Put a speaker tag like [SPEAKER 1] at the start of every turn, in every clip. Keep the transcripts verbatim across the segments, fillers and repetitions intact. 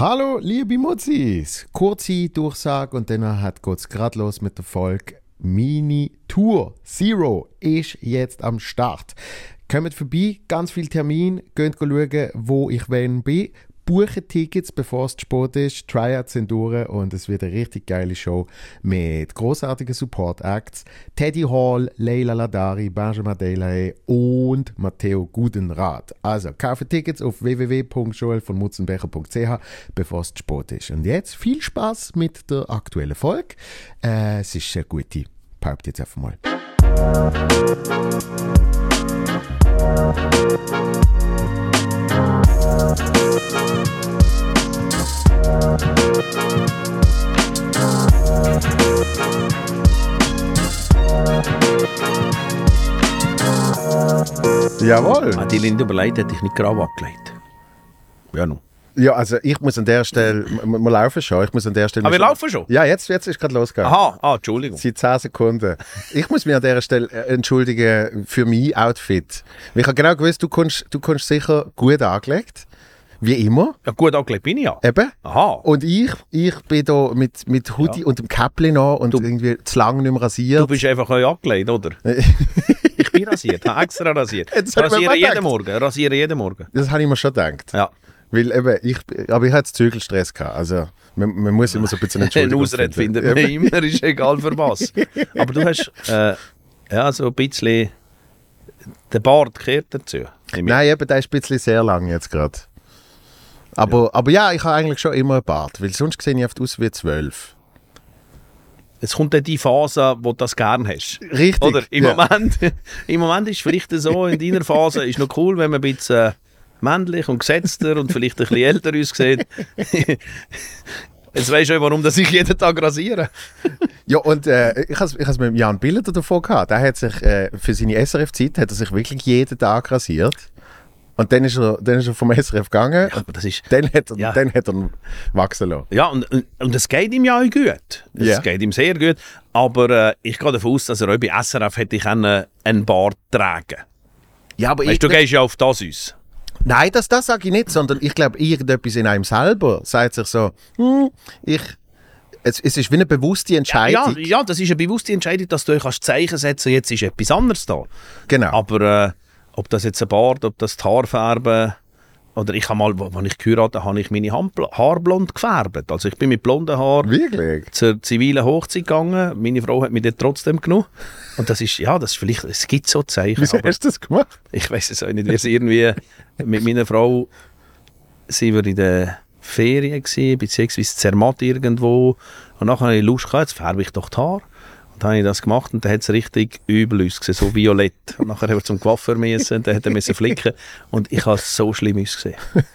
[SPEAKER 1] Hallo, liebe Mutzis! Kurze Durchsage und dann geht es gerade los mit der Folge. Mini Tour Zero ist jetzt am Start. Kommt vorbei, ganz viele Termine, geht schauen, wo ich wann bin. Buchen Tickets, bevor es zu spät ist. Tryouts sind durch und es wird eine richtig geile Show mit grossartigen Support-Acts. Teddy Hall, Leila Ladari, Benjamin Delahaye und Matteo Gudenrath. Also, kaufe Tickets auf w w w punkt joel von mutzenbecher punkt c h, bevor es zu spät ist. Und jetzt viel Spaß mit der aktuellen Folge. Äh, es ist eine gute. Behaupte jetzt einfach mal. Jawohl.
[SPEAKER 2] Ah, die Linde überlegt, hätte ich nicht grau abgelegt. Ja, nun.
[SPEAKER 1] Ja, also ich muss an der Stelle, wir, wir laufen schon, ich muss an der Stelle...
[SPEAKER 2] Aber wir laufen schon?
[SPEAKER 1] Ja, jetzt, jetzt ist gerade losgegangen.
[SPEAKER 2] Aha, ah, Entschuldigung.
[SPEAKER 1] Seit zehn Sekunden. Ich muss mich an dieser Stelle entschuldigen für mein Outfit. Ich habe genau gewusst, du kommst, du kommst sicher gut angelegt. Wie immer.
[SPEAKER 2] Ja, gut angelegt bin ich ja.
[SPEAKER 1] Eben.
[SPEAKER 2] Aha.
[SPEAKER 1] Und ich, ich bin da mit, mit Hoodie ja. und dem Käppli noch und du, irgendwie zu lang nicht mehr rasiert.
[SPEAKER 2] Du bist einfach angelegt, oder? Ich bin rasiert, habe extra rasiert. Rasiere jeden Morgen, rasiere jeden Morgen.
[SPEAKER 1] Das habe ich mir schon gedacht.
[SPEAKER 2] Ja.
[SPEAKER 1] Weil eben, ich, aber ich hatte Zügelstress gehabt. Also, man, man muss immer so ein bisschen Entschuldigung
[SPEAKER 2] finden. Eine Ausrede finden wir immer, ist egal für was. Aber du hast äh, ja, so ein bisschen den Bart kehrt dazu.
[SPEAKER 1] Nein, eben, der ist ein bisschen sehr lang jetzt gerade. Aber ja. aber ja, ich habe eigentlich schon immer einen Bart, weil sonst sehe ich oft aus wie zwölf.
[SPEAKER 2] Es kommt dann die Phase, wo du das gerne hast.
[SPEAKER 1] Richtig.
[SPEAKER 2] Oder im,
[SPEAKER 1] ja.
[SPEAKER 2] Moment, im Moment ist es vielleicht so, in deiner Phase ist noch cool, wenn man ein bisschen äh, männlich und gesetzter und vielleicht ein bisschen älter aussieht. Jetzt weisst du, warum dass ich jeden Tag rasiere.
[SPEAKER 1] Ja, und äh, ich habe es mit Jan Biller davon gehabt. Der hat sich äh, für seine S R F-Zeit hat er sich wirklich jeden Tag rasiert. Und dann ist er, dann ist er vom S R F gegangen.
[SPEAKER 2] Ja, aber das ist,
[SPEAKER 1] dann, hat er,
[SPEAKER 2] ja.
[SPEAKER 1] dann hat er ihn wachsen lassen.
[SPEAKER 2] Ja, und, und es geht ihm ja auch gut. Es yeah. geht ihm sehr gut. Aber äh, ich gehe davon aus, dass er auch bei S R F hätte ich einen, einen Bart tragen.
[SPEAKER 1] Ja, aber
[SPEAKER 2] weißt,
[SPEAKER 1] ich,
[SPEAKER 2] du gehst ja auf das aus.
[SPEAKER 1] Nein, das, das sage ich nicht, sondern ich glaube, irgendetwas in einem selber sagt sich so, hm, ich, es, es ist wie eine bewusste Entscheidung.
[SPEAKER 2] Ja, ja, das ist eine bewusste Entscheidung, dass du euch Zeichen setzen kannst, jetzt ist etwas anderes da.
[SPEAKER 1] Genau.
[SPEAKER 2] Aber äh, ob das jetzt ein Bart, ob das die Haarfarbe, oder ich habe mal, als ich geheiratet habe, habe ich meine Haare blond gefärbt. Also ich bin mit blonden Haaren
[SPEAKER 1] Wirklich?
[SPEAKER 2] zur zivilen Hochzeit gegangen. Meine Frau hat mich dort trotzdem genommen. Und das ist, ja, das ist vielleicht, es gibt so Zeichen.
[SPEAKER 1] Wieso hast du das gemacht?
[SPEAKER 2] Ich weiß es auch nicht, wie es irgendwie mit meiner Frau, sie war in der Ferien gewesen, beziehungsweise Zermatt irgendwo. Und nachher hatte ich Lust gehabt, jetzt färbe ich doch die Haare. Und dann habe ich das gemacht und dann hat es richtig übel ausgesehen, so violett. Und nachher haben wir zum Coiffeur müssen, dann hat er müssen flicken. Und ich habe es so schlimm ausgesehen.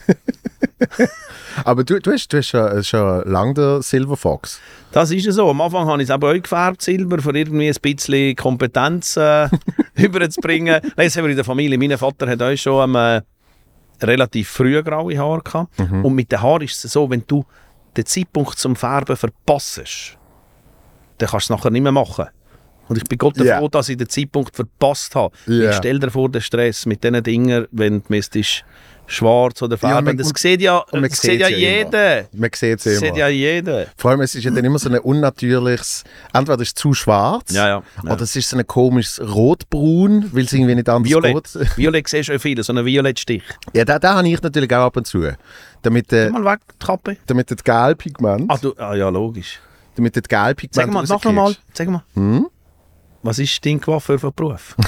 [SPEAKER 1] Aber du, du hast, du hast schon, schon lange den Silver Fox.
[SPEAKER 2] Das ist ja so. Am Anfang habe ich es aber auch gefärbt, Silber, für irgendwie ein bisschen Kompetenz äh, überzubringen. Das haben wir in der Familie. Mein Vater hat auch schon ähm, relativ früh graue Haare gehabt. Mhm. Und mit den Haaren ist es so, wenn du den Zeitpunkt zum Färben verpasst, dann kannst du es nachher nicht mehr machen. Und ich bin Gott yeah. froh, dass ich den Zeitpunkt verpasst habe. Yeah. Ich stell dir vor, den Stress mit diesen Dingen, wenn du müsstest schwarz oder färben. Ja, das sieht ja, das sieht ja jeder.
[SPEAKER 1] Man sieht es immer.
[SPEAKER 2] ja jeder.
[SPEAKER 1] Vor allem, es ist ja dann immer so ein unnatürliches, entweder ist es zu schwarz,
[SPEAKER 2] ja, ja, ja.
[SPEAKER 1] oder es ist so ein komisches Rotbraun, weil es irgendwie nicht anders
[SPEAKER 2] Violett.
[SPEAKER 1] geht.
[SPEAKER 2] Violett siehst du auch viele, so einen Violettstich.
[SPEAKER 1] Ja, den, den habe ich natürlich auch ab und zu. Damit, äh,
[SPEAKER 2] mal weg, die Kappe.
[SPEAKER 1] Damit das Gelpigment...
[SPEAKER 2] Ah, du, ah, ja, logisch.
[SPEAKER 1] Damit das Gelpigment
[SPEAKER 2] Sag mal, sag mal, sag mal.
[SPEAKER 1] Hm?
[SPEAKER 2] Was ist dein Coiffeur für Beruf?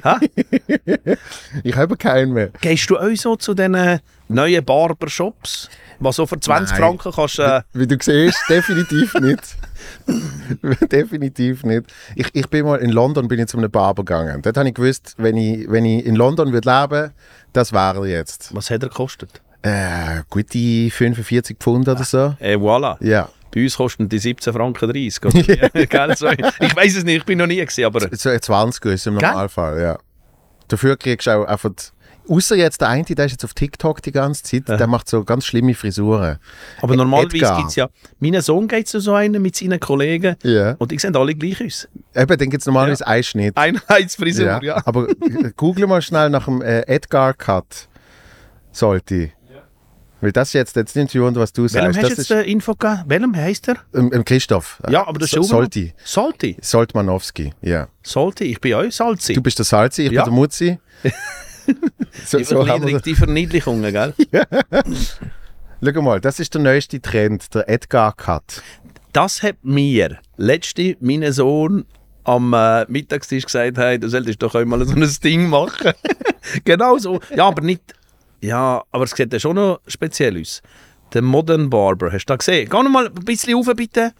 [SPEAKER 1] Ich habe keinen mehr.
[SPEAKER 2] Gehst du auch so zu diesen neuen Barbershops, was so für zwanzig
[SPEAKER 1] Nein.
[SPEAKER 2] Franken kannst... Äh...
[SPEAKER 1] Wie, wie du siehst, definitiv nicht. Definitiv nicht. Ich, ich bin mal in London bin ich zu einem Barber gegangen. Dort habe ich gewusst, wenn ich, wenn ich in London würde leben, das wäre jetzt.
[SPEAKER 2] Was hat er gekostet?
[SPEAKER 1] Äh, gute fünfundvierzig Pfund oder so.
[SPEAKER 2] Et voilà.
[SPEAKER 1] Ja.
[SPEAKER 2] Bei uns kosten die siebzehn Franken dreißig. Oder? so, ich weiß es nicht, ich bin noch nie gewesen, aber...
[SPEAKER 1] So zwanzig ist im Normalfall, ja. Dafür kriegst du auch einfach... Außer jetzt der eine, der ist jetzt auf TikTok die ganze Zeit, ja. Der macht so ganz schlimme Frisuren.
[SPEAKER 2] Aber normalerweise gibt es ja... Mein Sohn geht zu so einem mit seinen Kollegen
[SPEAKER 1] ja.
[SPEAKER 2] Und die sehen alle gleich aus.
[SPEAKER 1] Eben, dann gibt es normalerweise ja. einen Schnitt.
[SPEAKER 2] Einheitsfrisur, ja.
[SPEAKER 1] ja. Aber google mal schnell nach dem äh, Edgar Cut. Sollte. Weil das ist jetzt, jetzt nicht zu was du
[SPEAKER 2] Welchem
[SPEAKER 1] sagst.
[SPEAKER 2] hast
[SPEAKER 1] Das
[SPEAKER 2] du jetzt
[SPEAKER 1] ist
[SPEAKER 2] äh, Info gegeben? Welchem heisst er?
[SPEAKER 1] ähm, ähm, Christoph.
[SPEAKER 2] Ja, aber das ist
[SPEAKER 1] So-
[SPEAKER 2] schon
[SPEAKER 1] Solti.
[SPEAKER 2] Salty.
[SPEAKER 1] Soltmanowski, ja.
[SPEAKER 2] Salty, ich bin auch Salzy.
[SPEAKER 1] Du bist der Salzi, ich
[SPEAKER 2] Ja.
[SPEAKER 1] bin der Mutzi. so,
[SPEAKER 2] die,
[SPEAKER 1] so haben
[SPEAKER 2] Verniedlichung,
[SPEAKER 1] wir
[SPEAKER 2] die Verniedlichungen, gell?
[SPEAKER 1] Schau mal, das ist der neueste Trend, der Edgar-Cut.
[SPEAKER 2] Das hat mir letzte mein Sohn am äh, Mittagstisch gesagt, hey, du solltest doch einmal so ein Ding machen. Genau so. Ja, aber nicht... Ja, aber es sieht ja schon noch speziell aus. Der Modern Barber, hast du das gesehen? Geh noch mal ein bisschen rauf, bitte.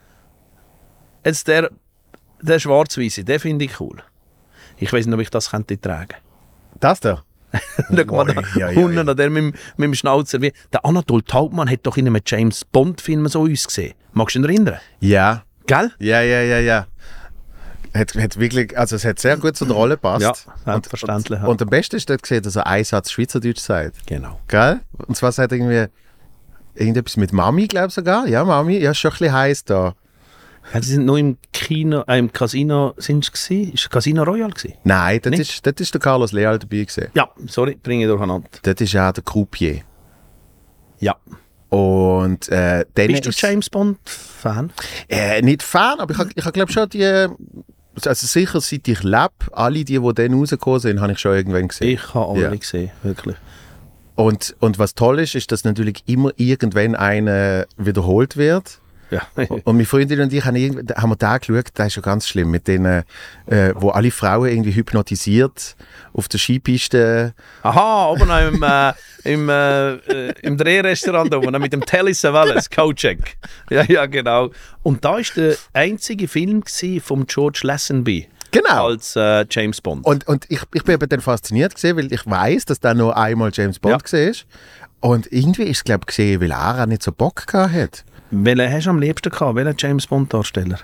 [SPEAKER 2] Jetzt der, der Schwarz-Weisse, den finde ich cool. Ich weiß nicht, ob ich das könnte tragen.
[SPEAKER 1] Das da?
[SPEAKER 2] Schau mal da,
[SPEAKER 1] ja, ja,
[SPEAKER 2] unten
[SPEAKER 1] ja.
[SPEAKER 2] an der mit, dem- mit dem Schnauzer. Wie- Der Anatol Taubmann hat doch in einem James-Bond-Film so ausgesehen. Magst du dich erinnern?
[SPEAKER 1] Ja.
[SPEAKER 2] Gell?
[SPEAKER 1] Ja, ja, ja, ja. Hat, hat wirklich, also es hat sehr gut zu der Rolle gepasst.
[SPEAKER 2] Ja, selbstverständlich.
[SPEAKER 1] Und, und, und am besten ist dort gesehen, dass er einen Satz Schweizerdeutsch sagt.
[SPEAKER 2] Genau.
[SPEAKER 1] Gell? Und zwar sagt er irgendwie irgendetwas mit Mami, glaube ich sogar. Ja, Mami, ja, ist schon ein bisschen heiß da.
[SPEAKER 2] Ja, sie sind noch im Kino, äh, im Casino sind sie gewesen? Ist Casino Royal gewesen?
[SPEAKER 1] Nein, dort
[SPEAKER 2] Nicht?
[SPEAKER 1] ist, dort ist der Carlos Leal dabei gewesen.
[SPEAKER 2] Ja, sorry, bringe ich durcheinander.
[SPEAKER 1] Dort ist auch der Croupier.
[SPEAKER 2] Ja.
[SPEAKER 1] Und äh, dann
[SPEAKER 2] Bist du
[SPEAKER 1] ist-
[SPEAKER 2] James Bond-Fan?
[SPEAKER 1] Äh, nicht Fan, aber ich habe ich hab, glaube schon die, also sicher seit ich lebe, alle die, die dann rausgekommen sind, habe ich schon irgendwann gesehen.
[SPEAKER 2] Ich habe alle
[SPEAKER 1] Ja.
[SPEAKER 2] gesehen, wirklich.
[SPEAKER 1] Und, und was toll ist, ist, dass natürlich immer irgendwann einer wiederholt wird.
[SPEAKER 2] Ja.
[SPEAKER 1] Und meine Freundin und ich haben, irgend- haben wir da geschaut, das ist schon ganz schlimm, mit denen, äh, wo alle Frauen irgendwie hypnotisiert auf der Skipiste.
[SPEAKER 2] Aha, oben noch im, äh, im, äh, äh, im Drehrestaurant oben, mit dem Telly Savalas, Kojak. Ja, ja, genau. Und da war der einzige Film gewesen von George Lazenby
[SPEAKER 1] Genau.
[SPEAKER 2] als äh, James Bond.
[SPEAKER 1] Und, und ich, ich bin eben dann fasziniert gesehen, weil ich weiß, dass da nur einmal James Bond
[SPEAKER 2] Ja.
[SPEAKER 1] war. Und irgendwie ist es, glaube ich, gesehen, weil er auch nicht so Bock gehabt hat.
[SPEAKER 2] Welchen hast du am liebsten gehabt? Welchen James Bond-Darsteller?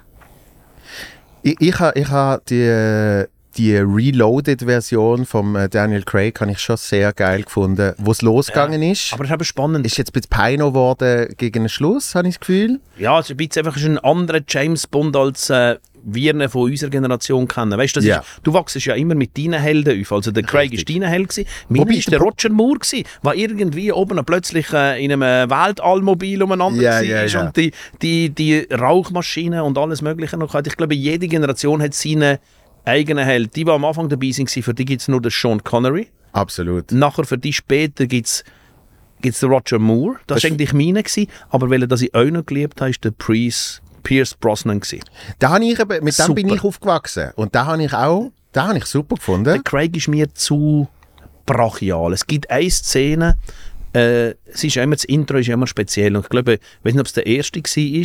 [SPEAKER 1] Ich, ich habe ich ha die, die Reloaded-Version von äh, Daniel Craig habe ich schon sehr geil gefunden, wo es losgegangen ist.
[SPEAKER 2] Aber es ist eben spannend.
[SPEAKER 1] Ist jetzt ein bisschen Peino geworden gegen den Schluss, habe ich das Gefühl.
[SPEAKER 2] Ja, es ist ein bisschen einfach ein anderer James Bond, als äh, wir ihn von unserer Generation kennen. Weißt, das
[SPEAKER 1] Ja.
[SPEAKER 2] ist, du wachst ja immer mit deinen Helden auf. Also der Craig
[SPEAKER 1] Richtig.
[SPEAKER 2] ist dein Held gewesen. Meiner
[SPEAKER 1] Wobei
[SPEAKER 2] ist
[SPEAKER 1] der
[SPEAKER 2] der
[SPEAKER 1] Pro-
[SPEAKER 2] Roger Moore gewesen, der irgendwie oben plötzlich äh, in einem Weltallmobil umeinander
[SPEAKER 1] Ja,
[SPEAKER 2] war
[SPEAKER 1] ja, ja.
[SPEAKER 2] und die, die, die Rauchmaschinen und alles Mögliche noch hatte. Ich glaube, jede Generation hat seine eigenen Held. Die, die am Anfang dabei waren, für die gibt es nur den Sean Connery.
[SPEAKER 1] Absolut.
[SPEAKER 2] Nachher für die später gibt es gibt's den Roger Moore. Das
[SPEAKER 1] Das-
[SPEAKER 2] war eigentlich meine, gewesen, aber weil er das ich auch noch geliebt habe, ist der Pierce, Pierce Brosnan gewesen.
[SPEAKER 1] Da habe ich eben, mit dem
[SPEAKER 2] Super.
[SPEAKER 1] bin ich aufgewachsen. Und da habe ich auch, da habe ich super
[SPEAKER 2] Der
[SPEAKER 1] gefunden.
[SPEAKER 2] Craig ist mir zu brachial. Es gibt eine Szene, äh, es ist ja immer, das Intro ist ja immer speziell. Und ich glaube, ich weiß nicht, ob es der erste war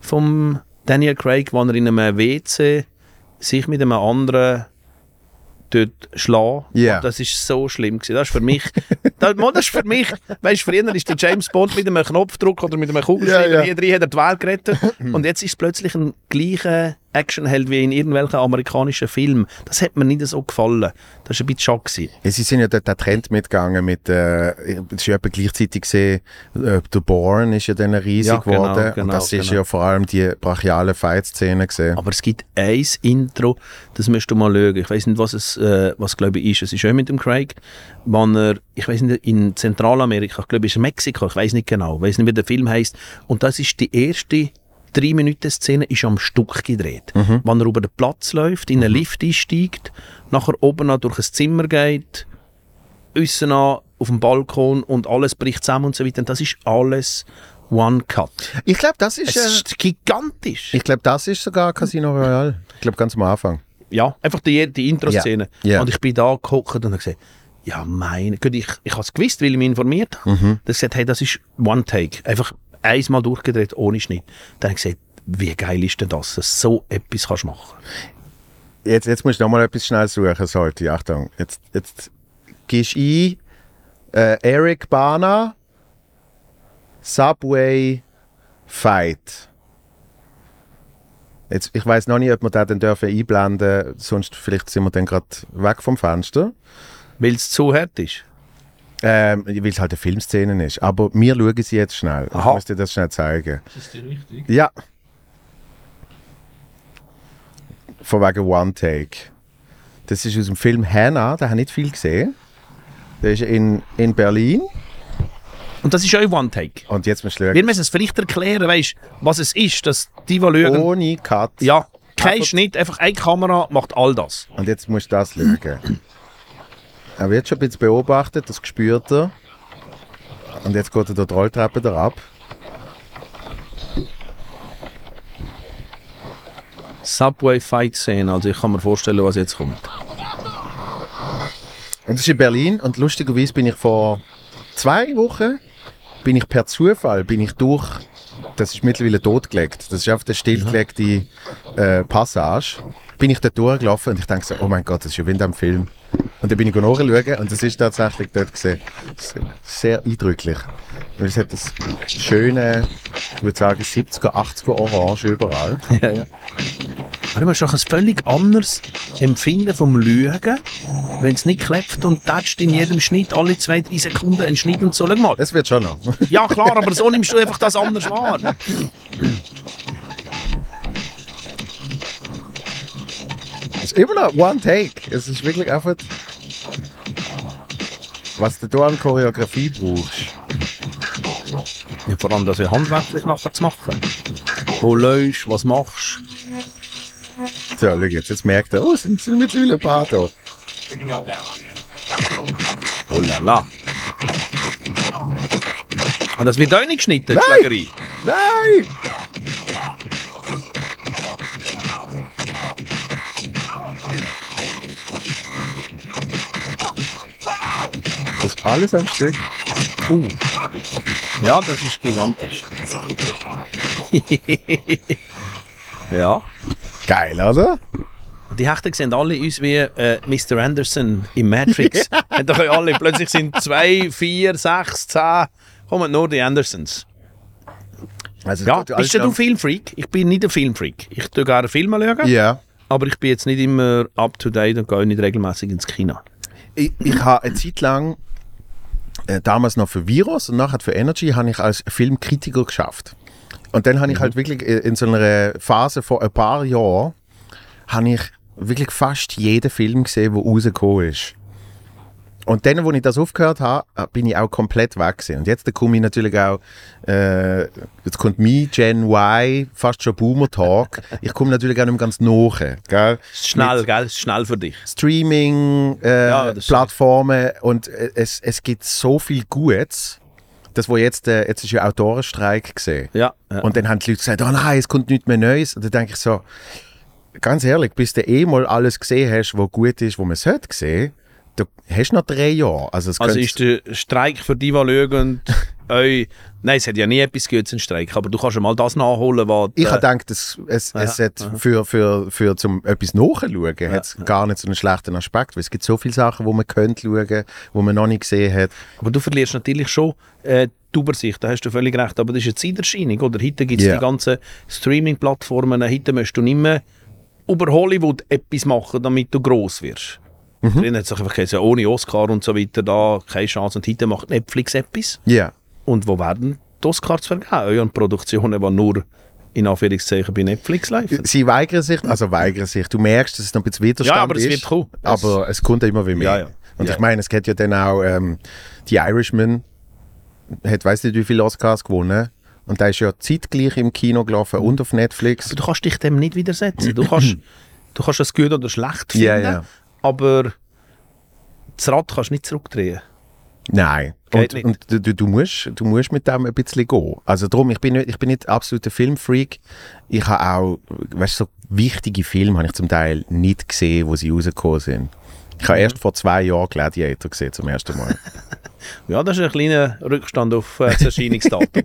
[SPEAKER 2] vom Daniel Craig, wo er in einem W C sich mit einem anderen dort schlagen.
[SPEAKER 1] Ja.
[SPEAKER 2] Und das ist so schlimm gewesen. Das ist für mich, das, das ist für mich, weißt du, früher ist der James Bond mit einem Knopfdruck oder mit einem Kugelschreiber,
[SPEAKER 1] Ja, ja.
[SPEAKER 2] hier drin hat er die Welt gerettet. Und jetzt ist es plötzlich ein gleicher Actionheld wie in irgendwelchen amerikanischen Filmen. Das hat mir nicht so gefallen. Das war ein bisschen schock gewesen.
[SPEAKER 1] Ja, sie sind ja dort den Trend mitgegangen mit, äh, es ist ja etwa gleichzeitig gesehen, äh, The Bourne ist ja dann riesig
[SPEAKER 2] Ja, genau,
[SPEAKER 1] geworden.
[SPEAKER 2] genau,
[SPEAKER 1] und das ist
[SPEAKER 2] genau.
[SPEAKER 1] ja vor allem die brachialen Fight-Szenen gesehen.
[SPEAKER 2] Aber es gibt ein Intro, das musst du mal schauen. Ich weiß nicht, was es äh, was glaube ich ist. Es ist auch mit dem Craig, wenn er, ich weiß nicht, in Zentralamerika, ich glaube es ist Mexiko, ich weiß nicht genau, ich weiß nicht, wie der Film heißt. Und das ist die erste drei Minuten Szene ist am Stück gedreht.
[SPEAKER 1] Mhm.
[SPEAKER 2] Wenn er über den Platz läuft, in einen Lift einsteigt, nachher oben an durch ein Zimmer geht, aussen an auf dem Balkon und alles bricht zusammen und so weiter. Und das ist alles One Cut.
[SPEAKER 1] Ich glaube, das ist,
[SPEAKER 2] Es
[SPEAKER 1] äh,
[SPEAKER 2] ist gigantisch.
[SPEAKER 1] ich glaube, das ist sogar Casino Royale. Ich glaube, ganz am Anfang.
[SPEAKER 2] Ja, einfach die, die Intro-Szene.
[SPEAKER 1] Ja, ja.
[SPEAKER 2] Und ich bin da gehockt und habe gesagt, ja meine Güte, ich, ich habe es gewusst, weil ich mich informiert habe. Mhm. Da gesagt, hey, das ist One Take. Einfach einmal durchgedreht, ohne Schnitt. Dann habe ich gesagt, wie geil ist denn das, dass du so etwas kannst machen.
[SPEAKER 1] Jetzt, jetzt musst du noch mal etwas schnell suchen, sollte. Achtung, jetzt, jetzt gehst du ein, äh, Eric Bana, Subway Fight. Jetzt, ich weiß noch nicht, ob wir den dann dürfen einblenden, sonst vielleicht sind wir dann gerade weg vom Fenster.
[SPEAKER 2] Weil es zu hart ist.
[SPEAKER 1] Ähm, weil es halt eine Filmszene ist. Aber wir schauen sie jetzt schnell.
[SPEAKER 2] Aha.
[SPEAKER 1] Ich muss dir das schnell zeigen.
[SPEAKER 2] Ist das dir wichtig?
[SPEAKER 1] Ja. Von wegen One Take. Das ist aus dem Film Hannah, den habe ich nicht viel gesehen. Der ist in, in Berlin.
[SPEAKER 2] Und das ist auch One Take.
[SPEAKER 1] Und jetzt musst du schauen.
[SPEAKER 2] Wir müssen es vielleicht erklären, weißt, was es ist, dass die, die schauen...
[SPEAKER 1] Ohne Cut.
[SPEAKER 2] Ja, kein Schnitt, einfach eine Kamera macht all das.
[SPEAKER 1] Und jetzt musst du das schauen. Er wird schon ein bisschen beobachtet, das spürt er. Und jetzt geht er durch die Rolltreppe da ab.
[SPEAKER 2] Subway-Fight-Szene, also ich kann mir vorstellen, was jetzt kommt.
[SPEAKER 1] Und das ist in Berlin und lustigerweise bin ich vor zwei Wochen bin ich per Zufall bin ich durch, das ist mittlerweile totgelegt, das ist einfach eine stillgelegte äh, Passage, bin ich da durchgelaufen und ich denke so, oh mein Gott, das ist ja wie in diesem Film. Und dann bin ich nachschauen und das ist tatsächlich dort gesehen. Sehr eindrücklich. Weil es hat das schöne, ich würde sagen, siebziger, achtziger Orange überall.
[SPEAKER 2] Ja, ja. Aber du hast doch ein völlig anderes Empfinden vom Lügen, wenn es nicht klappt und tätscht in jedem Schnitt alle zwei, drei Sekunden einen Schnitt und so. Schau mal.
[SPEAKER 1] Das wird schon noch.
[SPEAKER 2] Ja klar, aber so nimmst du einfach das anders wahr.
[SPEAKER 1] Es ist immer noch One Take. Es ist wirklich einfach, was du da an Choreografie brauchst.
[SPEAKER 2] Ja, vor allem das ja handwerklich nachher zu machen. Wo läufst, was machst.
[SPEAKER 1] So, schau jetzt, jetzt merkt er, oh, es sind, sind mittlerweile ein paar da.
[SPEAKER 2] Oh la la. Und das wird auch nicht geschnitten, die
[SPEAKER 1] Nein.
[SPEAKER 2] Schlägerei.
[SPEAKER 1] Nein! Das ist alles am Stück.
[SPEAKER 2] Uh. Ja, das ist gigantisch. Ja.
[SPEAKER 1] Geil, oder?
[SPEAKER 2] Die Hechten sehen alle uns wie äh, Mister Anderson im Matrix. Ja. Da können alle, plötzlich sind zwei, vier, sechs, zehn, kommen nur die Andersons.
[SPEAKER 1] Also,
[SPEAKER 2] Ja,
[SPEAKER 1] du,
[SPEAKER 2] bist du ein Filmfreak? Ich bin nicht ein Filmfreak. Ich schaue gerne Filme schauen,
[SPEAKER 1] Ja.
[SPEAKER 2] aber ich bin jetzt nicht immer up to date und gehe nicht regelmäßig ins Kino.
[SPEAKER 1] Ich, ich habe eine Zeit lang, äh, damals noch für Virus und nachher für Energy, habe ich als Filmkritiker geschafft. Und dann habe ich halt wirklich in so einer Phase vor ein paar Jahren, habe ich wirklich fast jeden Film gesehen, der rausgekommen ist. Und dann, als ich das aufgehört habe, bin ich auch komplett weg gewesen. Und jetzt komme ich natürlich auch, äh, jetzt kommt mein Gen Y, fast schon Boomer-Talk. Ich komme natürlich auch nicht mehr ganz nach. Gell?
[SPEAKER 2] Schnell,
[SPEAKER 1] Mit
[SPEAKER 2] gell? Schnell für dich.
[SPEAKER 1] Streaming, äh,
[SPEAKER 2] Ja, das
[SPEAKER 1] Plattformen und äh, es, es gibt so viel Gutes. Das, wo jetzt, äh, jetzt ist ja Autorenstreik gesehen.
[SPEAKER 2] Ja, ja.
[SPEAKER 1] Und dann haben die Leute gesagt, oh nein, es kommt nichts mehr Neues. Und dann denke ich so, ganz ehrlich, bis du eh mal alles gesehen hast, was gut ist, was man sollte sehen, du hast noch drei Jahre. Also, es
[SPEAKER 2] Also
[SPEAKER 1] könnte-
[SPEAKER 2] ist der Streik für die, die schauen, eu, nein, es hat ja nie etwas gegeben, ein Streik, aber du kannst ja mal das nachholen, was...
[SPEAKER 1] ich
[SPEAKER 2] äh,
[SPEAKER 1] habe gedacht, es, es,
[SPEAKER 2] Ja,
[SPEAKER 1] es hat
[SPEAKER 2] aha.
[SPEAKER 1] für, für, für zum etwas nachschauen, hat's gar nicht so einen schlechten Aspekt, weil es gibt so viele Sachen, die man könnte schauen, die man noch nicht gesehen hat.
[SPEAKER 2] Aber du verlierst natürlich schon äh, die Übersicht, da hast du völlig recht, aber das ist eine Zeiterscheinung, oder? Heute gibt es
[SPEAKER 1] Ja.
[SPEAKER 2] die ganzen Streaming-Plattformen, heute musst du nicht mehr über Hollywood etwas machen, damit du gross wirst. Mhm. Früher hat es einfach gesagt, ohne Oscar und so weiter, da keine Chance. Und heute macht Netflix etwas.
[SPEAKER 1] Ja.
[SPEAKER 2] Und wo werden die Oscars vergeben? Euren Produktionen, die nur in Anführungszeichen bei Netflix laufen.
[SPEAKER 1] Sie weigern sich, also weigern sich. Du merkst, dass es noch ein bisschen Widerstand
[SPEAKER 2] Ja, aber es
[SPEAKER 1] ist.
[SPEAKER 2] wird kommen. Das-
[SPEAKER 1] Aber es kommt immer wie mehr.
[SPEAKER 2] Ja, ja.
[SPEAKER 1] Und
[SPEAKER 2] Ja.
[SPEAKER 1] ich meine, es gibt ja dann auch ähm, die Irishman, hat weiss nicht wie viele Oscars gewonnen. Und der ist ja zeitgleich im Kino gelaufen und auf Netflix.
[SPEAKER 2] Aber du kannst dich dem nicht widersetzen. Du kannst, du kannst das gut oder schlecht finden,
[SPEAKER 1] Ja, ja.
[SPEAKER 2] aber das Rad kannst du nicht zurückdrehen.
[SPEAKER 1] Nein.
[SPEAKER 2] Geht
[SPEAKER 1] Und,
[SPEAKER 2] nicht.
[SPEAKER 1] und du, du, du, musst, du musst mit dem ein bisschen gehen. Also darum, ich bin nicht, ich bin nicht absoluter Filmfreak. Ich habe auch, weißt du, so wichtige Filme habe ich zum Teil nicht gesehen, wo sie rausgekommen sind. Ich habe erst vor zwei Jahren Gladiator gesehen, zum ersten Mal.
[SPEAKER 2] Ja, das ist ein kleiner Rückstand auf äh, das Erscheinungsdatum.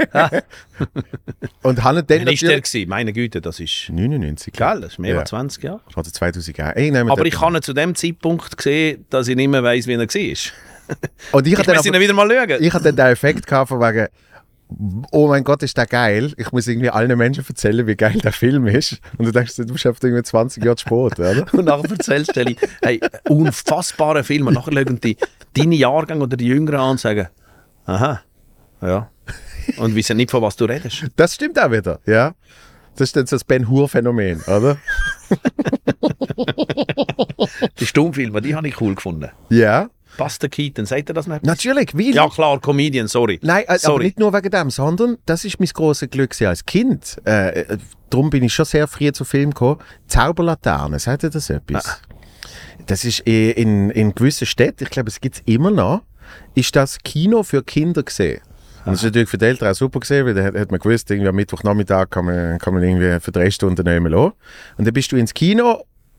[SPEAKER 1] Und habe dann
[SPEAKER 2] Wann war der
[SPEAKER 1] natürlich...
[SPEAKER 2] gewesen? Meine Güte, das ist...
[SPEAKER 1] neunundneunzig.
[SPEAKER 2] Gell, das ist mehr
[SPEAKER 1] Ja.
[SPEAKER 2] als zwanzig Jahre.
[SPEAKER 1] Also zweitausendeins. Ey, nein,
[SPEAKER 2] Aber ich habe ihn zu dem Zeitpunkt gesehen, dass ich nicht mehr weiss, wie er war.
[SPEAKER 1] Und ich
[SPEAKER 2] Ich
[SPEAKER 1] habe dann,
[SPEAKER 2] muss ihn
[SPEAKER 1] aber-
[SPEAKER 2] wieder mal schauen.
[SPEAKER 1] ich hatte dann den Effekt gehabt, von wegen, oh mein Gott, ist der geil. Ich muss irgendwie allen Menschen erzählen, wie geil der Film ist. Und du denkst, du bist einfach irgendwie zwanzig Jahre zu spät, oder?
[SPEAKER 2] Und nachher erzählst du dir, hey, unfassbare Film. Und nachher schauen die deine Jahrgänge oder die Jüngeren an und sagen, aha, ja. Und wissen nicht, von was du redest.
[SPEAKER 1] Das stimmt auch wieder, ja. Das ist dann so das Ben-Hur-Phänomen, oder?
[SPEAKER 2] Die Stummfilme, die habe ich cool gefunden.
[SPEAKER 1] Ja.
[SPEAKER 2] Buster Keaton, sagt er das nicht?
[SPEAKER 1] Natürlich, weil...
[SPEAKER 2] Ja klar, Comedian, sorry.
[SPEAKER 1] Nein, äh,
[SPEAKER 2] sorry.
[SPEAKER 1] aber nicht nur wegen dem, sondern das ist mein grosses Glück gewesen als Kind. Äh, äh, darum bin ich schon sehr früh zu Film gekommen. Zauberlaterne, sagt ihr das etwas? Ah. Das ist in, in gewissen Städten, ich glaube, es gibt es immer noch, ist das Kino für Kinder gesehen. Und das ist natürlich für die Eltern auch super gesehen, weil da hat, hat man gewusst, irgendwie am Mittwochnachmittag kann man, kann man irgendwie für drei Stunden nehmen lassen. Und dann bist du ins Kino,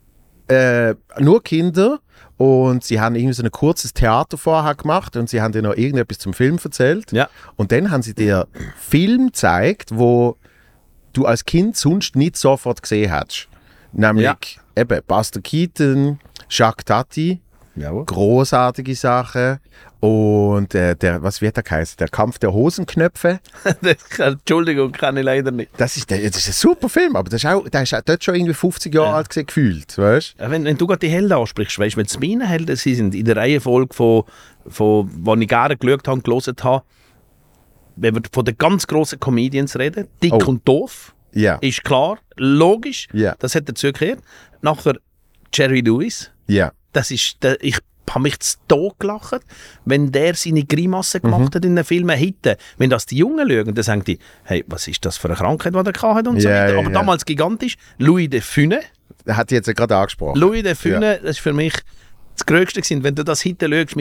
[SPEAKER 1] äh, nur Kinder, und sie haben irgendwie so ein kurzes Theater vorher gemacht und sie haben dir noch irgendetwas zum Film erzählt.
[SPEAKER 2] Ja.
[SPEAKER 1] Und dann haben sie dir Film gezeigt, wo du als Kind sonst nicht sofort gesehen hättest. Nämlich
[SPEAKER 2] ja.
[SPEAKER 1] eben Buster Keaton, Jacques Tati,
[SPEAKER 2] Jawohl.
[SPEAKER 1] Großartige Sachen. Und äh, der, was wird der heißen? Der Kampf der Hosenknöpfe.
[SPEAKER 2] Entschuldigung, kann ich leider nicht.
[SPEAKER 1] Das ist, das ist ein super Film, aber das ist auch, der ist auch dort schon irgendwie fünfzig Jahre ja. alt gewesen, gefühlt. Weißt?
[SPEAKER 2] Wenn, wenn du gerade die Helden ansprichst, weißt du, wenn es meine Helden sind, in der Reihenfolge von, von wo ich gerne geschaut habe und gelesen habe, wenn wir von den ganz grossen Comedians reden, dick oh. und doof,
[SPEAKER 1] yeah.
[SPEAKER 2] ist klar, logisch,
[SPEAKER 1] yeah.
[SPEAKER 2] das hat dazu gehört. Nachher Jerry Lewis,
[SPEAKER 1] yeah.
[SPEAKER 2] das ist, der, ich habe mich zu Tod gelacht, wenn der seine Grimassen gemacht mhm. hat in den Filmen heute. Wenn das die Jungen schauen, dann sagen die, hey, was ist das für eine Krankheit, die er hatte und so
[SPEAKER 1] yeah,
[SPEAKER 2] weiter.
[SPEAKER 1] yeah,
[SPEAKER 2] Aber
[SPEAKER 1] yeah.
[SPEAKER 2] damals gigantisch. Louis de Funès.
[SPEAKER 1] Der hat jetzt ja gerade angesprochen.
[SPEAKER 2] Louis de Funès, ja. Das ist für mich das Größte gewesen. Wenn du das heute schaust,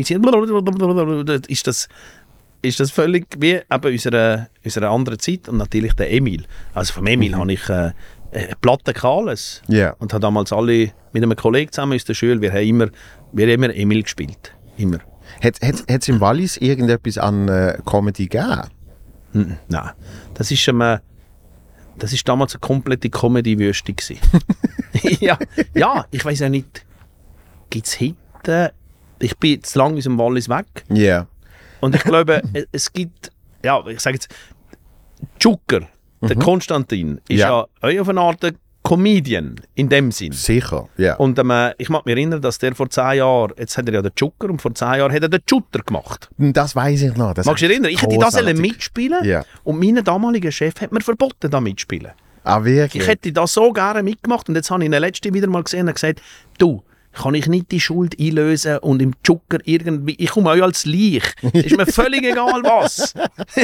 [SPEAKER 2] mit ist das, ist das völlig wie eben unserer, unserer anderen Zeit. Und natürlich der Emil. Also vom Emil mhm. habe ich äh, eine Platte alles.
[SPEAKER 1] Yeah.
[SPEAKER 2] Und habe damals alle mit einem Kollegen zusammen aus der Schule, wir haben immer, wir haben immer Emil gespielt. Immer.
[SPEAKER 1] Hat es im Wallis irgendetwas an äh, Comedy gegeben?
[SPEAKER 2] Nein, nein. Das ist, ähm, das ist damals eine komplette Comedy-Wüste gewesen. ja, ja, ich weiss ja nicht, gibt es heute... Ich bin zu lange aus dem Wallis weg.
[SPEAKER 1] Ja. Yeah.
[SPEAKER 2] Und ich glaube, es gibt... Ja, ich sage jetzt... Zucker, mhm. der Konstantin, ist ja, ja auch auf eine Art Comedian in dem Sinn.
[SPEAKER 1] Sicher, ja. Yeah.
[SPEAKER 2] Und ähm, ich mag mich erinnern, dass der vor zehn Jahren, jetzt hat er ja den Zucker und vor zehn Jahren hat er den Schutter gemacht.
[SPEAKER 1] Das weiss ich noch. Das
[SPEAKER 2] Magst du dich erinnern? Ich hätte das mitspielen
[SPEAKER 1] yeah.
[SPEAKER 2] und mein damaliger Chef hat mir verboten, da mitspielen.
[SPEAKER 1] Ah, wirklich?
[SPEAKER 2] Ich hätte das so gerne mitgemacht und jetzt habe ich ihn letzte wieder mal gesehen und gesagt, du, kann ich nicht die Schuld einlösen und im Zucker irgendwie, ich komme auch als Leich. Ist mir völlig egal was.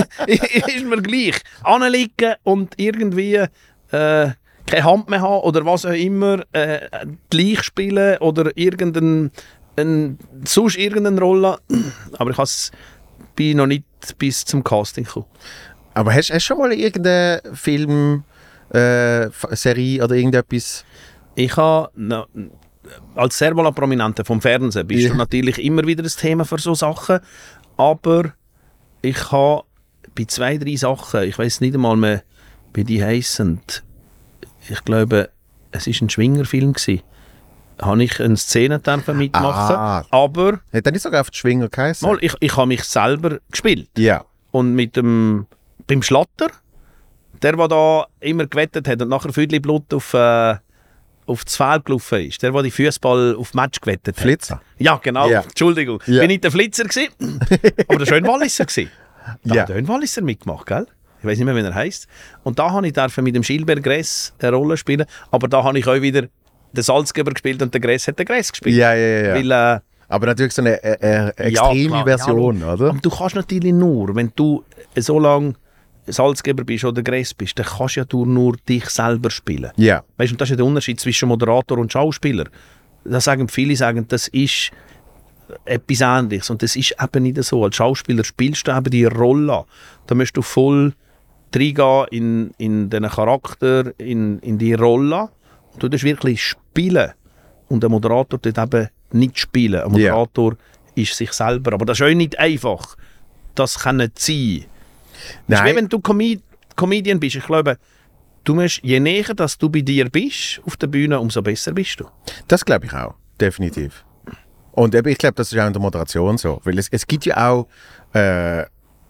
[SPEAKER 2] Ist mir gleich. Anliegen und irgendwie äh, keine Hand mehr haben oder was auch immer, äh, gleich spielen oder irgendein, ein, sonst irgendeine Rolle. Aber ich bin noch nicht bis zum Casting gekommen.
[SPEAKER 1] Aber hast du schon mal irgendeinen Film, äh, Serie oder irgendetwas?
[SPEAKER 2] Ich habe... No, als sehr wohl Prominente vom Fernsehen bist ja. du natürlich immer wieder ein Thema für so Sachen. Aber ich habe bei zwei, drei Sachen, ich weiß nicht einmal mehr, wie die heissen. Ich glaube, es war ein Schwingerfilm gewesen. Habe ich eine Szene mitmachen.
[SPEAKER 1] Ah.
[SPEAKER 2] Aber...
[SPEAKER 1] Hat er nicht sogar auf die Schwinger geheißen?
[SPEAKER 2] Mal, ich, ich habe mich selber gespielt.
[SPEAKER 1] Ja.
[SPEAKER 2] Und mit dem... Beim Schlatter, der, der da immer gewettet hat und nachher viel Blut auf... Äh, auf das Feld gelaufen ist, der, der die Fußball auf Match gewettet hat.
[SPEAKER 1] Flitzer?
[SPEAKER 2] Ja, genau. Yeah. Entschuldigung.
[SPEAKER 1] Yeah.
[SPEAKER 2] Bin nicht der Flitzer gewesen, aber der schöne Walliser gewesen. Da
[SPEAKER 1] yeah.
[SPEAKER 2] hat der Walliser mitgemacht, gell? Ich weiß nicht mehr, wie er heisst. Und da habe ich dürfen mit dem Gilbert Gress eine Rolle spielen, aber da habe ich auch wieder den Salzgeber gespielt und der Gress hat den Gress gespielt.
[SPEAKER 1] Ja, ja, ja.
[SPEAKER 2] Weil, äh,
[SPEAKER 1] aber natürlich so eine äh, äh, extreme ja, Version, ja, oder?
[SPEAKER 2] Aber du kannst natürlich nur, wenn du so lange Salzgeber bist oder Gress bist, dann kannst ja du nur dich selber spielen.
[SPEAKER 1] Yeah.
[SPEAKER 2] Weißt du, und das ist ja der Unterschied zwischen Moderator und Schauspieler. Das sagen viele, sagen, das ist etwas Ähnliches und das ist eben nicht so. Als Schauspieler spielst du eben die Rolle. Da musst du voll reingehen in, in den Charakter, in, in die Rolle. Und du musst wirklich spielen. Und der Moderator tut eben nicht spielen. Ein Moderator yeah. ist sich selber. Aber das ist auch nicht einfach. Das kann nicht sein. Das ist wie wenn du Com- Comedian bist. Ich glaube, du musst, je näher dass du bei dir bist auf der Bühne, umso besser bist du.
[SPEAKER 1] Das glaube ich auch, definitiv. Und eben, ich glaube, das ist auch in der Moderation so. Weil es, es gibt ja auch, äh,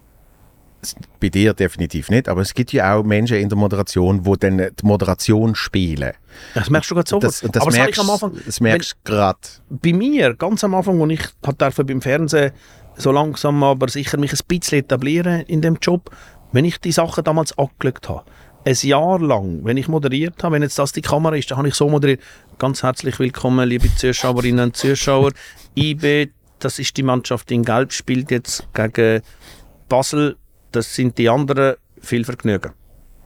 [SPEAKER 1] bei dir definitiv nicht, aber es gibt ja auch Menschen in der Moderation, die dann die Moderation spielen.
[SPEAKER 2] Das merkst du gerade so.
[SPEAKER 1] Das, das
[SPEAKER 2] aber
[SPEAKER 1] merkst,
[SPEAKER 2] das, ich am Anfang,
[SPEAKER 1] das merkst du gerade.
[SPEAKER 2] Bei mir, ganz am Anfang, als ich durfte beim Fernsehen so langsam aber sicher mich ein bisschen etablieren in dem Job, wenn ich die Sachen damals angeschaut habe, ein Jahr lang, wenn ich moderiert habe, wenn jetzt das die Kamera ist, dann habe ich so moderiert. Ganz herzlich willkommen, liebe Zuschauerinnen und Zuschauer. Ich bin das ist die Mannschaft in Gelb, spielt jetzt gegen Basel, das sind die anderen, viel Vergnügen.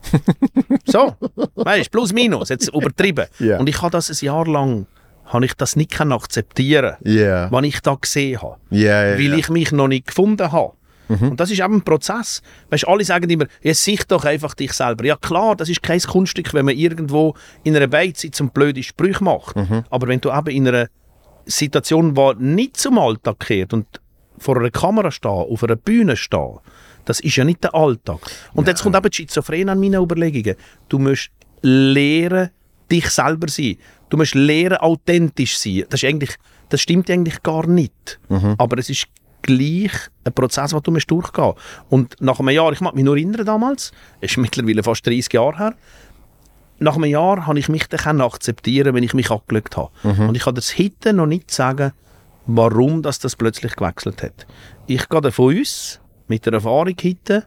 [SPEAKER 2] So, weißt, plus minus, jetzt übertrieben.
[SPEAKER 1] Yeah.
[SPEAKER 2] Und ich habe das ein Jahr lang, habe ich das nicht akzeptieren können,
[SPEAKER 1] Yeah.
[SPEAKER 2] was ich da gesehen habe,
[SPEAKER 1] Yeah, yeah,
[SPEAKER 2] weil
[SPEAKER 1] yeah.
[SPEAKER 2] ich mich noch nicht gefunden habe. Mhm. Und das ist eben ein Prozess. Weißt, alle sagen immer, jetzt sieh doch einfach dich selber. Ja klar, das ist kein Kunststück, wenn man irgendwo in einer Beiz sitzt und blöde Sprüche macht. Mhm. Aber wenn du eben in einer Situation, die nicht zum Alltag gehört und vor einer Kamera stehen, auf einer Bühne stehen, das ist ja nicht der Alltag. Und ja. Jetzt kommt eben Schizophren an meine Überlegungen. Du musst lernen, dich selber sein. Du musst lernen, authentisch sein. Das, ist eigentlich, das stimmt eigentlich gar nicht. Mhm. Aber es ist gleich ein Prozess, den du musst durchgehen musst. Und nach einem Jahr, ich mag mich nur erinnern damals, es ist mittlerweile fast dreißig Jahre her, nach einem Jahr habe ich mich dann akzeptieren, wenn ich mich angelegt habe. Mhm. Und ich kann das heute noch nicht sagen, warum das, das plötzlich gewechselt hat. Ich gehe davon aus, mit der Erfahrung heute,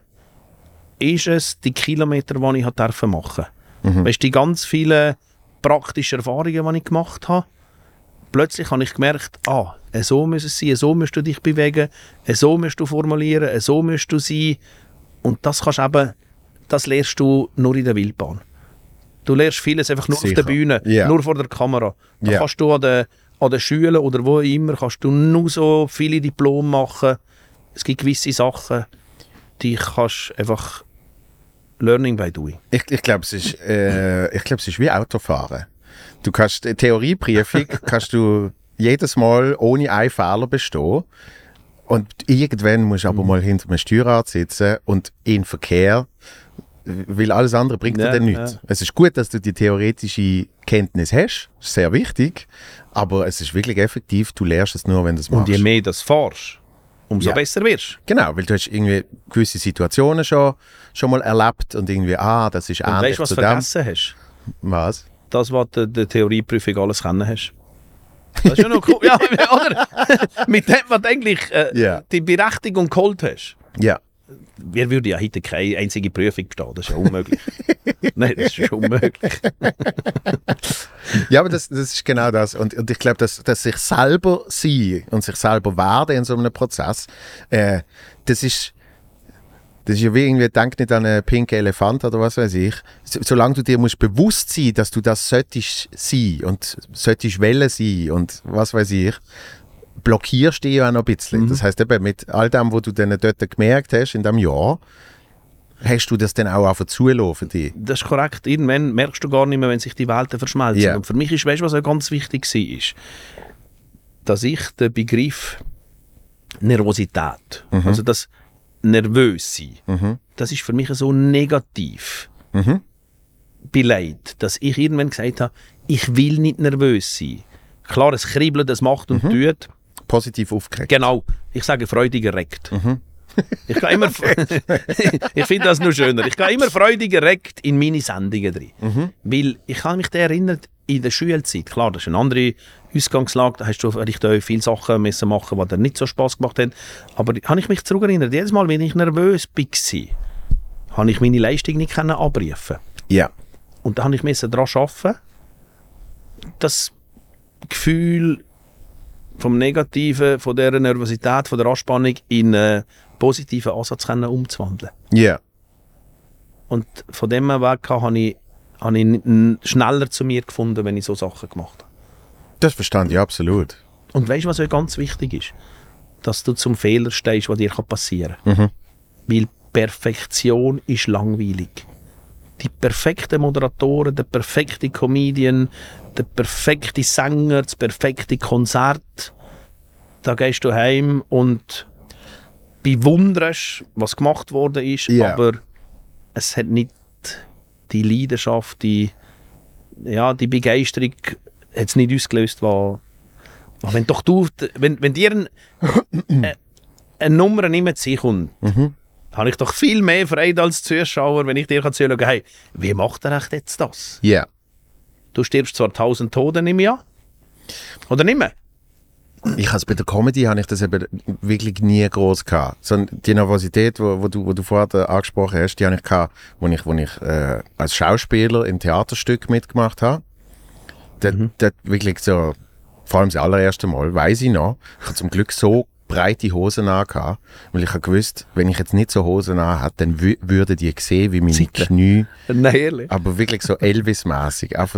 [SPEAKER 2] ist es die Kilometer, die ich machen durfte. Mhm. Weißt du, die ganz vielen praktischen Erfahrungen, die ich gemacht habe, plötzlich habe ich gemerkt, ah, so muss es sein, so musst du dich bewegen, so musst du formulieren, so musst du sein. Und das kannst eben, das lernst du nur in der Wildbahn. Du lernst vieles einfach nur Sicher. Auf der Bühne, yeah. nur vor der Kamera. Da yeah. kannst du an den, an den Schulen oder wo immer, kannst du nur so viele Diplome machen. Es gibt gewisse Sachen, die kannst einfach Learning by doing.
[SPEAKER 1] Ich, ich glaube, es ist, äh, ich glaube, es ist wie Autofahren. Du kannst die Theorieprüfung kannst du jedes Mal ohne einen Fehler bestehen. Und irgendwann musst du aber mal hinter einem Steuerrad sitzen und in Verkehr, weil alles andere bringt ja, dir dann nichts. Ja. Es ist gut, dass du die theoretische Kenntnis hast, das ist sehr wichtig, aber es ist wirklich effektiv, du lernst es nur, wenn du es machst.
[SPEAKER 2] Und je mehr du das fährst, umso ja. besser wirst.
[SPEAKER 1] Genau, weil du hast irgendwie gewisse Situationen schon, schon mal erlebt und irgendwie, ah, das ist ähnlich.
[SPEAKER 2] Und weißt du, was du vergessen hast?
[SPEAKER 1] Was?
[SPEAKER 2] Das, was du in der Theorieprüfung alles kennen hast. Das ist ja noch cool. Ja, oder? Mit dem, was du eigentlich äh, yeah. die Berechtigung geholt hast.
[SPEAKER 1] Ja.
[SPEAKER 2] Wir würden ja heute keine einzige Prüfung bestehen. Das ist ja unmöglich. Nein, das ist unmöglich.
[SPEAKER 1] Ja, aber das, das ist genau das. Und, und ich glaube, dass, dass sich selber sein und sich selber werden in so einem Prozess, äh, das ist das ist ja wie irgendwie, denk nicht an einen pinken Elefant oder was weiß ich. Solange du dir musst bewusst sein, dass du das solltest sein und solltest wollen sein und was weiß ich, blockierst du dich ja auch noch ein bisschen. Mhm. Das heisst eben, mit all dem, was du dann dort gemerkt hast in diesem Jahr, hast du das dann auch einfach zulassen für dich.
[SPEAKER 2] Das ist korrekt. Irgendwann merkst du gar nicht mehr, wenn sich die Welten verschmelzen. Yeah. Und für mich ist, weißt du, was auch ganz wichtig war, ist, dass ich den Begriff Nervosität, mhm. also das nervös sein, mhm. das ist für mich so negativ mhm. beleidigt, dass ich irgendwann gesagt habe, ich will nicht nervös sein. Klar, es kribbelt, es macht und mhm. tut.
[SPEAKER 1] Positiv aufgeregt.
[SPEAKER 2] Genau. Ich sage freudig erregt. Mhm. Ich, ich finde das nur schöner. Ich gehe immer freudig erregt in meine Sendungen drin. Mhm. Weil ich kann mich daran erinnern, in der Schulzeit, klar, das ist eine andere Ausgangslage, da hast du vielleicht auch viele Sachen müssen machen, die dir nicht so Spass gemacht haben. Aber habe ich mich zurückerinnert, jedes Mal, wenn ich nervös war, habe ich meine Leistung nicht abrufen.
[SPEAKER 1] Ja.
[SPEAKER 2] Und da habe ich daran arbeiten, das Gefühl vom Negativen, von dieser Nervosität, von der Anspannung in einen positiven Ansatz umzuwandeln.
[SPEAKER 1] Ja. Yeah.
[SPEAKER 2] Und von dem Weg habe ich, habe ich schneller zu mir gefunden, wenn ich so Sachen gemacht habe.
[SPEAKER 1] Das verstand ich absolut.
[SPEAKER 2] Und weißt du, was auch ganz wichtig ist? Dass du zum Fehler stehst, was dir passieren kann. Mhm. Weil Perfektion ist langweilig. Die perfekten Moderatoren, der perfekte Comedian, der perfekte Sänger, das perfekte Konzert, da gehst du heim und bewunderst, was gemacht worden ist, yeah. aber es hat nicht die Leidenschaft, die, ja, die Begeisterung hat es nicht ausgelöst, weil, wenn doch du, wenn, wenn dir ein, äh, eine Nummer nicht mehr zu sich kommt, mhm. habe ich doch viel mehr Freude als Zuschauer, wenn ich dir sagen kann, hey, wie macht er echt jetzt das?
[SPEAKER 1] Ja. Yeah.
[SPEAKER 2] Du stirbst zwar tausend Tote im Jahr, oder nicht mehr?
[SPEAKER 1] Ich habe bei der Comedy habe ich das eben wirklich nie groß gehabt. So, die Nervosität, wo, wo, du, wo du vorher angesprochen hast, die habe ich gehabt, wo ich, wo ich äh, als Schauspieler im Theaterstück mitgemacht habe. Dort, mhm. dort wirklich so vor allem das allererste Mal, weiss ich noch, ich habe zum Glück so breite Hosen angehabt, weil ich habe gewusst, wenn ich jetzt nicht so Hosen anhatte, dann w- würden die sehen, wie meine
[SPEAKER 2] Zittern.
[SPEAKER 1] Knie,
[SPEAKER 2] Nein, ehrlich.
[SPEAKER 1] aber wirklich so Elvis-mässig. Einfach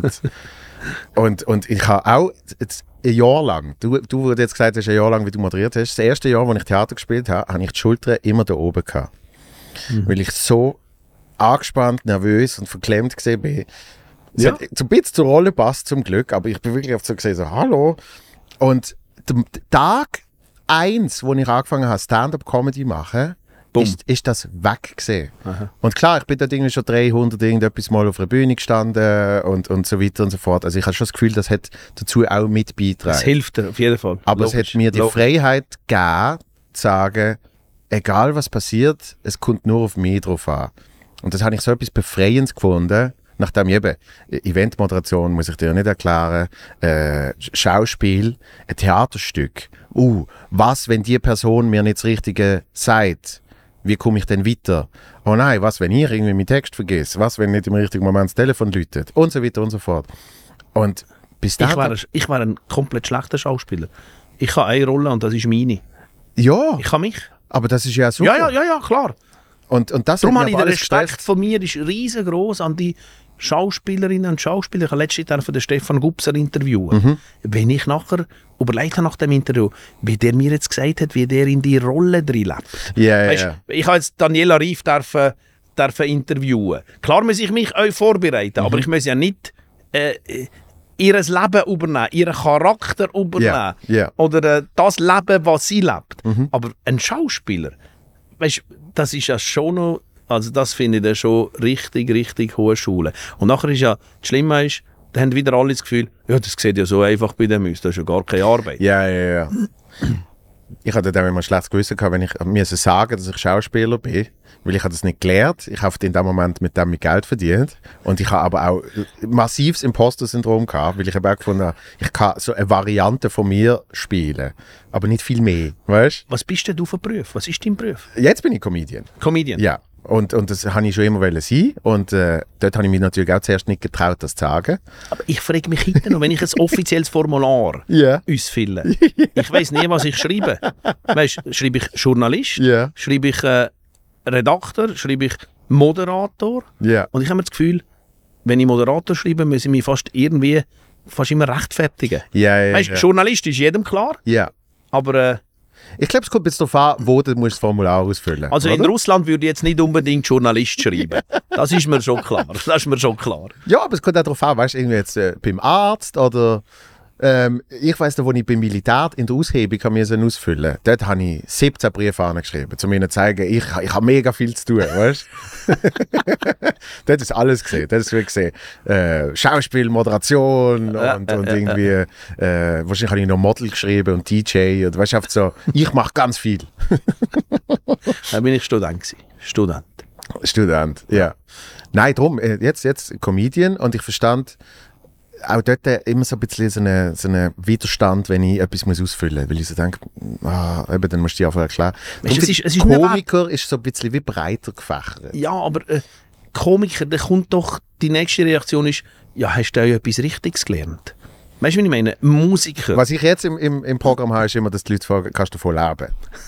[SPEAKER 1] und, und ich habe auch jetzt ein Jahr lang, du, du hast jetzt gesagt, das ist ein Jahr lang, wie du moderiert hast, das erste Jahr, als ich Theater gespielt habe, habe ich die Schultern immer da oben gehabt. Mhm. Weil ich so angespannt, nervös und verklemmt gesehen bin. Es
[SPEAKER 2] Ja.
[SPEAKER 1] hat so ein bisschen zur Rolle passt zum Glück, aber ich bin wirklich oft so gesehen, so hallo. Und der Tag eins, wo ich angefangen habe, Stand-up-Comedy zu machen, ist, ist das weg gewesen. Und klar, ich bin da irgendwie schon dreihundert irgendetwas Mal auf einer Bühne gestanden und, und so weiter und so fort. Also ich habe schon das Gefühl, das hat dazu auch mit beigetragen.
[SPEAKER 2] Das hilft dir auf jeden Fall.
[SPEAKER 1] Aber
[SPEAKER 2] Logisch.
[SPEAKER 1] es hat mir die
[SPEAKER 2] Logisch.
[SPEAKER 1] Freiheit gegeben, zu sagen, egal was passiert, es kommt nur auf mich drauf an. Und das habe ich so etwas Befreiendes gefunden, nachdem ich eben Eventmoderation, muss ich dir nicht erklären, äh, Schauspiel, ein Theaterstück. Uh, was, wenn die Person mir nicht das Richtige sagt? Wie komme ich denn weiter? Oh nein, was, wenn ich irgendwie meinen Text vergesse? Was, wenn nicht im richtigen Moment das Telefon läutet? Und so weiter und so fort. Und bis
[SPEAKER 2] Ich
[SPEAKER 1] dahin...
[SPEAKER 2] wäre ich wär ein komplett schlechter Schauspieler. Ich habe eine Rolle und das ist meine.
[SPEAKER 1] Ja,
[SPEAKER 2] Ich habe mich.
[SPEAKER 1] aber das ist ja super.
[SPEAKER 2] Ja, ja, ja, ja, klar.
[SPEAKER 1] Und, und das
[SPEAKER 2] Darum
[SPEAKER 1] hat
[SPEAKER 2] habe
[SPEAKER 1] mich
[SPEAKER 2] ich
[SPEAKER 1] aber
[SPEAKER 2] den
[SPEAKER 1] alles
[SPEAKER 2] Respekt
[SPEAKER 1] gestresst.
[SPEAKER 2] von mir ist riesengroß an die Schauspielerinnen und Schauspieler. Ich habe letztens den Stefan Gubser interviewen.
[SPEAKER 1] Mhm.
[SPEAKER 2] Wenn ich nachher überlegt habe nach dem Interview, wie der mir jetzt gesagt hat, wie der in die Rolle drin lebt.
[SPEAKER 1] Ja, ja,
[SPEAKER 2] Weißt,
[SPEAKER 1] ja.
[SPEAKER 2] ich habe jetzt Daniela Rief dürfen, dürfen interviewen. Klar muss ich mich auch vorbereiten,
[SPEAKER 1] Mhm.
[SPEAKER 2] aber ich muss ja nicht äh, ihr Leben übernehmen, ihren Charakter übernehmen
[SPEAKER 1] Ja, ja.
[SPEAKER 2] oder äh, das Leben, was sie lebt.
[SPEAKER 1] Mhm.
[SPEAKER 2] Aber ein Schauspieler, weißt, das ist ja schon noch, also das finde ich dann schon richtig, richtig hohe Schule. Und nachher ist ja, das Schlimme ist, da haben wieder alle das Gefühl, ja, das sieht ja so einfach bei dem aus, das ist ja gar keine Arbeit.
[SPEAKER 1] Ja, ja, ja. Ich hatte dann immer ein schlechtes Gewissen gehabt, wenn ich mir sagen, dass ich Schauspieler bin, weil ich habe das nicht gelernt. Ich habe in dem Moment mit dem Geld verdient und ich habe aber auch massives Imposter-Syndrom gehabt, weil ich habe auch gefunden habe, ich kann so eine Variante von mir spielen, aber nicht viel mehr, weißt?
[SPEAKER 2] Was bist denn du für Beruf? Was ist dein Beruf?
[SPEAKER 1] Jetzt bin ich Comedian.
[SPEAKER 2] Comedian?
[SPEAKER 1] Ja. Und, und das habe ich schon immer wollen sein. Und äh, dort habe ich mich natürlich auch zuerst nicht getraut, das zu sagen.
[SPEAKER 2] Aber ich frage mich hinten noch, wenn ich ein offizielles Formular
[SPEAKER 1] Ja.
[SPEAKER 2] ausfülle, ich weiss nie, was ich schreibe. Weißt, schreibe ich Journalist?
[SPEAKER 1] Ja.
[SPEAKER 2] Schreibe ich äh, Redakteur? Schreibe ich Moderator?
[SPEAKER 1] Ja.
[SPEAKER 2] Und ich habe mir das Gefühl, wenn ich Moderator schreibe, muss ich mich fast irgendwie fast immer rechtfertigen.
[SPEAKER 1] Ja, ja,
[SPEAKER 2] Weißt,
[SPEAKER 1] ja.
[SPEAKER 2] Journalist ist jedem klar,
[SPEAKER 1] Ja.
[SPEAKER 2] aber äh,
[SPEAKER 1] Ich glaube, es kommt jetzt darauf an, wo du musst das Formular ausfüllen musst.
[SPEAKER 2] also in Russland würde ich jetzt nicht unbedingt Journalist schreiben. Das ist mir schon klar. Das ist mir schon klar.
[SPEAKER 1] Ja, aber es kommt auch darauf an, weißt du, irgendwie jetzt äh, beim Arzt oder ähm, ich weiss noch, wo ich beim Militär in der Aushebung habe müssen ausfüllen. Dort habe ich siebzehn Briefe angeschrieben, um ihnen zu zeigen, ich, ich habe mega viel zu tun, weißt du? Dort ist alles gesehen. Dort ist wirklich gesehen, äh, Schauspiel, Moderation
[SPEAKER 2] Ja,
[SPEAKER 1] und,
[SPEAKER 2] ja,
[SPEAKER 1] und
[SPEAKER 2] ja,
[SPEAKER 1] irgendwie, äh, wahrscheinlich habe ich noch Model geschrieben und D J und weißt du, einfach so, ich mache ganz viel.
[SPEAKER 2] Da bin ich Student gewesen. Student.
[SPEAKER 1] Student, ja. Nein, drum, äh, jetzt, jetzt Comedian und ich verstand auch dort immer so ein bisschen so einen so eine Widerstand, wenn ich etwas muss ausfüllen muss. Weil ich so denke, ah, eben, dann musst du dir einfach erklären.
[SPEAKER 2] Weißt,
[SPEAKER 1] Darum
[SPEAKER 2] es ist-
[SPEAKER 1] finde
[SPEAKER 2] es
[SPEAKER 1] ich,
[SPEAKER 2] ist nicht
[SPEAKER 1] Komiker ist so ein bisschen wie breiter gefächert.
[SPEAKER 2] Ja, aber äh, Komiker, da kommt doch, die nächste Reaktion ist, ja, hast du auch etwas Richtiges gelernt? Weißt du, wie ich meine? Musiker.
[SPEAKER 1] Was ich jetzt im, im, im Programm habe, ist immer, dass die Leute fragen, kannst du davon leben?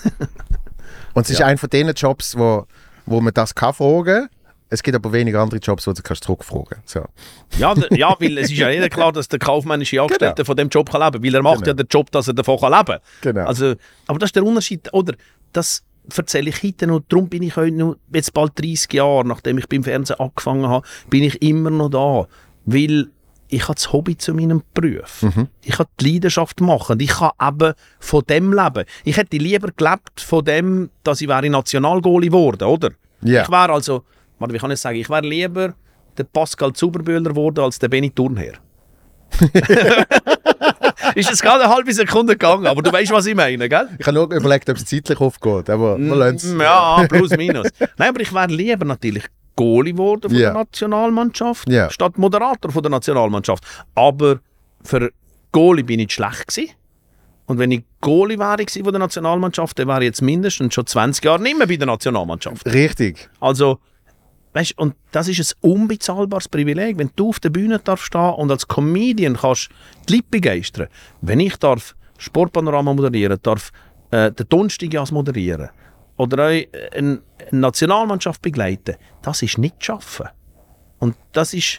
[SPEAKER 1] Und es ist
[SPEAKER 2] Ja.
[SPEAKER 1] einer von den Jobs, wo, wo man das kann fragen. Es gibt aber wenige andere Jobs, wo du kannst zurückfragen. So.
[SPEAKER 2] Ja, d- ja, weil es ist ja nicht klar, dass der kaufmännische Angestellte
[SPEAKER 1] Genau.
[SPEAKER 2] von dem Job kann leben kann, weil er macht
[SPEAKER 1] Genau.
[SPEAKER 2] ja den Job, dass er davon kann leben kann.
[SPEAKER 1] Genau.
[SPEAKER 2] Also, aber das ist der Unterschied, oder? Das erzähle ich heute noch, darum bin ich heute noch, jetzt bald dreißig Jahre, nachdem ich beim Fernsehen angefangen habe, bin ich immer noch da, weil ich habe das Hobby zu meinem Beruf.
[SPEAKER 1] Mhm.
[SPEAKER 2] Ich habe die Leidenschaft machen und ich kann eben von dem leben. Ich hätte lieber gelebt von dem, dass ich wäre Nationalgoalie geworden, oder?
[SPEAKER 1] Ja.
[SPEAKER 2] Ich wäre also, warte, wie kann ich sagen, ich wäre lieber der Pascal Zuberbühler geworden als der Benny Thurnherr. Ist es gerade eine halbe Sekunde gegangen, aber du weißt, was ich meine, gell?
[SPEAKER 1] Ich habe nur überlegt, ob es zeitlich aufgeht, aber wir lassen es.
[SPEAKER 2] Mm, Ja, plus minus. Nein, aber ich wäre lieber natürlich Goalie geworden von
[SPEAKER 1] Ja.
[SPEAKER 2] der Nationalmannschaft,
[SPEAKER 1] Ja.
[SPEAKER 2] statt Moderator von der Nationalmannschaft. Aber für Goalie bin ich schlecht gewesen. Und wenn ich Goalie wäre gewesen von der Nationalmannschaft, dann wäre ich jetzt mindestens schon zwanzig Jahre nicht mehr bei der Nationalmannschaft.
[SPEAKER 1] Richtig.
[SPEAKER 2] Also, weißt, und das ist ein unbezahlbares Privileg, wenn du auf der Bühne darfst stehen und als Comedian kannst die Leute begeistern. Wenn ich darf Sportpanorama moderieren, darf äh, den Donnerstag moderieren oder auch eine, eine Nationalmannschaft begleiten, das ist nicht zu schaffen. Und das ist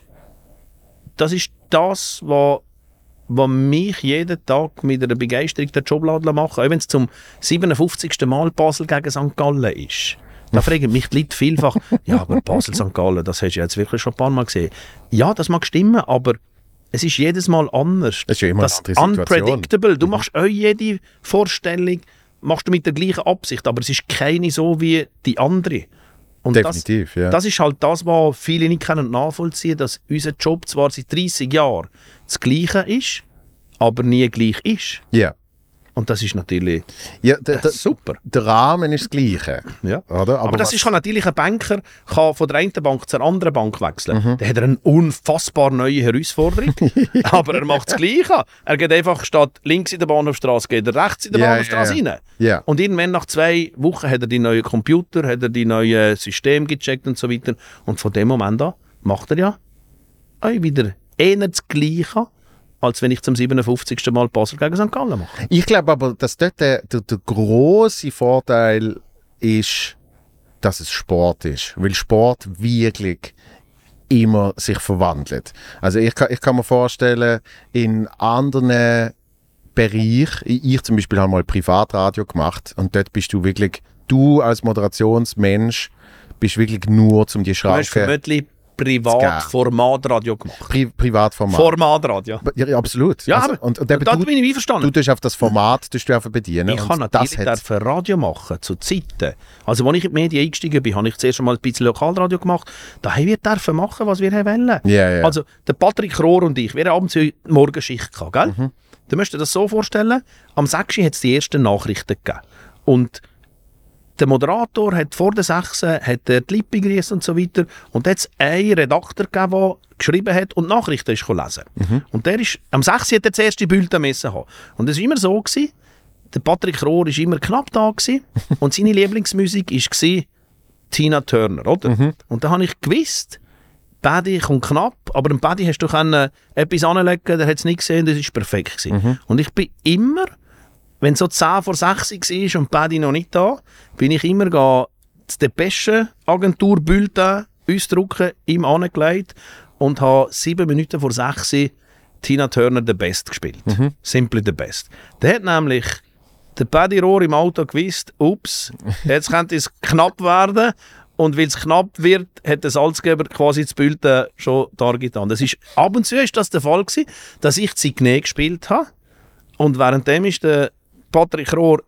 [SPEAKER 2] das, ist das was, was mich jeden Tag mit einer Begeisterung den Job machen, auch wenn es zum siebenundfünfzigsten Mal Basel gegen Sankt Gallen ist. Da fragen mich die Leute vielfach, ja, aber Basel-Sankt Gallen, das hast du jetzt wirklich schon ein paar Mal gesehen. Ja, das mag stimmen, aber es ist jedes Mal anders.
[SPEAKER 1] Es ist ja immer
[SPEAKER 2] das
[SPEAKER 1] eine andere Situation.
[SPEAKER 2] Unpredictable. Du machst auch jede Vorstellung machst du mit der gleichen Absicht, aber es ist keine so wie die andere. Und
[SPEAKER 1] Definitiv,
[SPEAKER 2] das,
[SPEAKER 1] ja.
[SPEAKER 2] das ist halt das, was viele nicht können nachvollziehen können, dass unser Job zwar seit dreissig Jahren das Gleiche ist, aber nie gleich ist.
[SPEAKER 1] Ja.
[SPEAKER 2] Und das ist natürlich
[SPEAKER 1] Ja, der,
[SPEAKER 2] äh,
[SPEAKER 1] der,
[SPEAKER 2] super.
[SPEAKER 1] der Rahmen ist das Gleiche.
[SPEAKER 2] Ja.
[SPEAKER 1] Oder?
[SPEAKER 2] Aber, aber das
[SPEAKER 1] was-
[SPEAKER 2] ist kann natürlich ein Banker kann von der einen Bank zur anderen Bank wechseln.
[SPEAKER 1] Mhm.
[SPEAKER 2] Dann hat er eine unfassbar neue Herausforderung. Aber er macht das Gleiche. Er geht einfach statt links in der Bahnhofstrasse, geht er rechts in der
[SPEAKER 1] Ja,
[SPEAKER 2] Bahnhofstrasse
[SPEAKER 1] ja, ja.
[SPEAKER 2] rein.
[SPEAKER 1] Ja.
[SPEAKER 2] Und irgendwann nach zwei Wochen hat er die neuen Computer, hat er die neuen Systeme gecheckt und so weiter. Und von dem Moment an macht er ja auch wieder eher das Gleiche, als wenn ich zum siebenundfünfzigsten Mal Basel gegen Sankt Gallen mache.
[SPEAKER 1] Ich glaube aber, dass dort der, der, der grosse Vorteil ist, dass es Sport ist. Weil Sport wirklich immer sich verwandelt. Also ich kann, ich kann mir vorstellen, in anderen Bereichen, ich zum Beispiel habe mal Privatradio gemacht und dort bist du wirklich, du als Moderationsmensch bist wirklich nur zum die
[SPEAKER 2] Du hast
[SPEAKER 1] Schrauben
[SPEAKER 2] vermutlich Privat-Formatradio gemacht.
[SPEAKER 1] Pri Privatformat.
[SPEAKER 2] Formatradio.
[SPEAKER 1] Ja, ja, absolut.
[SPEAKER 2] Ja,
[SPEAKER 1] also,
[SPEAKER 2] aber
[SPEAKER 1] und, und eben,
[SPEAKER 2] da
[SPEAKER 1] du,
[SPEAKER 2] bin ich einverstanden.
[SPEAKER 1] du tust auf das Format tust du einfach bedienen.
[SPEAKER 2] Ich
[SPEAKER 1] und
[SPEAKER 2] kann natürlich
[SPEAKER 1] das hat,
[SPEAKER 2] dürfen Radio machen, zu Zeiten. Also, als ich in die Medien eingestiegen bin, habe ich zuerst mal ein bisschen Lokalradio gemacht. Da haben wir dürfen machen, was wir wollen.
[SPEAKER 1] Ja, ja.
[SPEAKER 2] Also, der Patrick Rohr und ich, wir haben abends eine Morgenschicht gehabt, gell?
[SPEAKER 1] Mhm.
[SPEAKER 2] Du musst dir das so vorstellen, am sechs Uhr hat es die ersten Nachrichten gegeben. Und der Moderator hat vor der sechs hat er die Lippe gegrüßt und so weiter. Und dann hat es einen Redakteur gegeben, der geschrieben hat und Nachrichten ist lesen. Mhm. Und der ist, am sechs Uhr hat er das erste Bulletin messen haben. Und es war immer so, gewesen, der Patrick Rohr war immer knapp da gewesen, und seine Lieblingsmusik war Tina Turner, oder? Mhm. Und da habe ich gewusst, Paddy kommt knapp, aber dem Paddy hast du können etwas anlegen, der hat es nicht gesehen, das war perfekt gewesen. Mhm. Und ich bin immer, wenn es so zehn vor sechs war und Paddy noch nicht da, bin ich immer die Depesche-Agentur Bulletin ausdrucken, ihm angelegt und habe sieben Minuten vor sechs Tina Turner «The Best» gespielt. Mhm. «Simply the Best». Der hat nämlich der Paddy Rohr im Auto gewusst, ups, jetzt könnte es knapp werden. Und weil es knapp wird, hat der Salzgeber quasi das Bulletin schon dargetan. Das ist, ab und zu war das der Fall gewesen, dass ich Signé gespielt habe. Und währenddem ist der Patrick Rohr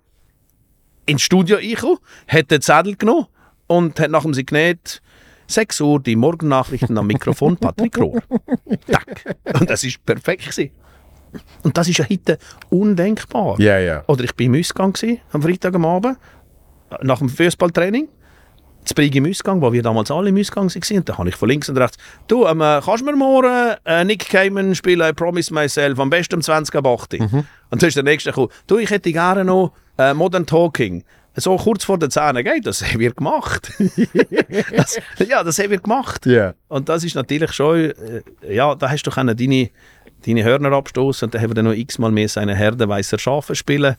[SPEAKER 2] ins Studio reingekommen, hat den Zettel genommen und hat nach dem Signé sechs Uhr die Morgennachrichten am Mikrofon Patrick Rohr. Tack. Und das war perfekt gewesen. Und das ist ja heute undenkbar.
[SPEAKER 1] Ja, ja.
[SPEAKER 2] Oder ich war im Ausgang gewesen, am Freitag am Abend, nach dem Fußballtraining. Das Brig im Ausgang, wo wir damals alle im Ausgang waren. Und da habe ich von links und rechts, du, ähm, kannst du mir morgen äh, Nick Cayman spielen, I Promise Myself, am besten um zwanzig ab acht. Mhm. Und dann ist der Nächste gekommen, du, ich hätte gerne noch äh, Modern Talking. So kurz vor den Zähnen geht, das haben wir gemacht. das, ja, das haben wir gemacht.
[SPEAKER 1] Yeah.
[SPEAKER 2] Und das ist natürlich schon, äh, ja, da hast du können deine, deine Hörner abstoßen und dann haben wir dann noch x-mal mehr seine Herde weißer Schafe spielen.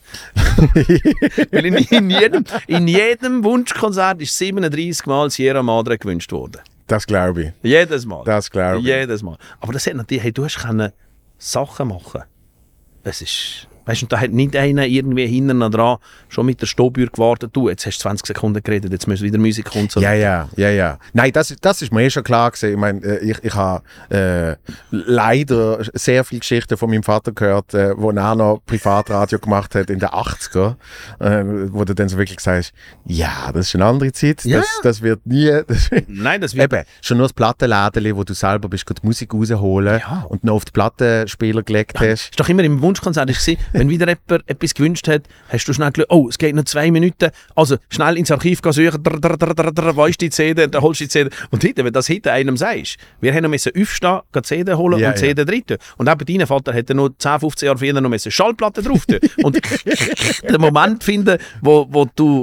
[SPEAKER 2] Weil in, in, jedem, in jedem Wunschkonzert ist siebenunddreißig Mal Sierra Madre gewünscht worden.
[SPEAKER 1] Das glaube ich.
[SPEAKER 2] Jedes Mal.
[SPEAKER 1] Das glaube ich.
[SPEAKER 2] Jedes Mal. Aber das hat natürlich, hey, du hast können Sachen machen. Es ist, weißt du, da hat nicht einer irgendwie hinten dran schon mit der Stoppuhr gewartet, du, jetzt hast du zwanzig Sekunden geredet, jetzt muss wieder Musik kommen. So.
[SPEAKER 1] Ja, ja, ja, ja. Nein, das, das ist mir eh schon klar gewesen. Ich meine, ich, ich habe äh, leider sehr viele Geschichten von meinem Vater gehört, äh, wo er noch Privatradio gemacht hat in den achtziger, äh, wo du dann so wirklich sagst, ja, das ist eine andere Zeit,
[SPEAKER 2] Ja.
[SPEAKER 1] das, das wird nie... Das
[SPEAKER 2] Nein, das wird...
[SPEAKER 1] Eben, schon nur das Plattenläden, wo du selber bist, die Musik rausholen
[SPEAKER 2] Ja.
[SPEAKER 1] und noch auf die Plattenspieler gelegt hast.
[SPEAKER 2] Das war doch immer im Wunschkonzert gewesen, wenn wieder jemand etwas gewünscht hat, hast du schnell gesagt, oh, es geht noch zwei Minuten, also schnell ins Archiv gehen suchen, drr, drr, drr, drr, drr, wo ist die C D, dann holst du die C D. Und heute, wenn das heute einem sagst, wir haben noch müssen aufstehen, die C D holen
[SPEAKER 1] Ja,
[SPEAKER 2] und C D drin tun. Und eben dein Vater hätte noch zehn, fünfzehn Jahre früher noch müssen Schallplatte drauf tun. Und den Moment finden, wo, wo du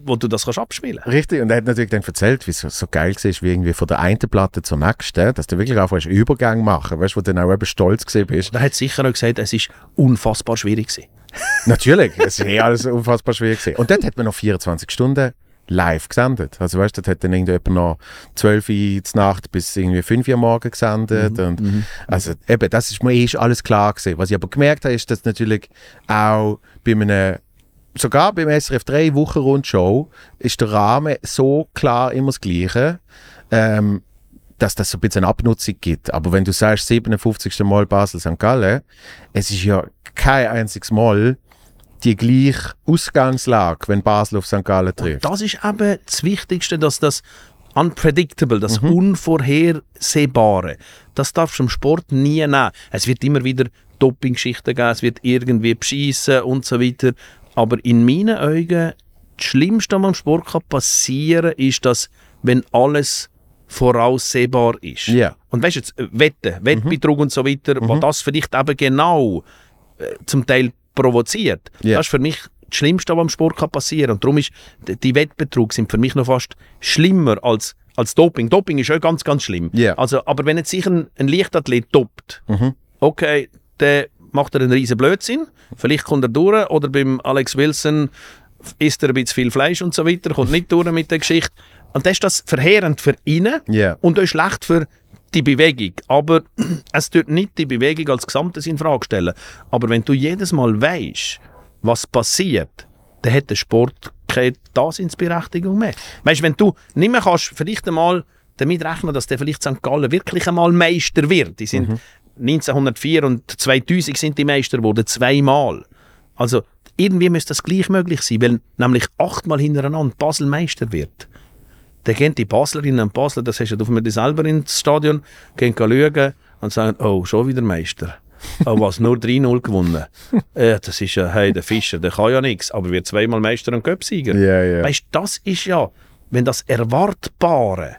[SPEAKER 2] wo du das kannst abspielen.
[SPEAKER 1] Richtig, und er hat natürlich dann erzählt, wie es so, so geil war, wie irgendwie von der einen Platte zur nächsten, dass du wirklich einfach einen Übergang machen, weißt du, wo du dann auch eben stolz gewesen bist.
[SPEAKER 2] Er hat sicher auch gesagt, es ist unfassbar schwierig gewesen.
[SPEAKER 1] Natürlich, es ist eh alles unfassbar schwierig gewesen. Und dort hat man noch vierundzwanzig Stunden live gesendet. Also weißt du, dort hat dann irgendjemand noch zwölf Uhr in der Nacht bis irgendwie fünf Uhr morgen gesendet. Mhm, und mhm. Also eben, das ist mir eh alles klar gewesen. Was ich aber gemerkt habe, ist, dass natürlich auch bei einem, sogar beim S R F drei Wochenrundshow ist der Rahmen so klar immer das Gleiche, ähm, dass das so ein bisschen eine Abnutzung gibt. Aber wenn du sagst, siebenundfünfzigste Mal Basel-Sankt Gallen, es ist ja kein einziges Mal die gleiche Ausgangslage, wenn Basel auf Sankt Gallen trifft.
[SPEAKER 2] Und das ist eben das Wichtigste, dass das unpredictable, das mhm. Unvorhersehbare, das darfst du im Sport nie nehmen. Es wird immer wieder Doping-Geschichten geben, es wird irgendwie beschissen und so weiter. Aber in meinen Augen, das Schlimmste, was am Sport kann passieren kann, ist, dass, wenn alles voraussehbar ist.
[SPEAKER 1] Yeah.
[SPEAKER 2] Und weißt du, jetzt, Wetten, Wettbetrug mhm. und so weiter, mhm. was das vielleicht eben genau äh, zum Teil provoziert, yeah. das ist für mich das Schlimmste, was am Sport kann passieren kann. Und darum ist, die Wettbetrug sind für mich noch fast schlimmer als, als Doping. Doping ist auch ganz, ganz schlimm.
[SPEAKER 1] Yeah.
[SPEAKER 2] Also, aber wenn jetzt sich ein, ein Leichtathlet dopt, mhm. okay, der macht er einen riesen Blödsinn, vielleicht kommt er durch, oder beim Alex Wilson isst er ein bisschen viel Fleisch und so weiter, kommt nicht durch mit der Geschichte. Und das ist das verheerend für ihn
[SPEAKER 1] yeah.
[SPEAKER 2] und auch schlecht für die Bewegung. Aber es tut nicht die Bewegung als Gesamtes in Frage stellen. Aber wenn du jedes Mal weisst, was passiert, dann hat der Sport keine Daseinsberechtigung mehr. Weißt du, wenn du nicht mehr kannst, vielleicht einmal damit rechnen, dass der vielleicht Sankt Gallen wirklich einmal Meister wird. Die sind mhm. neunzehnhundertvier und zweitausend sind die Meister geworden, zweimal. Also irgendwie müsste das gleich möglich sein, weil nämlich achtmal hintereinander Basel Meister wird. Dann gehen die Baslerinnen und Basler, das hast du auf mir selber ins Stadion, gehen schauen und sagen, oh, schon wieder Meister. Oh, was, nur drei null gewonnen. äh, das ist ja, hey, der Fischer, der kann ja nichts, aber wird zweimal Meister und Cupsieger.
[SPEAKER 1] Yeah, yeah.
[SPEAKER 2] Weißt du, das ist ja, wenn das Erwartbare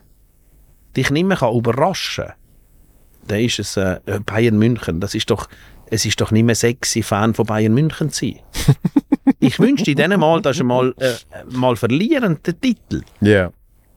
[SPEAKER 2] dich nicht mehr kann überraschen kann, dann ist es äh, Bayern München. Das ist doch, es ist doch nicht mehr sexy, Fan von Bayern München zu sein. Ich wünschte denen mal, dass sie mal, äh, mal verlieren, den Titel.
[SPEAKER 1] Ja. Yeah.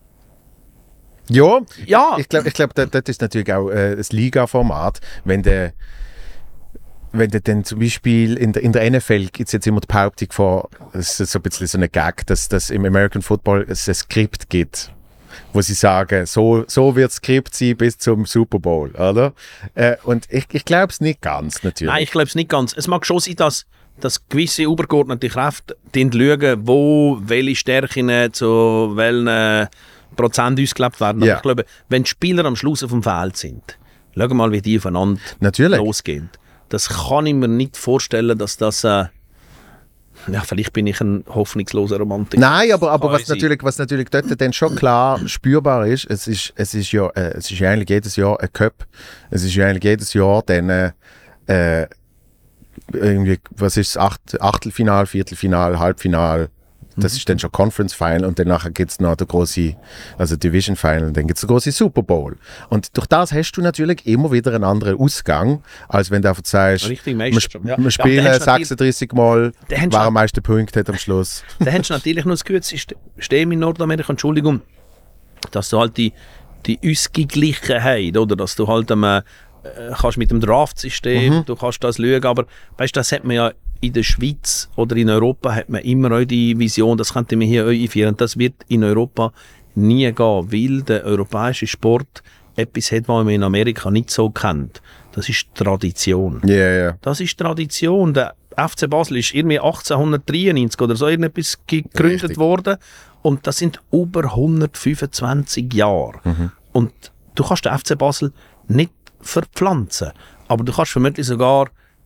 [SPEAKER 1] Ja,
[SPEAKER 2] ja,
[SPEAKER 1] ich glaube, ich glaub, das, das ist natürlich auch äh, das Liga-Format. Wenn der wenn du dann zum Beispiel in der, in der N F L gibt es jetzt immer die Behauptung von, das ist so ein bisschen so eine Gag, dass, dass im American Football es ein Skript gibt, wo sie sagen, so, so wird das Skript sein bis zum Super Bowl, oder? Äh, und ich, ich glaube es nicht ganz, natürlich.
[SPEAKER 2] Nein, ich glaube es nicht ganz. Es mag schon sein, dass, dass gewisse übergeordnete Kräfte schauen, wo welche Stärken zu welchen Prozent ausgelebt werden.
[SPEAKER 1] Ja.
[SPEAKER 2] Aber ich glaube, wenn die Spieler am Schluss auf dem Feld sind, schau mal, wie die aufeinander
[SPEAKER 1] Natürlich.
[SPEAKER 2] losgehen. Das kann ich mir nicht vorstellen, dass das... Äh, ja, vielleicht bin ich ein hoffnungsloser Romantiker.
[SPEAKER 1] Nein, aber, aber was, natürlich, was natürlich dort dann schon klar spürbar ist, es ist, es ist ja äh, es ist ja eigentlich jedes Jahr ein Cup. Es ist ja eigentlich jedes Jahr dann äh, irgendwie, was ist es, Acht, Achtelfinal, Viertelfinal, Halbfinal. Das mhm. ist dann schon Conference Final und danach gibt es noch der große, also Division Final und dann gibt es der große Super Bowl. Und durch das hast du natürlich immer wieder einen anderen Ausgang, als wenn du einfach sagst,
[SPEAKER 2] Richtig,
[SPEAKER 1] wir,
[SPEAKER 2] sp-
[SPEAKER 1] ja. wir spielen ja, sechsunddreißig Mal, wer am meisten Punkte hat am Schluss.
[SPEAKER 2] Dann hast du natürlich noch das gute System in Nordamerika, Entschuldigung, dass du halt die, die Ausgeglichenheit, oder dass du halt ähm, äh, kannst mit dem Draft-System, mhm. du kannst das schauen, aber weißt, das hat man ja in der Schweiz oder in Europa hat man immer auch die Vision, das könnte man hier auch einführen. Das wird in Europa nie gehen, weil der europäische Sport etwas hat, was man in Amerika nicht so kennt. Das ist Tradition.
[SPEAKER 1] Yeah, yeah. Das
[SPEAKER 2] ist Tradition. Der F C Basel ist irgendwie achtzehnhundertdreiundneunzig oder so irgendetwas gegründet Richtig. worden und das sind über hundertfünfundzwanzig Jahre. Mhm. Und du kannst den F C Basel nicht verpflanzen, aber du kannst vermutlich sogar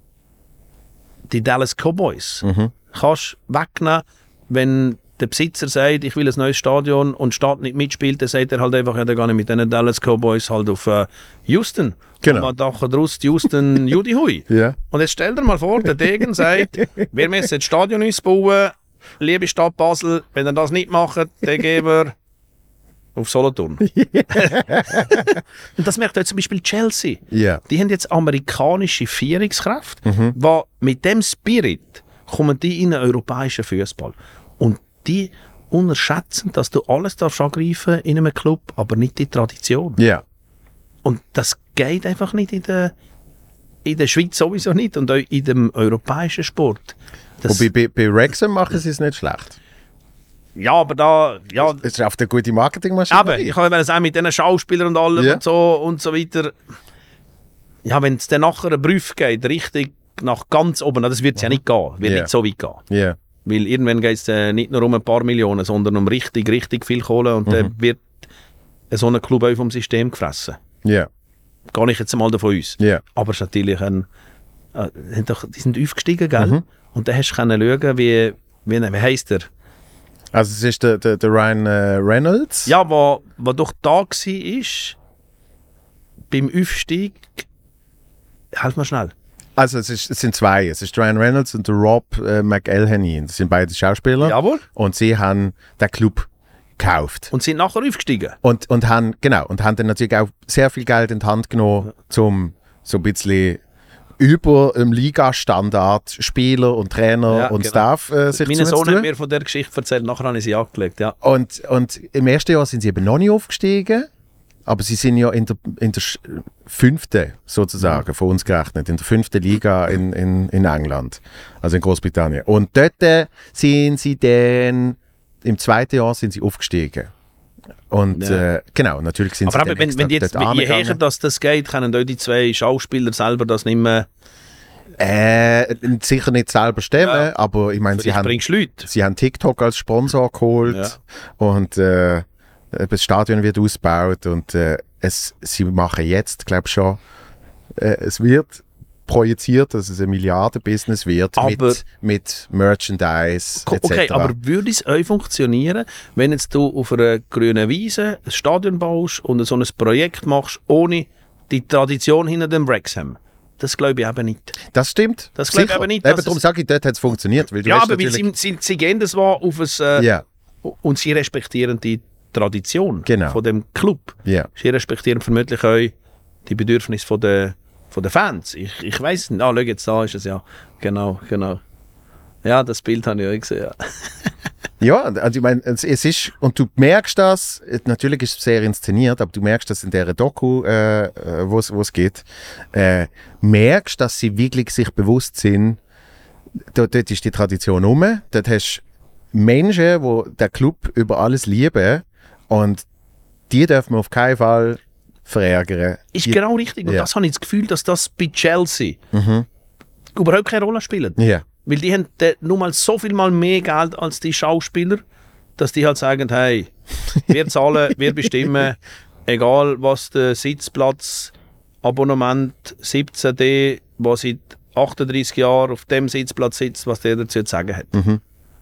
[SPEAKER 2] die Dallas Cowboys mhm. kannst wegnehmen, wenn der Besitzer sagt, ich will ein neues Stadion und die Stadt nicht mitspielt, dann sagt er halt einfach, ja, der geht nicht mit den Dallas Cowboys halt auf äh, Houston.
[SPEAKER 1] Genau.
[SPEAKER 2] Und man dachte daraus, Houston, Judy Hui.
[SPEAKER 1] Yeah.
[SPEAKER 2] Und jetzt stell dir mal vor, der Degen sagt, wir müssen das Stadion ausbauen, liebe Stadt Basel, wenn ihr das nicht macht, dann gehen wir auf Solothurn. Und das merkt auch zum Beispiel Chelsea.
[SPEAKER 1] Yeah.
[SPEAKER 2] Die haben jetzt amerikanische Führungskräfte,
[SPEAKER 1] mhm.
[SPEAKER 2] die mit dem Spirit kommen die in den europäischen Fußball. Und die unterschätzen, dass du alles darfst angreifen in einem Club, aber nicht die Tradition.
[SPEAKER 1] Ja. Yeah.
[SPEAKER 2] Und das geht einfach nicht in der, in der Schweiz sowieso nicht und auch in dem europäischen Sport. Das,
[SPEAKER 1] Wobei bei, bei Wrexham machen sie es nicht schlecht.
[SPEAKER 2] Ja, aber da... Ja,
[SPEAKER 1] es ist auf der gute Marketingmaschine.
[SPEAKER 2] Aber ich kann sagen, mit diesen Schauspielern und allem yeah. und so und so weiter. Ja, wenn es dann nachher einen Prüf geht, richtig nach ganz oben, das wird es ja nicht gehen, wird
[SPEAKER 1] yeah.
[SPEAKER 2] nicht so weit gehen.
[SPEAKER 1] Yeah.
[SPEAKER 2] Weil irgendwann geht es äh, nicht nur um ein paar Millionen, sondern um richtig, richtig viel Kohle und dann mhm. wird so ein Club auch vom System gefressen.
[SPEAKER 1] Ja. Yeah.
[SPEAKER 2] Gehe ich jetzt mal davon aus.
[SPEAKER 1] Yeah.
[SPEAKER 2] Aber es ist natürlich ein... Äh, die sind aufgestiegen, gell? Mhm. Und dann hast du können schauen, wie... Wie, wie heisst der?
[SPEAKER 1] Also es ist der, der, der Ryan äh, Reynolds?
[SPEAKER 2] Ja, der doch da war, beim Aufstieg... Helf mir schnell.
[SPEAKER 1] Also es, ist, es sind zwei. Es ist Ryan Reynolds und der Rob äh, McElhenney. Das sind beide Schauspieler.
[SPEAKER 2] Jawohl.
[SPEAKER 1] Und sie haben den Club gekauft.
[SPEAKER 2] Und sind nachher aufgestiegen.
[SPEAKER 1] Und, und, haben, genau, und haben dann natürlich auch sehr viel Geld in die Hand genommen, ja. um so ein bisschen über dem Liga-Standard Spieler und Trainer ja, und genau. Staff äh, sich
[SPEAKER 2] Meine Sohn hat mir von der Geschichte erzählt, nachher habe ich sie angelegt. Ja.
[SPEAKER 1] Und, und im ersten Jahr sind sie eben noch nicht aufgestiegen. Aber sie sind ja in der, in der fünften, sozusagen, von uns gerechnet, in der fünften Liga in, in, in England, also in Großbritannien. Und dort sind sie dann, im zweiten Jahr sind sie aufgestiegen. Und ja. äh, genau, natürlich sind
[SPEAKER 2] aber
[SPEAKER 1] sie
[SPEAKER 2] aber wenn, wenn jetzt, je höher das, das geht, können auch die zwei Schauspieler selber das nicht mehr...
[SPEAKER 1] Äh, sicher nicht selber stemmen, ja. aber ich meine, sie haben, sie haben TikTok als Sponsor geholt ja. und... Äh, das Stadion wird ausgebaut und äh, es, sie machen jetzt, glaube ich schon, äh, es wird projiziert, dass es ein Milliarden-Business wird aber, mit, mit Merchandise et cetera.
[SPEAKER 2] Okay, aber würde es auch funktionieren, wenn jetzt du auf einer grünen Wiese ein Stadion baust und so ein Projekt machst, ohne die Tradition hinter dem Wrexham? Das glaube ich eben nicht.
[SPEAKER 1] Das stimmt.
[SPEAKER 2] Das glaube ich eben nicht.
[SPEAKER 1] Eben darum sage ich, dort hat es funktioniert. Weil du
[SPEAKER 2] ja, aber weil sie, sie, sie gehen das war auf ein... Äh,
[SPEAKER 1] yeah.
[SPEAKER 2] Und sie respektieren die Tradition
[SPEAKER 1] genau.
[SPEAKER 2] von dem Club.
[SPEAKER 1] Yeah.
[SPEAKER 2] Sie respektieren vermutlich auch die Bedürfnisse von der, von der Fans. Ich, ich weiss nicht. Ah, schau jetzt, da ist es ja. Genau, genau. Ja, das Bild habe ich auch gesehen.
[SPEAKER 1] Ja, ja also ich meine, es, es ist, und du merkst das, natürlich ist es sehr inszeniert, aber du merkst das in dieser Doku, äh, wo es geht, äh, merkst, dass sie wirklich sich bewusst sind, dort, dort ist die Tradition rum, dort hast Menschen, die den Club über alles lieben und die dürfen wir auf keinen Fall verärgern.
[SPEAKER 2] Ist
[SPEAKER 1] die,
[SPEAKER 2] genau richtig. Und
[SPEAKER 1] ja.
[SPEAKER 2] das habe ich das Gefühl, dass das bei Chelsea
[SPEAKER 1] mhm.
[SPEAKER 2] überhaupt keine Rolle spielt.
[SPEAKER 1] Ja.
[SPEAKER 2] Weil die haben nur mal so viel mal mehr Geld als die Schauspieler, dass die halt sagen, hey, wir zahlen, wir bestimmen, egal was der Sitzplatz, Abonnement siebzehn D, der seit achtunddreißig Jahren auf dem Sitzplatz sitzt, was der dazu zu sagen hat.
[SPEAKER 1] Mhm.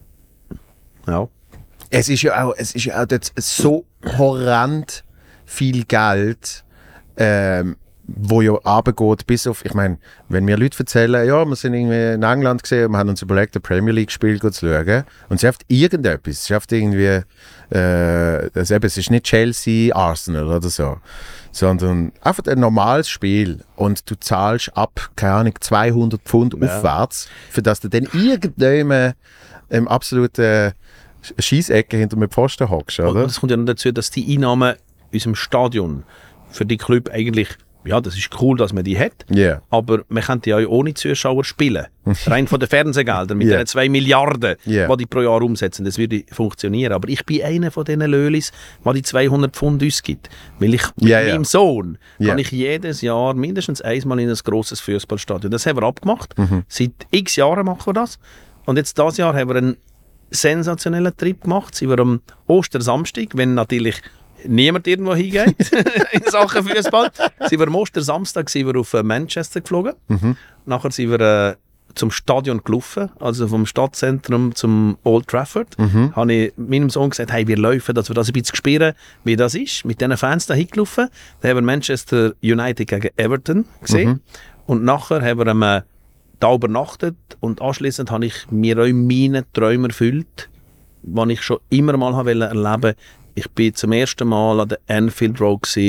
[SPEAKER 2] Ja.
[SPEAKER 1] Es ist ja auch, es ist ja auch dort so horrend viel Geld, ähm, wo ja runtergeht, bis auf, ich meine, wenn mir Leute erzählen, ja, wir sind irgendwie in England gesehen, wir haben uns überlegt, ein Premier League Spiel zu schauen, und es schafft irgendetwas, es schafft irgendwie, äh, das eben, es ist nicht Chelsea, Arsenal oder so, sondern einfach ein normales Spiel und du zahlst ab, keine Ahnung, zweihundert Pfund ja. aufwärts, für das du dann irgendjemand im absoluten Scheissecke hinter dem Pfosten hockst, oder?
[SPEAKER 2] Und es kommt ja noch dazu, dass die Einnahmen in unserem Stadion für die Club eigentlich, ja, das ist cool, dass man die hat,
[SPEAKER 1] yeah.
[SPEAKER 2] aber man könnte ja auch ohne Zuschauer spielen. Rein von den Fernsehgeldern mit yeah. den zwei Milliarden,
[SPEAKER 1] yeah.
[SPEAKER 2] die die pro Jahr umsetzen, das würde funktionieren. Aber ich bin einer von diesen Lölis, der die zweihundert Pfund ausgibt. Weil ich mit
[SPEAKER 1] yeah,
[SPEAKER 2] meinem
[SPEAKER 1] yeah.
[SPEAKER 2] Sohn
[SPEAKER 1] yeah.
[SPEAKER 2] kann ich jedes Jahr mindestens einmal in ein grosses Fußballstadion. Das haben wir abgemacht.
[SPEAKER 1] Mhm.
[SPEAKER 2] Seit x Jahren machen wir das. Und jetzt dieses Jahr haben wir einen sensationellen Trip gemacht. Sie waren am Ostersamstag, wenn natürlich niemand irgendwo hingeht in Sachen Fußball. Sie waren am Ostersamstag sind wir auf Manchester geflogen.
[SPEAKER 1] Mhm.
[SPEAKER 2] Nachher sind wir äh, zum Stadion gelaufen, also vom Stadtzentrum zum Old Trafford.
[SPEAKER 1] Mhm.
[SPEAKER 2] Habe ich meinem Sohn gesagt, hey, wir laufen, dass wir das ein bisschen spüren, wie das ist. Mit diesen Fans da hingelaufen. Dann haben wir Manchester United gegen Everton gesehen. Mhm. Und nachher haben wir ähm, da übernachtet und anschliessend habe ich mir auch meine Träume erfüllt, die ich schon immer mal erleben wollte. Ich bin zum ersten Mal an der Anfield Road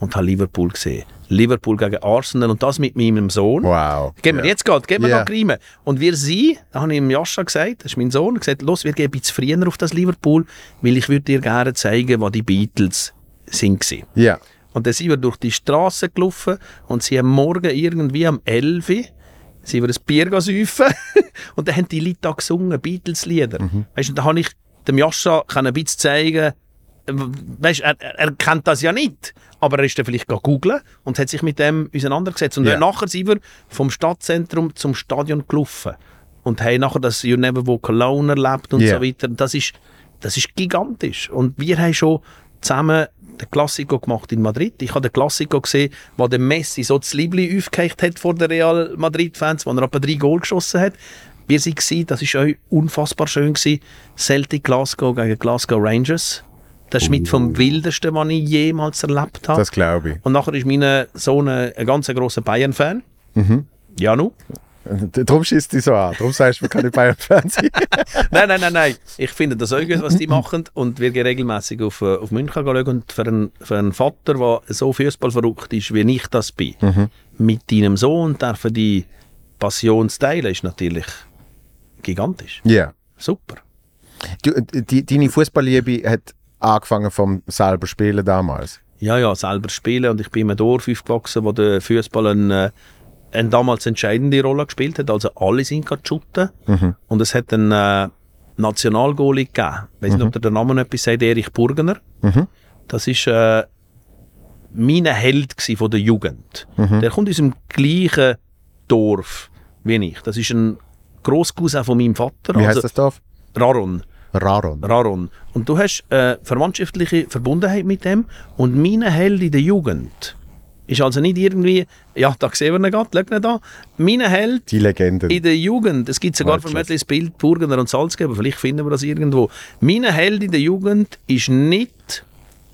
[SPEAKER 2] und habe Liverpool gesehen. Liverpool gegen Arsenal und das mit meinem Sohn.
[SPEAKER 1] Wow.
[SPEAKER 2] Geben wir
[SPEAKER 1] ja.
[SPEAKER 2] jetzt gerade, geben wir
[SPEAKER 1] Ja.
[SPEAKER 2] yeah. noch rein. Und wir sind, da habe ich ihm Jascha gesagt, das ist mein Sohn, gesagt, los, wir gehen ein bisschen früher auf das Liverpool, weil ich würde dir gerne zeigen, was die Beatles sind.
[SPEAKER 1] Ja.
[SPEAKER 2] Und dann sind wir durch die Straße gelaufen und sie haben morgen irgendwie am elf Uhr sind wir ein Bier säufen und dann haben die Leute da gesungen, Beatles-Lieder.
[SPEAKER 1] Mhm.
[SPEAKER 2] Weißt du, da habe ich dem Jascha ein bisschen zeigen, weißt, er, er, er kennt das ja nicht, aber er ist dann vielleicht gegoogelt und hat sich mit dem auseinandergesetzt. Und
[SPEAKER 1] Ja.
[SPEAKER 2] dann nachher sind wir vom Stadtzentrum zum Stadion gelaufen und haben nachher das You Never Walk Alone erlebt und
[SPEAKER 1] Ja.
[SPEAKER 2] so weiter. Das ist, das ist gigantisch. Und wir haben schon zusammen den Klassiko gemacht in Madrid. Ich habe den Klassiko gesehen, wo der Messi so das Liebli aufgehängt hat vor den Real Madrid-Fans, wo er etwa drei Goal geschossen hat. Wir waren, das war auch unfassbar schön, Celtic Glasgow gegen Glasgow Rangers. Das ist mit vom Wildesten, was ich jemals erlebt habe.
[SPEAKER 1] Das glaube ich.
[SPEAKER 2] Und nachher ist mein Sohn ein, ein ganz grosser Bayern-Fan.
[SPEAKER 1] Mhm.
[SPEAKER 2] Janu.
[SPEAKER 1] Darum schießt dich so an. Darum sagst du, man kann nicht Bayern-Fan sein.
[SPEAKER 2] Nein, nein, nein, nein. Ich finde das auch gut, was die machen. Und wir gehen regelmäßig auf, äh, auf München schauen. Und für einen, für einen Vater, der so fußballverrückt ist, wie ich das bin,
[SPEAKER 1] Mhm.
[SPEAKER 2] mit deinem Sohn dürfen die Passion zu teilen, ist natürlich gigantisch.
[SPEAKER 1] Ja.
[SPEAKER 2] Super.
[SPEAKER 1] Du, die, deine Fußballliebe hat angefangen vom selber Spielen damals.
[SPEAKER 2] Ja, ja, selber spielen. Und ich bin in einem Dorf aufgewachsen, wo der Fußball eine, eine damals entscheidende Rolle gespielt hat. Also alle sind gerade shooten.
[SPEAKER 1] Mhm.
[SPEAKER 2] Und es hat einen äh, Nationalgoalie gegeben. Ich weiß nicht, ob der der Name noch etwas sagt, Erich Burgener.
[SPEAKER 1] Mhm.
[SPEAKER 2] Das war äh, mein Held gsi von der Jugend.
[SPEAKER 1] Mhm.
[SPEAKER 2] Der kommt aus dem gleichen Dorf wie ich. Das ist ein Grosscousin von meinem Vater.
[SPEAKER 1] Wie
[SPEAKER 2] also
[SPEAKER 1] heißt das Dorf?
[SPEAKER 2] Raron.
[SPEAKER 1] Raron.
[SPEAKER 2] Raron. Und du hast äh, verwandtschaftliche Verbundenheit mit dem. Und mein Held in der Jugend ist also nicht irgendwie, ja, da sehen wir ihn gerade, schau ihn da. Mein Held
[SPEAKER 1] Die Legenden.
[SPEAKER 2] in der Jugend, es gibt sogar vermutlich das Bild Burgener und Salzgeber, vielleicht finden wir das irgendwo. Mein Held in der Jugend ist nicht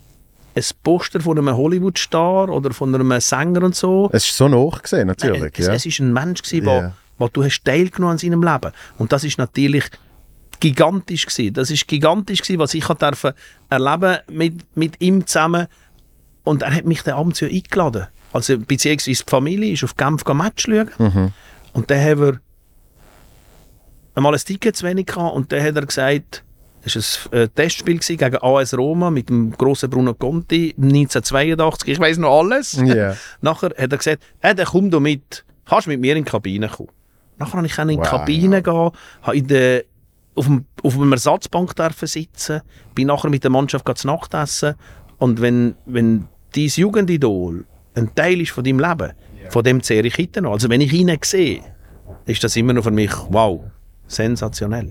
[SPEAKER 2] ein Poster von einem Hollywood-Star oder von einem Sänger und so.
[SPEAKER 1] Es ist so hoch gesehen, natürlich.
[SPEAKER 2] Nein, es,
[SPEAKER 1] ja.
[SPEAKER 2] es ist ein Mensch gewesen, wo,
[SPEAKER 1] Ja.
[SPEAKER 2] wo du hast teilgenommen an seinem Leben. Und das ist natürlich gigantisch gewesen. Das ist gigantisch gewesen, was ich durfte erleben mit mit ihm zusammen. Und er hat mich den Abend ja eingeladen. Also beziehungsweise die Familie ist auf Genf ein Match schauen.
[SPEAKER 1] Mhm.
[SPEAKER 2] Und dann haben wir einmal ein Ticket zu wenig gehabt und dann hat er gesagt, es war ein äh, Testspiel gewesen gegen A S Roma mit dem grossen Bruno Conti neunzehnhundertzweiundachtzig. Ich weiss noch alles.
[SPEAKER 1] Ja.
[SPEAKER 2] Nachher hat er gesagt, hey, dann komm du mit, kannst mit mir in die Kabine kommen. Nachher konnte ich in die
[SPEAKER 1] Wow.
[SPEAKER 2] Kabine gehen, habe in der, auf, dem, auf einer Ersatzbank dürfen sitzen, bin nachher mit der Mannschaft zu Nacht essen. Und wenn, wenn dein Jugendidol ein Teil ist von deinem Leben, yeah. von dem zehre ich heute noch. Also wenn ich ihn sehe, ist das immer noch für mich, wow, sensationell.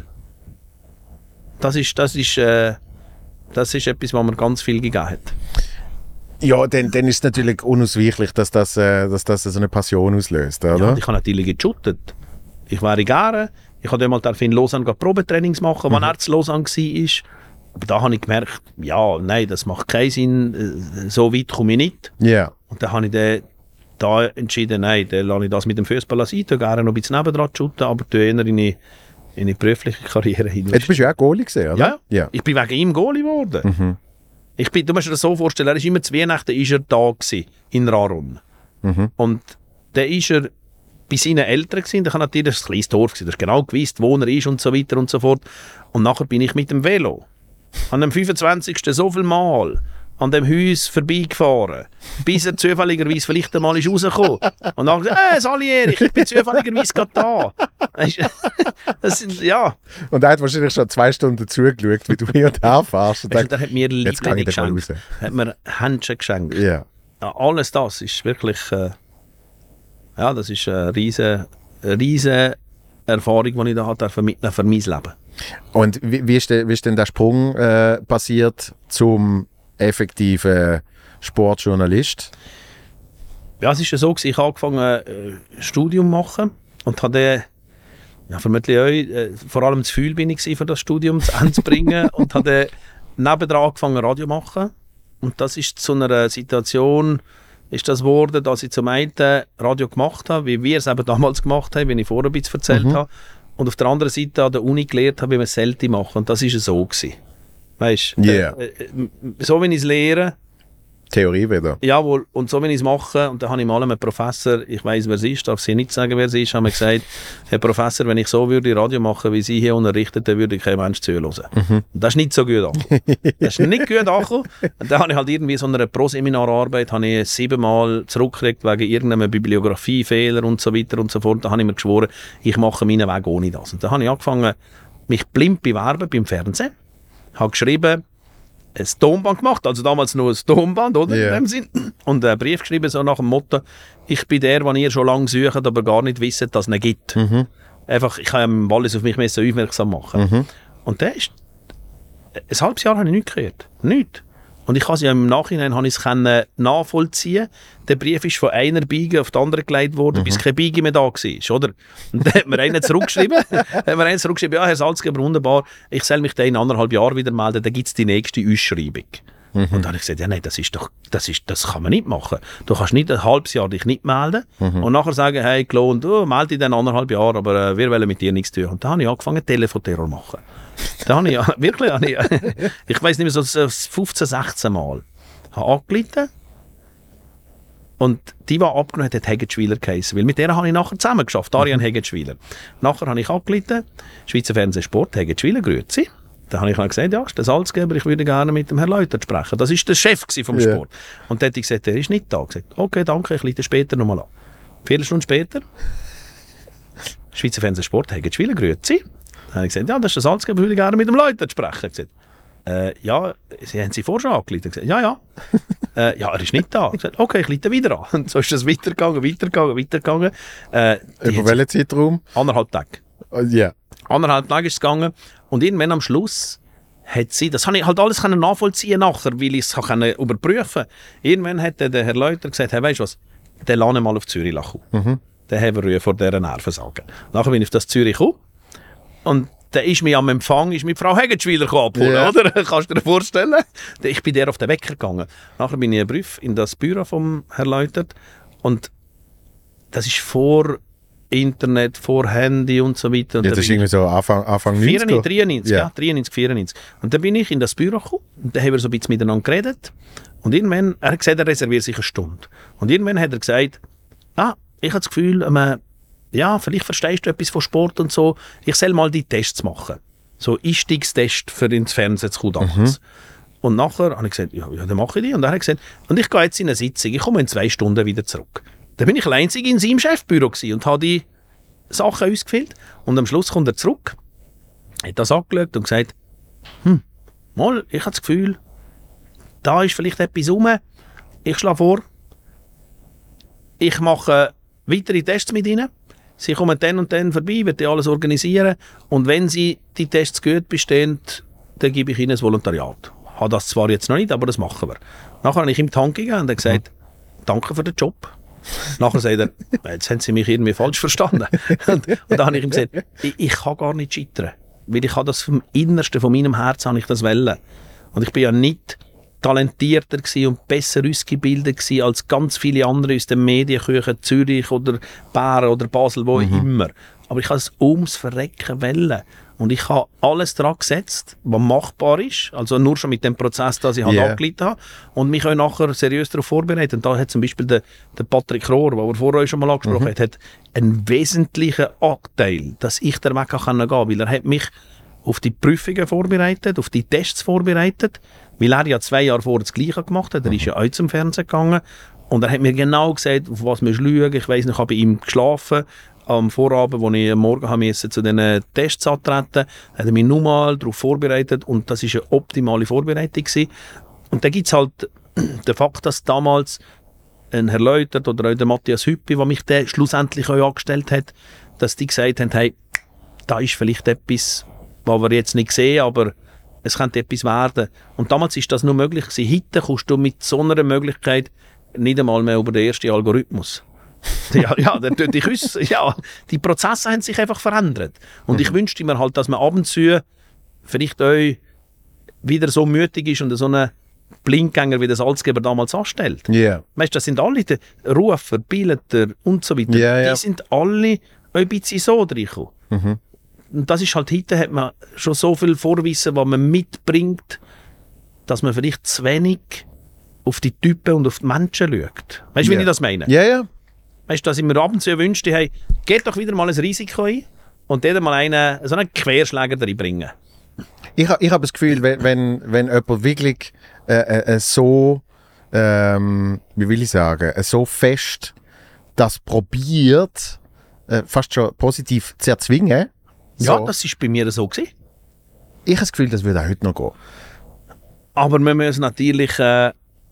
[SPEAKER 2] Das ist, das ist, äh, das ist etwas, was mir ganz viel gegeben hat.
[SPEAKER 1] Ja, dann, dann ist es natürlich unausweichlich, dass das, äh, dass das so eine Passion auslöst, oder?
[SPEAKER 2] Ja, und ich habe natürlich geshootet. Ich wäre gerne. Ich habe einmal in Lausanne Probetrainings machen, als
[SPEAKER 1] Mhm.
[SPEAKER 2] er zu Lausanne war. Aber da habe ich gemerkt, ja, nein, das macht keinen Sinn, so weit komme ich nicht.
[SPEAKER 1] Ja.
[SPEAKER 2] Und dann habe ich dann, da entschieden, nein, dann lasse ich das mit dem Fußball sein, ich gerne noch ein bisschen nebendran shooten, aber eher in eine, in eine berufliche Karriere hin.
[SPEAKER 1] Jetzt bist du ja auch Goalie gesehen, oder?
[SPEAKER 2] Ja,
[SPEAKER 1] ja.
[SPEAKER 2] ich bin wegen ihm Goalie geworden.
[SPEAKER 1] Mhm.
[SPEAKER 2] Ich bin, du musst dir das so vorstellen, er ist immer zu Weihnachten ist er da gewesen, in Raron.
[SPEAKER 1] Mhm.
[SPEAKER 2] Und dann ist er bei seinen Eltern gewesen, da kann natürlich ein kleines Dorf gewesen, du hast genau gewusst, wo er ist und so weiter und so fort. Und nachher bin ich mit dem Velo an dem fünfundzwanzigsten so viel Mal an dem Haus vorbeigefahren, bis er zufälligerweise vielleicht einmal ist rausgekommen. Und dann gesagt, «Hey, Sali Erich, ich bin zufälligerweise gerade da.» Das sind, ja.
[SPEAKER 1] Und er hat wahrscheinlich schon zwei Stunden zugeschaut, wie du hier und her fährst. Und
[SPEAKER 2] Weißt du,
[SPEAKER 1] denkt,
[SPEAKER 2] der hat mir
[SPEAKER 1] jetzt kann
[SPEAKER 2] Liebling
[SPEAKER 1] ich dann mal
[SPEAKER 2] geschenkt,
[SPEAKER 1] raus.
[SPEAKER 2] hat mir Händchen geschenkt.
[SPEAKER 1] Ja.
[SPEAKER 2] Ja, alles das ist wirklich, äh, ja, das ist eine riesige, riesige Erfahrung, die ich da hatte für mein Leben.
[SPEAKER 1] Und wie, wie, ist denn, wie ist denn der Sprung äh, passiert zum effektiven Sportjournalist?
[SPEAKER 2] Ja, es ist ja so, ich habe angefangen, äh, ein Studium zu machen und habe ja, vermutlich auch, äh, vor allem zu viel bin ich gewesen, für das Studium zu Ende zu bringen und habe nebendran angefangen, Radio zu machen. Und das ist zu einer Situation, ist das geworden, dass ich zum einen Radio gemacht habe, wie wir es eben damals gemacht haben, wie ich vorher ein bisschen erzählt
[SPEAKER 1] Mhm.
[SPEAKER 2] habe, und auf der anderen Seite an der Uni gelernt habe, wie man es machen. Und das war so gewesen. Weißt,
[SPEAKER 1] Yeah.
[SPEAKER 2] äh, äh, so wie ich es lehre,
[SPEAKER 1] Theorie wieder.
[SPEAKER 2] Jawohl, und so wenn ich es mache, und dann habe ich mal einem Professor, ich weiss, wer es ist, darf sie nicht sagen, wer es ist, haben wir gesagt, Herr Professor, wenn ich so würde Radio machen, wie Sie hier unterrichten, dann würde ich kein Mensch zuhören. Mhm. Und das ist nicht so gut angekommen. Das ist nicht gut angekommen. Und dann habe ich halt irgendwie so eine Pro-Seminararbeit habe ich siebenmal zurückgekriegt wegen irgendeinem Bibliografiefehler und so weiter und so fort. Da habe ich mir geschworen, ich mache meinen Weg ohne das. Und dann habe ich angefangen, mich blind bewerben beim Fernsehen. Habe geschrieben, ein Tonband gemacht, also damals nur ein Tonband, oder?
[SPEAKER 1] Yeah.
[SPEAKER 2] In dem Sinn. Und einen Brief geschrieben, so nach dem Motto, ich bin der, den ihr schon lange sucht, aber gar nicht wisst, dass es ihn gibt. Mhm. Einfach, ich habe im Wallis auf mich aufmerksam machen. Mhm. Und der ist, ein halbes Jahr habe ich nichts gehört. Nichts. Und ich kann es ja im Nachhinein habe ich es nachvollziehen. Der Brief ist von einer Biege auf die andere gelegt worden, mhm. bis keine Biege mehr da war. Oder? Und dann hat mir einer zurückgeschrieben, hat mir einer zurückgeschrieben, ja, Herr Salzgeber, wunderbar, ich soll mich dann in anderthalb Jahren wieder melden, dann gibt es die nächste Ausschreibung. Mhm. Und dann habe ich gesagt, ja nein, das ist doch, das ist, das kann man nicht machen. Du kannst nicht ein halbes Jahr dich nicht melden mhm. und nachher sagen, hey, Klon, du melde dich dann anderthalb Jahre, aber äh, wir wollen mit dir nichts tun. Und dann habe ich angefangen, Telefonterror zu machen. Da habe ich ja, wirklich, habe ich, ich weiss nicht mehr, so fünfzehn, sechzehn Mal, habe angerufen und die, die abgenommen hat, hat Hegenschwiler geheissen, weil mit der habe ich nachher zusammen geschafft, Ariane Hegenschwiler. Nachher habe ich angerufen, Schweizer Fernsehsport, Hegenschwiler, grüezi. Dann habe ich dann gesagt, ja, ist der Salzgeber, ich würde gerne mit dem Herrn Leutert sprechen. Das war der Chef vom yeah. Sport. Und dann hat ich gesagt, er ist nicht da. Ich habe gesagt, okay, danke, ich rufe später nochmal an. Vier Stunden später, Schweizer Fernsehsport, Hegenschwiler, grüezi. Dann habe ich gesagt, ja, das ist der Salzgeber, ich würde gerne mit dem Leutert sprechen. Ich habe gesagt, äh, ja, Sie haben Sie vorher schon angerufen? Ich habe gesagt, ja, ja. äh, ja, er ist nicht da. Ich habe gesagt, okay, ich rufe wieder an. Und so ist das weitergegangen, weitergegangen, weitergegangen. Äh,
[SPEAKER 1] Über welchen Zeitraum?
[SPEAKER 2] Anderthalb Tage.
[SPEAKER 1] Ja. Uh, yeah.
[SPEAKER 2] Anderthalb Tage ist es gegangen. Und irgendwann am Schluss hat sie, das habe ich halt alles nachvollziehen nachher, weil ich es überprüfen konnte. Irgendwann hat der Herr Leuter gesagt, hey, weißt du was, den lasse ich mal auf Zürich kommen. Mhm. Den haben wir vor dieser Nervensäge. Nachher bin ich auf das Zürich gekommen. Und der ist mir am Empfang, ist mit Frau Hegenschwiler abholen, yeah. oder? Kannst du dir vorstellen? Ich bin der auf den Wecker gegangen. Nachher bin ich einen Brief in das Büro vom Herrn Leutert. Und das ist vor Internet, vor Handy und so weiter. Und
[SPEAKER 1] ja, das ist irgendwie so Anfang, Anfang
[SPEAKER 2] neunzig, dreiundneunzig, yeah. ja, dreiundneunzig, vierundneunzig. Und dann bin ich in das Büro gekommen und dann haben wir so ein bisschen miteinander geredet. Und irgendwann, er hat gesagt, er reserviert sich eine Stunde. Und irgendwann hat er gesagt, ah, ich habe das Gefühl, ähm, ja, vielleicht verstehst du etwas von Sport und so, ich soll mal die Tests machen. So Einstiegstest für ins Fernsehen zu kommen damals. Mhm. Und nachher habe ich gesagt, ja, ja, dann mache ich die. Und er hat gesagt, und ich gehe jetzt in eine Sitzung, ich komme in zwei Stunden wieder zurück. Dann bin ich einzig in seinem Chefbüro gewesen und habe die Sachen ausgefüllt. Und am Schluss kommt er zurück, hat das angeschaut und gesagt, hm, mal, ich habe das Gefühl, da ist vielleicht etwas rum. Ich schlage vor, ich mache weitere Tests mit ihnen. Sie kommen dann und dann vorbei, werde alles organisieren. Und wenn sie die Tests gut bestehen, dann gebe ich ihnen das Volontariat. Ich habe das zwar jetzt noch nicht, aber das machen wir. Nachher habe ich ihm die Hand gegeben und er gesagt, danke für den Job. Nachher sagt er, jetzt haben Sie mich irgendwie falsch verstanden. Und, und dann habe ich ihm gesagt, ich, ich kann gar nicht scheitern. Weil ich habe das vom Innersten, von meinem Herzen, habe ich das wollen. Und ich bin ja nicht talentierter und besser ausgebildet gewesen als ganz viele andere aus den Medienküchen, Zürich oder Bern oder Basel, wo mhm. immer. Aber ich habe es ums Verrecken wollen. Und ich habe alles daran gesetzt, was machbar ist. Also nur schon mit dem Prozess, den ich yeah. halt angeleitet habe. Und mich können nachher seriös darauf vorbereiten. Und da hat zum Beispiel der, der Patrick Rohr, den wir vorher schon mal angesprochen mhm. haben, hat einen wesentlichen Anteil, dass ich den Weg gehen kann, weil er hat mich auf die Prüfungen vorbereitet, auf die Tests vorbereitet, weil er ja zwei Jahre vorher das Gleiche gemacht hat. Er mhm. ist ja auch zum Fernsehen gegangen und er hat mir genau gesagt, auf was wir schauen. Ich weiss nicht, ich habe bei ihm geschlafen. Am Vorabend, als ich am Morgen haben musste, zu diesen Tests antreten, hat er mich nur mal darauf vorbereitet und das war eine optimale Vorbereitung gewesen. Und dann gibt es halt den Fakt, dass damals ein Herr Leutert oder auch der Matthias Hüppi, der mich dann schlussendlich auch angestellt hat, dass die gesagt haben, hey, da ist vielleicht etwas, was wir jetzt nicht sehen, aber es könnte etwas werden. Und damals ist das nur möglich gewesen. Heute kommst du mit so einer Möglichkeit nicht einmal mehr über den ersten Algorithmus. ja, ja, der tut dich aus. Ja, die Prozesse haben sich einfach verändert. Und mhm. ich wünschte mir halt, dass man ab und zu vielleicht euch wieder so mütig ist und so einen Blindgänger wie der Salzgeber damals anstellt.
[SPEAKER 1] Yeah.
[SPEAKER 2] Weißt du, das sind alle die Rufer, Billeter und so weiter.
[SPEAKER 1] Yeah, yeah.
[SPEAKER 2] Die sind alle ein bisschen so reingekommen. Mhm. Und das ist halt, heute hat man schon so viel Vorwissen, was man mitbringt, dass man vielleicht zu wenig auf die Typen und auf die Menschen schaut. Weißt du,
[SPEAKER 1] Yeah.
[SPEAKER 2] wie ich das meine?
[SPEAKER 1] Ja, ja.
[SPEAKER 2] Weißt du, dass ich mir ab und zu wünschte, hey, geht doch wieder mal ein Risiko ein und jeder mal einen, so einen Querschläger reinbringen.
[SPEAKER 1] Ich, ha- ich habe das Gefühl, wenn, wenn, wenn jemand wirklich äh, äh, so, ähm, wie will ich sagen, äh, so fest das probiert, äh, fast schon positiv zu erzwingen.
[SPEAKER 2] Ja,
[SPEAKER 1] so.
[SPEAKER 2] das war bei mir so gewesen.
[SPEAKER 1] Ich habe das Gefühl, das würde auch heute noch gehen.
[SPEAKER 2] Aber wir müssen natürlich, äh,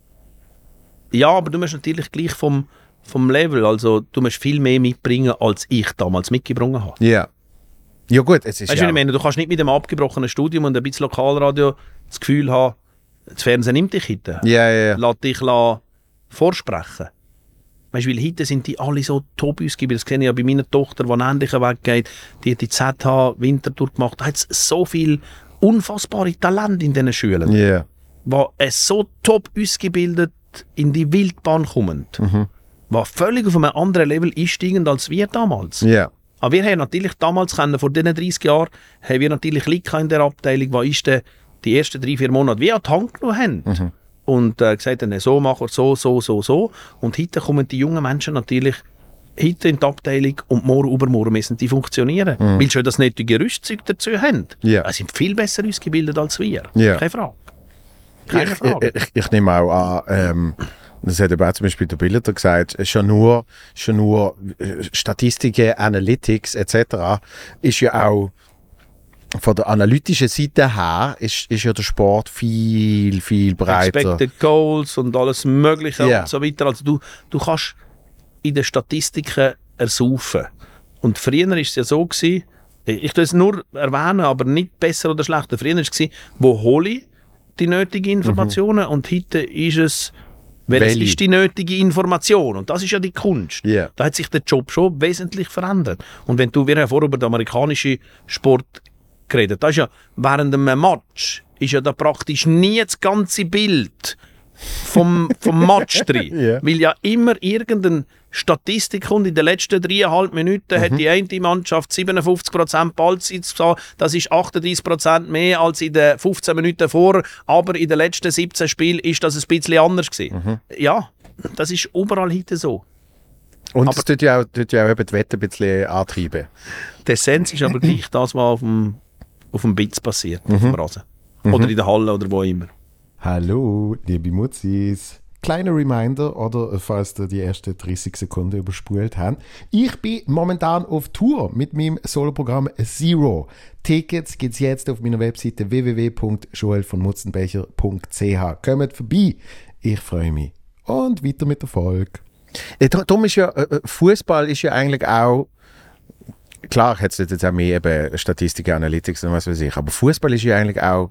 [SPEAKER 2] ja, aber du musst natürlich gleich vom, vom Level, also du musst viel mehr mitbringen, als ich damals mitgebracht habe.
[SPEAKER 1] Ja. Ja gut, es ist
[SPEAKER 2] Weißt du,
[SPEAKER 1] ja...
[SPEAKER 2] was ich meine? Du kannst nicht mit dem abgebrochenen Studium und ein bisschen Lokalradio das Gefühl haben, das Fernsehen nimmt dich heute.
[SPEAKER 1] Ja, ja, ja.
[SPEAKER 2] Lass dich la vorsprechen. Weißt du, weil heute sind die alle so top ausgebildet. Das sehe ich ja bei meiner Tochter, die endlich weggeht. Die hat die Z H Winterthur gemacht. Da hat es so viel unfassbare Talent in diesen Schulen,
[SPEAKER 1] Ja.
[SPEAKER 2] die es so top ausgebildet in die Wildbahn kommen.
[SPEAKER 1] Mhm.
[SPEAKER 2] Die völlig auf einem anderen Level einsteigen als wir damals.
[SPEAKER 1] Ja.
[SPEAKER 2] Aber wir haben natürlich damals, können, vor diesen dreißig Jahren, haben wir natürlich Leute in der Abteilung, die ist der, die ersten drei, vier Monate wie an die Hand genommen haben.
[SPEAKER 1] Mhm.
[SPEAKER 2] Und äh, gesagt haben, so machen wir so, so, so, so. Und heute kommen die jungen Menschen natürlich heute in die Abteilung und morgen, übermorgen müssen die funktionieren.
[SPEAKER 1] Mhm.
[SPEAKER 2] Weil sie das nötige Rüstzeug dazu haben.
[SPEAKER 1] Ja.
[SPEAKER 2] Sie sind viel besser ausgebildet als wir.
[SPEAKER 1] Ja.
[SPEAKER 2] Keine Frage. Keine
[SPEAKER 1] Ich,
[SPEAKER 2] Frage.
[SPEAKER 1] ich, ich, ich nehme auch an, ähm, das hat eben auch zum Beispiel der Bilder gesagt, schon nur, schon nur äh, Statistiken, Analytics et cetera ist ja auch von der analytischen Seite her ist, ist ja der Sport viel, viel breiter.
[SPEAKER 2] Expected Goals und alles Mögliche
[SPEAKER 1] Ja.
[SPEAKER 2] und so weiter. Also du, du kannst in den Statistiken ersaufen. Und früher war es ja so, gewesen, ich tue es nur erwähnen, aber nicht besser oder schlechter. Früher war es, gewesen, wo hole ich die nötigen Informationen, und heute ist es, welches
[SPEAKER 1] Welche?
[SPEAKER 2] ist die nötige Information? Und das ist ja die Kunst.
[SPEAKER 1] Ja.
[SPEAKER 2] Da hat sich der Job schon wesentlich verändert. Und wenn du, wir haben vorher über den amerikanischen Sport geredet, da ist ja während einem Match ist ja da praktisch nie das ganze Bild vom, vom Match drin.
[SPEAKER 1] Ja.
[SPEAKER 2] Weil ja immer irgendeine Statistik kommt, in den letzten dreieinhalb Minuten hat die eine Mannschaft siebenundfünfzig Prozent Ballbesitz gehabt, das ist achtunddreißig Prozent mehr als in den fünfzehn Minuten vor, aber in den letzten siebzehn Spielen ist das ein bisschen anders gewesen. Ja, das ist überall heute so.
[SPEAKER 1] Und
[SPEAKER 2] Aber-
[SPEAKER 1] es tut ja auch, tut ja auch eben die Wette ein bisschen antreiben.
[SPEAKER 2] Die Essenz ist aber gleich das, was auf dem, auf dem Bitz passiert, auf dem Rasen. Oder in der Halle oder wo immer.
[SPEAKER 1] Hallo, liebe Mutzis. Kleiner Reminder, oder falls ihr die ersten dreißig Sekunden überspult habt. Ich bin momentan auf Tour mit meinem Soloprogramm Zero. Tickets gibt es jetzt auf meiner Webseite w w w punkt joel von mutzenbecher punkt c h. Kommt vorbei, ich freue mich. Und weiter mit der Folge. Ja, darum ist ja, äh, Fußball ist ja eigentlich auch, klar hat es jetzt auch mehr eben Statistik, Analytics und was weiß ich, aber Fußball ist ja eigentlich auch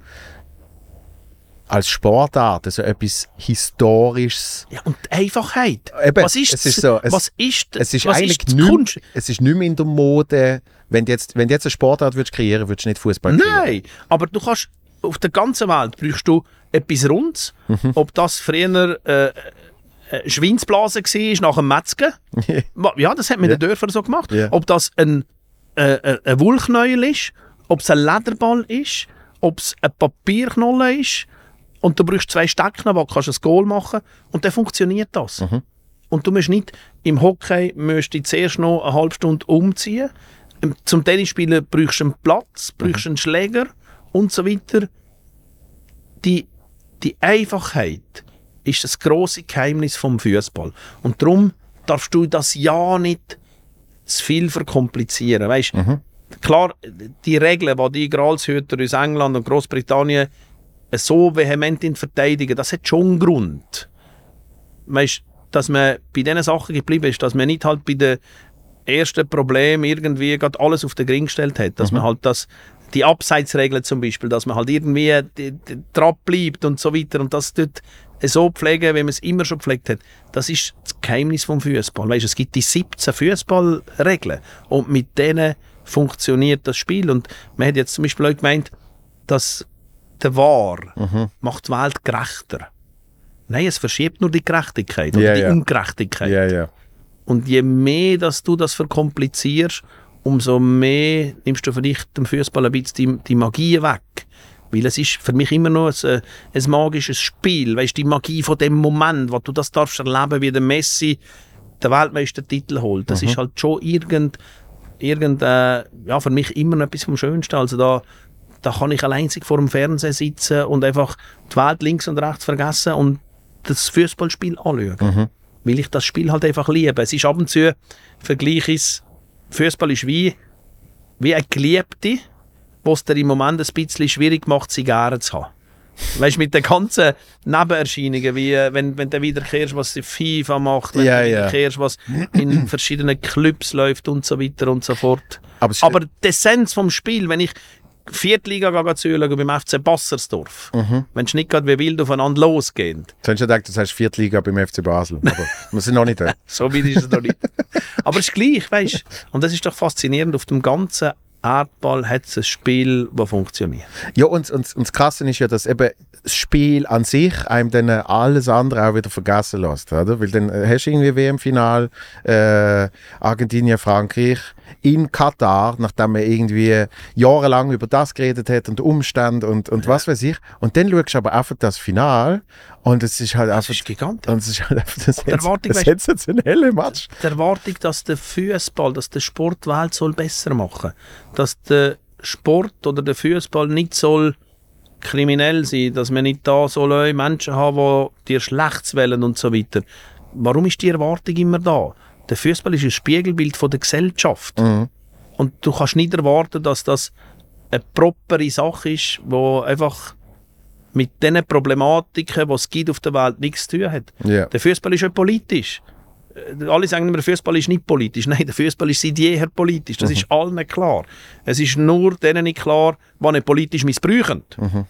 [SPEAKER 1] als Sportart, also etwas Historisches.
[SPEAKER 2] Ja, und die Einfachheit.
[SPEAKER 1] Eben,
[SPEAKER 2] was ist
[SPEAKER 1] es ist so, es-
[SPEAKER 2] was ist,
[SPEAKER 1] Es ist
[SPEAKER 2] was
[SPEAKER 1] eigentlich
[SPEAKER 2] ist die
[SPEAKER 1] nicht,
[SPEAKER 2] Kunst?
[SPEAKER 1] es ist nicht mehr in der Mode. Wenn du jetzt, wenn du jetzt eine Sportart würdest kreieren, würdest du nicht Fußball kreieren.
[SPEAKER 2] Nein, aber du kannst auf der ganzen Welt brauchst du etwas Rundes.
[SPEAKER 1] Mhm.
[SPEAKER 2] Ob das früher äh, äh, Schweinsblase war nach dem Metzgen. Ja, das hat man
[SPEAKER 1] Ja.
[SPEAKER 2] in den Dörfern so gemacht.
[SPEAKER 1] Ja.
[SPEAKER 2] Ob das ein, äh, äh, ein Wollknäuel ist, ob es ein Lederball ist, ob es ein Papierknolle ist. Und du brauchst zwei Stecken, wo du kannst ein Goal machen und dann funktioniert das.
[SPEAKER 1] Mhm.
[SPEAKER 2] Und du musst nicht im Hockey musst dich zuerst noch eine halbe Stunde umziehen. Im- Zum Tennisspielen brauchst du einen Platz, brauchst einen Schläger und so weiter. Die, die Einfachheit ist das grosse Geheimnis vom Fußball. Und darum darfst du das ja nicht zu viel verkomplizieren. Weißt, klar, die Regeln, die die Gralshüter aus England und Großbritannien so vehement in verteidigen, das hat schon einen Grund. Weißt, dass man bei diesen Sachen geblieben ist, dass man nicht halt bei den ersten Problemen irgendwie gerade alles auf den Ring gestellt hat, dass man halt das, die Abseitsregeln zum Beispiel, dass man halt irgendwie die, die, dran bleibt und so weiter und das dort so pflegen, wie man es immer schon gepflegt hat, das ist das Geheimnis vom Fußball. Weißt, es gibt die siebzehn Fußballregeln und mit denen funktioniert das Spiel. Und man hat jetzt zum Beispiel auch gemeint, dass der V A R macht die Welt gerechter. Nein, es verschiebt nur die Gerechtigkeit oder
[SPEAKER 1] Ja,
[SPEAKER 2] die
[SPEAKER 1] ja.
[SPEAKER 2] Ungerechtigkeit.
[SPEAKER 1] Ja, ja.
[SPEAKER 2] Und je mehr dass du das verkomplizierst, umso mehr nimmst du vielleicht dem Fußball ein bisschen die, die Magie weg. Weil es ist für mich immer noch ein, ein magisches Spiel. Weißt, die Magie von dem Moment, wo du das darfst erleben, wie der Messi den Weltmeistertitel holt. Das mhm. ist halt schon irgend, irgend äh, ja, für mich immer noch etwas vom Schönsten. Also da, da kann ich allein vor dem Fernseher sitzen und einfach die Welt links und rechts vergessen und das Fußballspiel anschauen. Mhm. Weil ich das Spiel halt einfach liebe. Es ist ab und zu, vergleiche ich es, Fußball ist wie, wie eine Geliebte, wo es dir im Moment ein bisschen schwierig macht, Zigarren zu haben. Weißt du, mit den ganzen Nebenerscheinungen, wie wenn, wenn du wiederkehrst, was die FIFA macht, wenn
[SPEAKER 1] ja,
[SPEAKER 2] du
[SPEAKER 1] ja.
[SPEAKER 2] wiederkehrst, was in verschiedenen Clubs läuft und so weiter und so fort.
[SPEAKER 1] Aber,
[SPEAKER 2] Aber die Essenz vom Spiel, wenn ich Viertliga zuschaue beim F C Bassersdorf, mhm. wenn es nicht gerade wie wild aufeinander losgeht.
[SPEAKER 1] Du hast ja gedacht, du sagst Viertliga beim F C Basel, aber wir sind noch nicht da.
[SPEAKER 2] So weit ist es noch nicht. Aber es ist gleich, weißt du. Und das ist doch faszinierend, auf dem ganzen Erdball hat es ein Spiel, das funktioniert.
[SPEAKER 1] Ja, und, und, und das Krasse ist ja, dass eben das Spiel an sich einem dann alles andere auch wieder vergessen lässt, oder? Weil dann hast du irgendwie W M-Final, äh, Argentinien, Frankreich, in Katar, nachdem man irgendwie jahrelang über das geredet hat und Umstände und, und ja. was weiß ich. Und dann schaust du aber einfach das Finale und es ist halt
[SPEAKER 2] das
[SPEAKER 1] einfach...
[SPEAKER 2] ist gigantisch.
[SPEAKER 1] Und es ist halt einfach das,
[SPEAKER 2] Erwartung,
[SPEAKER 1] das sensationelle Match.
[SPEAKER 2] Die Erwartung, dass der Fußball, dass der Sport die Welt soll besser machen soll. Dass der Sport oder der Fußball nicht soll kriminell sein, dass man nicht da so Menschen haben, die dir Schlechtes wollen und so weiter. Warum ist die Erwartung immer da? Der Fußball ist ein Spiegelbild von der Gesellschaft. Mhm. Und du kannst nicht erwarten, dass das eine propere Sache ist, die einfach mit den Problematiken, die es gibt auf der Welt, nichts zu tun hat.
[SPEAKER 1] Yeah.
[SPEAKER 2] Der Fußball ist ja politisch. Alle sagen immer, der Fußball ist nicht politisch. Nein, der Fußball ist seit jeher politisch. Das mhm. ist allen klar. Es ist nur denen nicht klar, die nicht politisch missbrauchen. Mhm.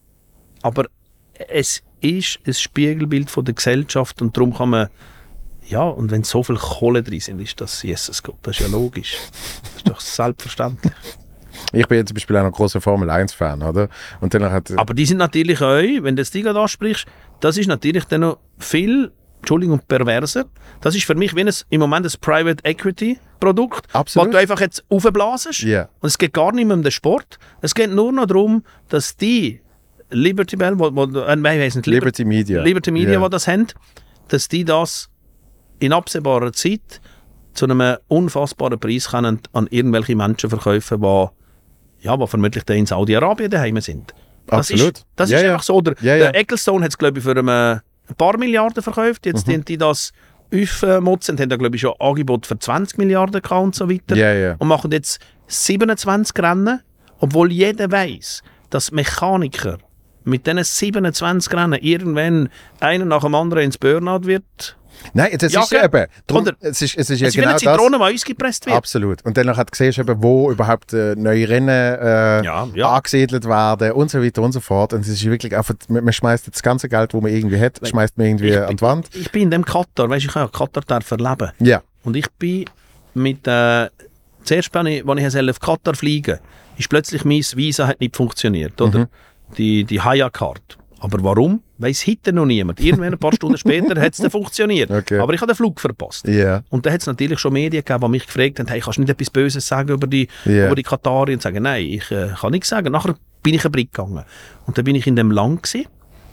[SPEAKER 2] Aber es ist ein Spiegelbild von der Gesellschaft und darum kann man, ja, und wenn so viel Kohle drin sind, ist das Jesus Gott. Das ist ja logisch. Das ist doch selbstverständlich.
[SPEAKER 1] Ich bin jetzt zum Beispiel auch ein großer Formel eins Fan, oder? Und dann hat,
[SPEAKER 2] aber die sind natürlich auch, wenn du das Ding ansprichst, das ist natürlich dann noch viel, Entschuldigung, perverser. Das ist für mich wie ein, im Moment ein Private Equity Produkt, das du einfach jetzt aufblasest.
[SPEAKER 1] Yeah.
[SPEAKER 2] Und es geht gar nicht mehr um den Sport. Es geht nur noch darum, dass die Liberty Bell, wo, wo, äh, ich weiss nicht, Liber-
[SPEAKER 1] Liberty Media,
[SPEAKER 2] Liberty Media,
[SPEAKER 1] yeah.
[SPEAKER 2] die das haben, dass die das in absehbarer Zeit zu einem unfassbaren Preis können an irgendwelche Menschen verkaufen, die ja, die vermutlich in Saudi-Arabien daheim sind. Das
[SPEAKER 1] Absolut.
[SPEAKER 2] Ist, das
[SPEAKER 1] ja,
[SPEAKER 2] ist
[SPEAKER 1] ja.
[SPEAKER 2] einfach so. Der,
[SPEAKER 1] ja, ja.
[SPEAKER 2] der Ecclestone hat es, glaube ich, für ein, ein paar Milliarden verkauft. Jetzt mhm. die das aufmotzen und haben, glaube ich, schon Angebot für zwanzig Milliarden gehabt und so weiter.
[SPEAKER 1] Ja, ja.
[SPEAKER 2] Und machen jetzt siebenundzwanzig Rennen, obwohl jeder weiss, dass Mechaniker mit diesen siebenundzwanzig Rennen irgendwann einer nach dem anderen ins Burnout wird.
[SPEAKER 1] Nein, das
[SPEAKER 2] ja,
[SPEAKER 1] ist ja eben. Drum,
[SPEAKER 2] oder,
[SPEAKER 1] es ist, es ist ja
[SPEAKER 2] es
[SPEAKER 1] genau
[SPEAKER 2] das. Es wird eine Zitrone, die ausgepresst wird.
[SPEAKER 1] Absolut. Und dann hat siehst du eben, wo überhaupt äh, neue Rennen äh,
[SPEAKER 2] ja, ja.
[SPEAKER 1] angesiedelt werden und so weiter und so fort. Und es ist wirklich einfach, man, man schmeißt das ganze Geld, das man irgendwie hat, Weil schmeißt man irgendwie
[SPEAKER 2] bin,
[SPEAKER 1] an die Wand.
[SPEAKER 2] Ich bin in dem Katar, weißt, ich kann ja Katar erleben.
[SPEAKER 1] Ja.
[SPEAKER 2] Und ich bin mit, äh, zuerst, als ich, als ich auf Katar fliegen sollte, ist plötzlich mein Visa hat nicht funktioniert, oder? Mhm. Die, die Haya-Card. Aber warum? Weiss heute noch niemand. Irgendwann ein paar Stunden später hat es dann funktioniert.
[SPEAKER 1] Okay.
[SPEAKER 2] Aber ich habe den Flug verpasst.
[SPEAKER 1] Yeah.
[SPEAKER 2] Und dann hat es natürlich schon Medien gegeben, die mich gefragt haben, hey, kannst du nicht etwas Böses sagen über die,
[SPEAKER 1] yeah.
[SPEAKER 2] über die Katarier? Und sagen, nein, ich äh, kann nichts sagen. Nachher bin ich einen Blick gegangen. Und dann bin ich in dem Land gewesen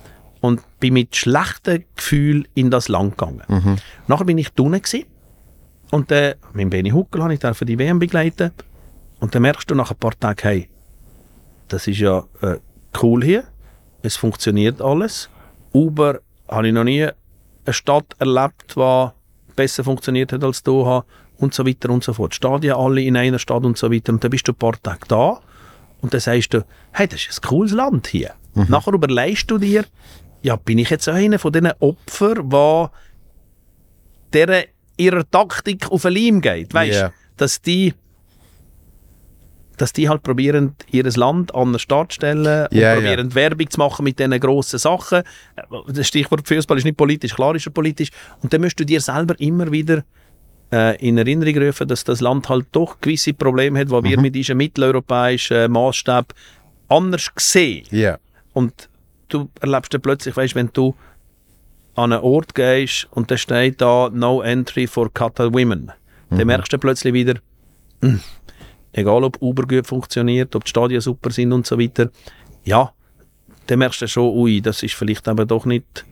[SPEAKER 2] und bin mit schlechten Gefühlen in das Land gegangen. Mhm. Nachher bin ich drinnen gewesen und äh, mit Benny Huckel habe ich dann für die W M begleiten. Und dann merkst du nach ein paar Tagen, hey, das ist ja äh, cool hier. Es funktioniert alles. Uber habe ich noch nie eine Stadt erlebt, die besser funktioniert hat als Doha und so weiter und so fort. Stadien alle in einer Stadt und so weiter. Und dann bist du ein paar Tage da und dann sagst du, hey, das ist ein cooles Land hier. Mhm. Nachher überlegst du dir, ja, bin ich jetzt einer von diesen Opfern, die dieser ihrer Taktik auf den Leim geht. Weißt,
[SPEAKER 1] yeah.
[SPEAKER 2] dass die dass die halt probieren, ihr Land an den Start zu stellen und
[SPEAKER 1] yeah,
[SPEAKER 2] probieren,
[SPEAKER 1] yeah.
[SPEAKER 2] Werbung zu machen mit diesen grossen Sachen. Das Stichwort Fußball ist nicht politisch, klar ist er politisch. Und dann musst du dir selber immer wieder äh, in Erinnerung rufen, dass das Land halt doch gewisse Probleme hat, die mhm. wir mit diesem mitteleuropäischen Maßstab anders sehen.
[SPEAKER 1] Yeah.
[SPEAKER 2] Und du erlebst dann plötzlich, weißt, wenn du an einen Ort gehst und da steht da «No entry for Qatar women», mhm. dann merkst du plötzlich wieder, mh, egal ob Uber gut funktioniert, ob die Stadien super sind und so weiter, ja, dann merkst du schon, ui, das ist vielleicht aber doch nicht...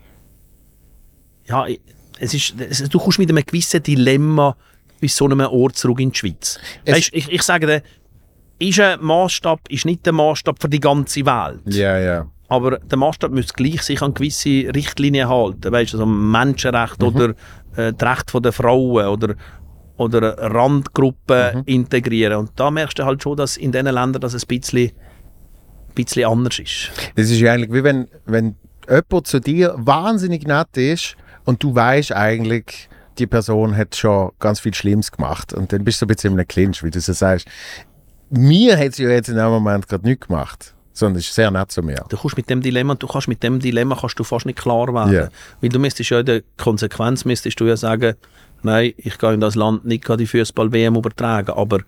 [SPEAKER 2] Ja, es ist, es, du kommst mit einem gewissen Dilemma bis so einem Ort zurück in die Schweiz. Weißt, ich, ich sage dir, ist ein Maßstab, ist nicht der Maßstab für die ganze Welt.
[SPEAKER 1] Ja, ja.
[SPEAKER 2] Aber der Maßstab müsste gleich sich an gewisse Richtlinien halten. Weißt du, also Menschenrechte mhm. oder äh, die Rechte der Frauen oder, oder Randgruppen mhm. integrieren. Und da merkst du halt schon, dass in diesen Ländern das ein bisschen, ein bisschen anders ist.
[SPEAKER 1] Es ist ja eigentlich wie wenn, wenn jemand zu dir wahnsinnig nett ist und du weißt eigentlich, die Person hat schon ganz viel Schlimmes gemacht. Und dann bist du so ein bisschen in einem Clinch, wie du so sagst. Mir hat sie ja jetzt in dem Moment gerade nichts gemacht. Sondern ist sehr nett zu mir.
[SPEAKER 2] Du kannst mit dem Dilemma, du kannst mit dem Dilemma kannst du fast nicht klar werden. Yeah. Weil du müsstest ja in der Konsequenz müsstest du ja sagen, nein, ich gehe in das Land nicht die Fußball-W M übertragen. Aber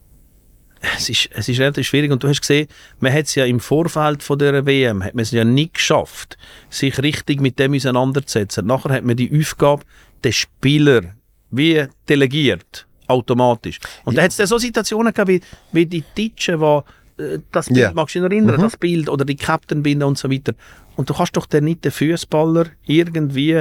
[SPEAKER 2] es ist, es ist relativ schwierig. Und du hast gesehen, man hat es ja im Vorfeld von der W M hat man es ja nicht geschafft, sich richtig mit dem auseinanderzusetzen. Nachher hat man die Aufgabe, den Spieler wie delegiert, automatisch. Und ja. Da hat es dann so Situationen gehabt, wie, wie die Titschen, die das Bild, yeah. magst du dich erinnern, mhm. das Bild oder die Captain-Binder und so weiter. Und du kannst doch dann nicht den Fußballer irgendwie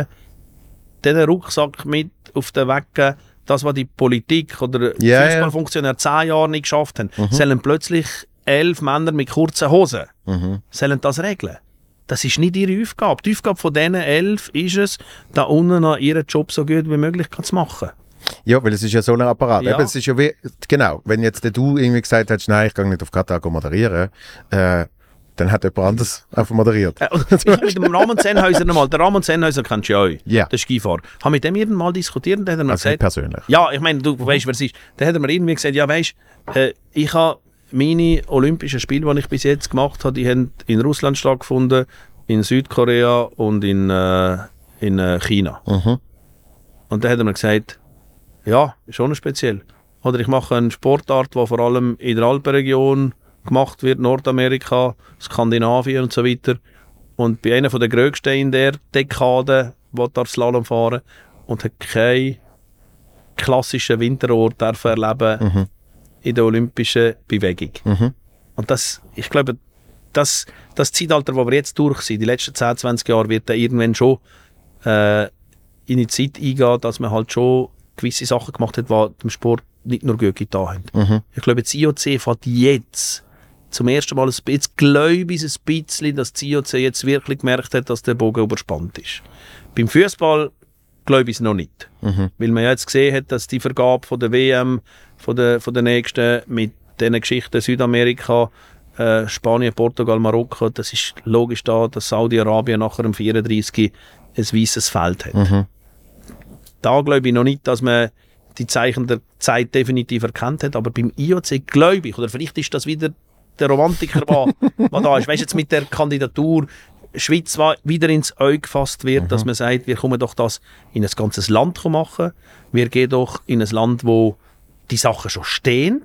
[SPEAKER 2] den Rucksack mit auf den Weg geben, das, was die Politik oder
[SPEAKER 1] yeah,
[SPEAKER 2] Fußballfunktionäre yeah. zehn Jahre nicht geschafft haben, mhm. sollen plötzlich elf Männer mit kurzen Hosen mhm. sollen das regeln. Das ist nicht ihre Aufgabe. Die Aufgabe von diesen elf ist es, da unten noch ihren Job so gut wie möglich zu machen.
[SPEAKER 1] Ja, weil es ist ja so ein Apparat.
[SPEAKER 2] Ja.
[SPEAKER 1] Eben, es ist ja wie, genau, wenn jetzt du irgendwie gesagt hättest, nein, ich gehe nicht auf Katar moderieren, äh, dann hat jemand anderes einfach moderiert.
[SPEAKER 2] Äh, ich habe mit dem Ramon Sennhäuser nochmal, der Ramon Sennhäuser kennst du ja auch,
[SPEAKER 1] yeah.
[SPEAKER 2] der Skifahrer. Ich habe mit dem irgendwann mal diskutiert und dann hat er mir
[SPEAKER 1] also
[SPEAKER 2] gesagt...
[SPEAKER 1] persönlich?
[SPEAKER 2] Ja, ich meine, du weißt, wer es ist. Dann hat er mir irgendwie gesagt, ja weisst, äh, ich habe meine Olympischen Spiele, die ich bis jetzt gemacht habe, die haben in Russland stattgefunden, in Südkorea und in, äh, in äh, China.
[SPEAKER 1] Mhm.
[SPEAKER 2] Und dann hat er mir gesagt, ja, ist schon speziell. Oder ich mache eine Sportart, die vor allem in der Alpenregion gemacht wird, Nordamerika, Skandinavien und so weiter. Und bei einer der grössten in der Dekade, die darf Slalom fahren und hat keinen klassischen Winterort erleben mhm. in der olympischen Bewegung.
[SPEAKER 1] Mhm.
[SPEAKER 2] Und das, ich glaube, das, das Zeitalter, das wir jetzt durch sind, die letzten zehn, zwanzig Jahre, wird dann irgendwann schon äh, in die Zeit eingehen, dass man halt schon gewisse Sachen gemacht hat, die dem Sport nicht nur gut getan haben.
[SPEAKER 1] Mhm.
[SPEAKER 2] Ich glaube, das I O C fährt jetzt zum ersten Mal, jetzt glaube ich ein bisschen, dass das I O C jetzt wirklich gemerkt hat, dass der Bogen überspannt ist. Beim Fußball glaube ich es noch nicht.
[SPEAKER 1] Mhm.
[SPEAKER 2] Weil man ja jetzt gesehen hat, dass die Vergabe von der W M, von der, von der nächsten, mit diesen Geschichten Südamerika, äh, Spanien, Portugal, Marokko, das ist logisch da, dass Saudi-Arabien nachher im vierunddreißig ein weißes Feld hat.
[SPEAKER 1] Mhm.
[SPEAKER 2] Da glaube ich noch nicht, dass man die Zeichen der Zeit definitiv erkannt hat, aber beim I O C glaube ich, oder vielleicht ist das wieder der Romantiker, der da ist. Weißt du, jetzt mit der Kandidatur Schweiz wieder ins Auge gefasst wird, mhm. dass man sagt, wir kommen doch das in ein ganzes Land machen, wir gehen doch in ein Land, wo die Sachen schon stehen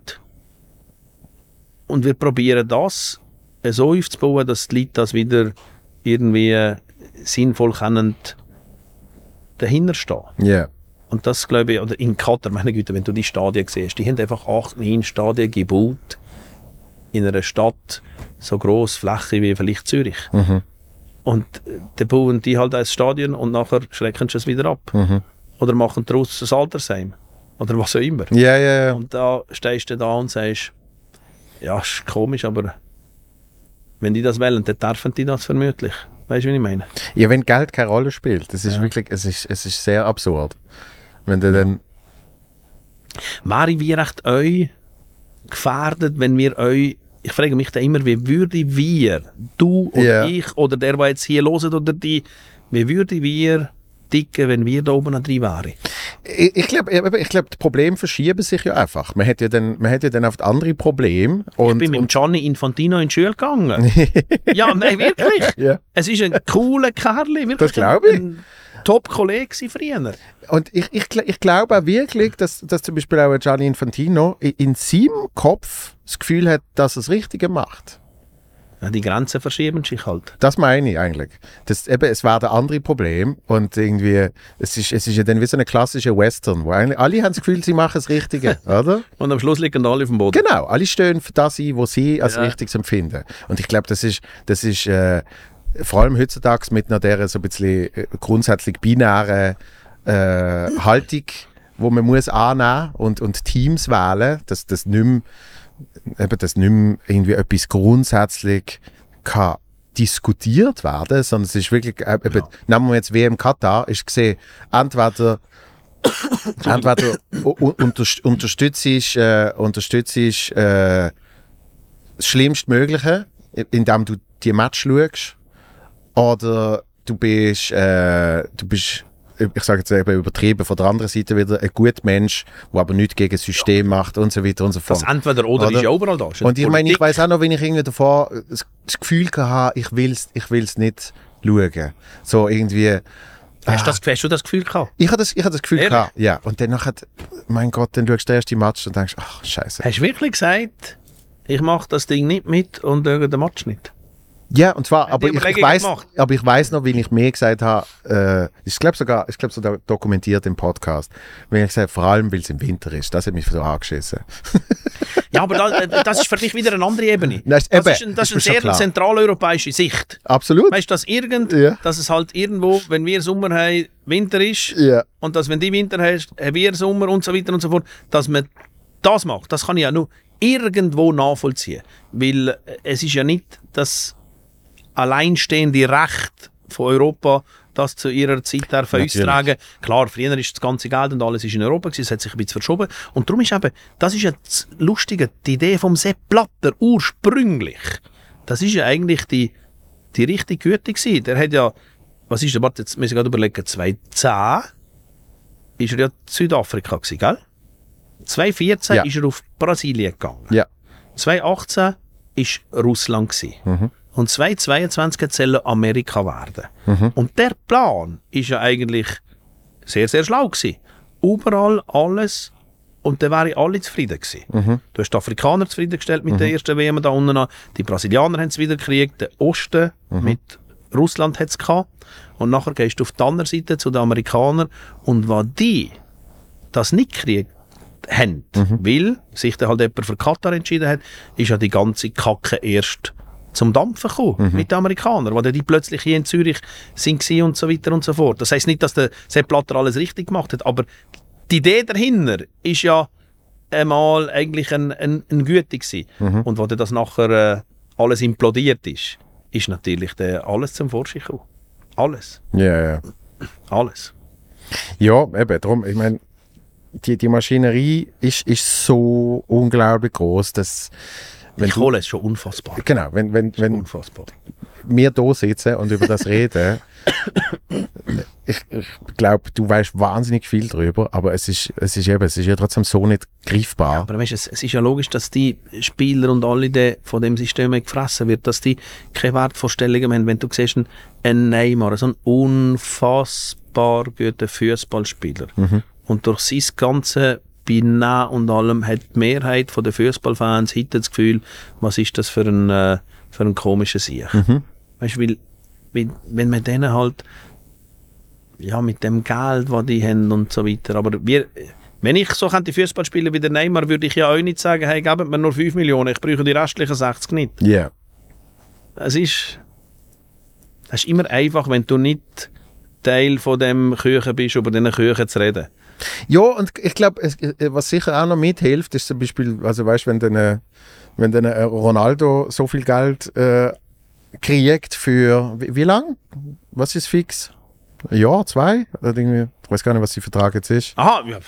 [SPEAKER 2] und wir probieren das so aufzubauen, dass die Leute das wieder irgendwie sinnvoll können dahinter stehen.
[SPEAKER 1] Yeah.
[SPEAKER 2] Und das glaube ich, oder in Katar, meine Güte, wenn du die Stadien siehst, die haben einfach acht, neun Stadien gebaut in einer Stadt so gross Fläche wie vielleicht Zürich.
[SPEAKER 1] Mhm.
[SPEAKER 2] Und dann bauen die halt ein Stadion und nachher schrecken sie es wieder ab.
[SPEAKER 1] Mhm.
[SPEAKER 2] Oder machen daraus ein Altersheim. Oder was auch immer.
[SPEAKER 1] Ja, ja, ja.
[SPEAKER 2] Und da stehst du da und sagst, ja, ist komisch, aber wenn die das wollen, dann dürfen die das vermutlich. Weißt du, wie ich meine?
[SPEAKER 1] Ja, wenn Geld keine Rolle spielt, das ist
[SPEAKER 2] ja.
[SPEAKER 1] wirklich, es ist, es ist sehr absurd. Wenn du dann...
[SPEAKER 2] Wäre wie recht euch gefährdet, wenn wir euch, ich frage mich da immer, wie würde wir, du oder
[SPEAKER 1] yeah.
[SPEAKER 2] ich oder der, der jetzt hier hört oder die, wie würde wir ticken, wenn wir da oben drin wären?
[SPEAKER 1] Ich, ich glaube, ich glaub, die Probleme verschieben sich ja einfach. Man hat ja dann, man hat ja dann oft andere Probleme. Und,
[SPEAKER 2] ich bin mit
[SPEAKER 1] und
[SPEAKER 2] Gianni Infantino in die Schule gegangen. Ja, nein, wirklich.
[SPEAKER 1] Ja.
[SPEAKER 2] Es ist ein cooler Kerl, wirklich.
[SPEAKER 1] Das glaube ich.
[SPEAKER 2] Ein Top-Kollege früher.
[SPEAKER 1] Und ich, ich, ich glaube auch wirklich, dass, dass zum Beispiel auch Gianni Infantino in, in seinem Kopf das Gefühl hat, dass er das Richtige macht.
[SPEAKER 2] Ja, die Grenzen verschieben sich halt.
[SPEAKER 1] Das meine ich eigentlich. Das, eben, es war der andere Problem und irgendwie, es ist, es ist ja dann wie so eine klassische Western, wo eigentlich alle haben das Gefühl, sie machen das Richtige, oder?
[SPEAKER 2] Und am Schluss liegen alle auf dem Boden.
[SPEAKER 1] Genau, alle stehen für das ein, was sie als
[SPEAKER 2] ja.
[SPEAKER 1] richtig empfinden. Und ich glaube, das ist, das ist äh, vor allem heutzutage mit einer der so ein bisschen grundsätzlich binären äh, Haltung, wo man muss annehmen und, und Teams wählen, dass das nicht mehr, eben, dass nicht mehr irgendwie etwas grundsätzlich kann diskutiert werden, sondern es ist wirklich, äh, eben, ja. Nehmen wir jetzt W M Katar, ist gesehen, entweder entweder unter, unterstützt ich, äh, unterstützt ich äh, das Schlimmstmögliche, indem du die Match schaust, oder du bist, äh, du bist, ich sage jetzt eben übertrieben, von der anderen Seite wieder ein guter Mensch, der aber nichts gegen das System macht und so weiter und so fort.
[SPEAKER 2] Das entweder oder, oder? Ist ja überall da.
[SPEAKER 1] Und ich meine, ich weiss auch noch, wenn ich irgendwie davor das, das Gefühl hatte, ich will es ich will's nicht schauen. So irgendwie...
[SPEAKER 2] Hast, das, hast du das Gefühl gehabt?
[SPEAKER 1] Ich hatte das, ich hatte das Gefühl Ehrlich? gehabt, ja. Und dann nachher, mein Gott, dann schaust du den ersten Match und denkst, ach, scheiße.
[SPEAKER 2] Hast du wirklich gesagt, ich mache das Ding nicht mit und schaue den Match nicht?
[SPEAKER 1] Ja, und zwar, aber ich, ich weiss, aber ich weiss noch, wie ich mehr gesagt habe, äh, ich glaube sogar, ich glaube sogar dokumentiert im Podcast, wenn ich gesagt habe, vor allem, weil es im Winter ist, das hat mich so angeschissen.
[SPEAKER 2] Ja, aber das, das ist für mich wieder eine andere Ebene.
[SPEAKER 1] Das,
[SPEAKER 2] das
[SPEAKER 1] eben,
[SPEAKER 2] ist, ein, das ist eine sehr zentraleuropäische Sicht.
[SPEAKER 1] Absolut.
[SPEAKER 2] Weißt du, dass, irgend,
[SPEAKER 1] ja.
[SPEAKER 2] dass es halt irgendwo, wenn wir Sommer haben, Winter ist,
[SPEAKER 1] ja. und
[SPEAKER 2] dass wenn die Winter hast, haben wir Sommer und so weiter und so fort, dass man das macht, das kann ich ja nur irgendwo nachvollziehen. Weil es ist ja nicht das alleinstehende Recht von Europa, das zu ihrer Zeit darf austragen. Klar, früher ist das ganze Geld und alles ist in Europa gewesen, es hat sich ein bisschen verschoben. Und darum ist eben, das ist ja das Lustige, die Idee vom Sepp Blatter ursprünglich, das ist ja eigentlich die, die richtige Güte gewesen. Der hat ja, was ist der, warte, jetzt müssen wir gerade überlegen, zweitausendzehn ist er ja in Südafrika gewesen, gell? zweitausendvierzehn ja. ist er auf Brasilien gegangen.
[SPEAKER 1] Ja.
[SPEAKER 2] zweitausendachtzehn ist Russland gewesen. Mhm. Und zweitausendzweiundzwanzig soll Amerika werden. Mhm. Und der Plan ist ja eigentlich sehr, sehr schlau gewesen. Überall alles, und dann wären alle zufrieden gewesen. Mhm. Du hast die Afrikaner zufriedengestellt mit mhm. der ersten W M da unten an. Die Brasilianer haben es wieder gekriegt. Der Osten mhm. mit Russland hat es gehabt. Und nachher gehst du auf die andere Seite zu den Amerikanern. Und was die das nicht gekriegt haben, mhm. weil sich dann halt jemand für Katar entschieden hat, ist ja die ganze Kacke erst zum Dampfen gekommen mhm. mit den Amerikanern, weil die plötzlich hier in Zürich sind und so weiter und so fort. Das heisst nicht, dass der Sepp Blatter alles richtig gemacht hat, aber die Idee dahinter ist ja einmal eigentlich ein, ein, ein Güte gewesen. Mhm. Und wo das nachher äh, alles implodiert ist, ist natürlich der alles zum Vorschein gekommen. Alles.
[SPEAKER 1] Ja, yeah, ja. Yeah.
[SPEAKER 2] Alles.
[SPEAKER 1] Ja, eben, darum, ich meine, die, die Maschinerie ist, ist so unglaublich groß, dass
[SPEAKER 2] Wenn die Kohle ist schon unfassbar.
[SPEAKER 1] Genau, wenn, wenn, wenn
[SPEAKER 2] unfassbar.
[SPEAKER 1] wir da sitzen und über das reden, ich, ich glaube, du weißt wahnsinnig viel darüber, aber es ist, es ist eben, es ist ja trotzdem so nicht greifbar.
[SPEAKER 2] Ja, aber weißt, es, es ist ja logisch, dass die Spieler und alle, die von dem System gefressen wird, dass die keine Wertvorstellungen haben. Wenn du siehst, ein Neymar, so ein unfassbar guter Fußballspieler mhm. und durch sein ganze Benehmen und allem hat die Mehrheit der Fußballfans heute das Gefühl, was ist das für ein, äh, für ein komischer Sieg. Mhm. Weißt du, weil, weil, wenn man denen halt ja, mit dem Geld, das die haben und so weiter, aber wir, wenn ich so könnte Fußball spielen wie der Neymar, würde ich ja auch nicht sagen, hey, gebt mir nur fünf Millionen, ich brauche die restlichen sechzig nicht.
[SPEAKER 1] Ja. Yeah.
[SPEAKER 2] Es ist, es ist immer einfach, wenn du nicht Teil von dem Kuchen bist, über diesen Kuchen zu reden.
[SPEAKER 1] Ja, und ich glaube, was sicher auch noch mithilft, ist zum Beispiel, also weißt, wenn dann, wenn dann Ronaldo so viel Geld äh, kriegt für, wie, wie lang? Was ist fix? Ein Jahr, zwei? Oder irgendwie, ich weiß gar nicht, was der Vertrag jetzt ist.
[SPEAKER 2] Aha, ja.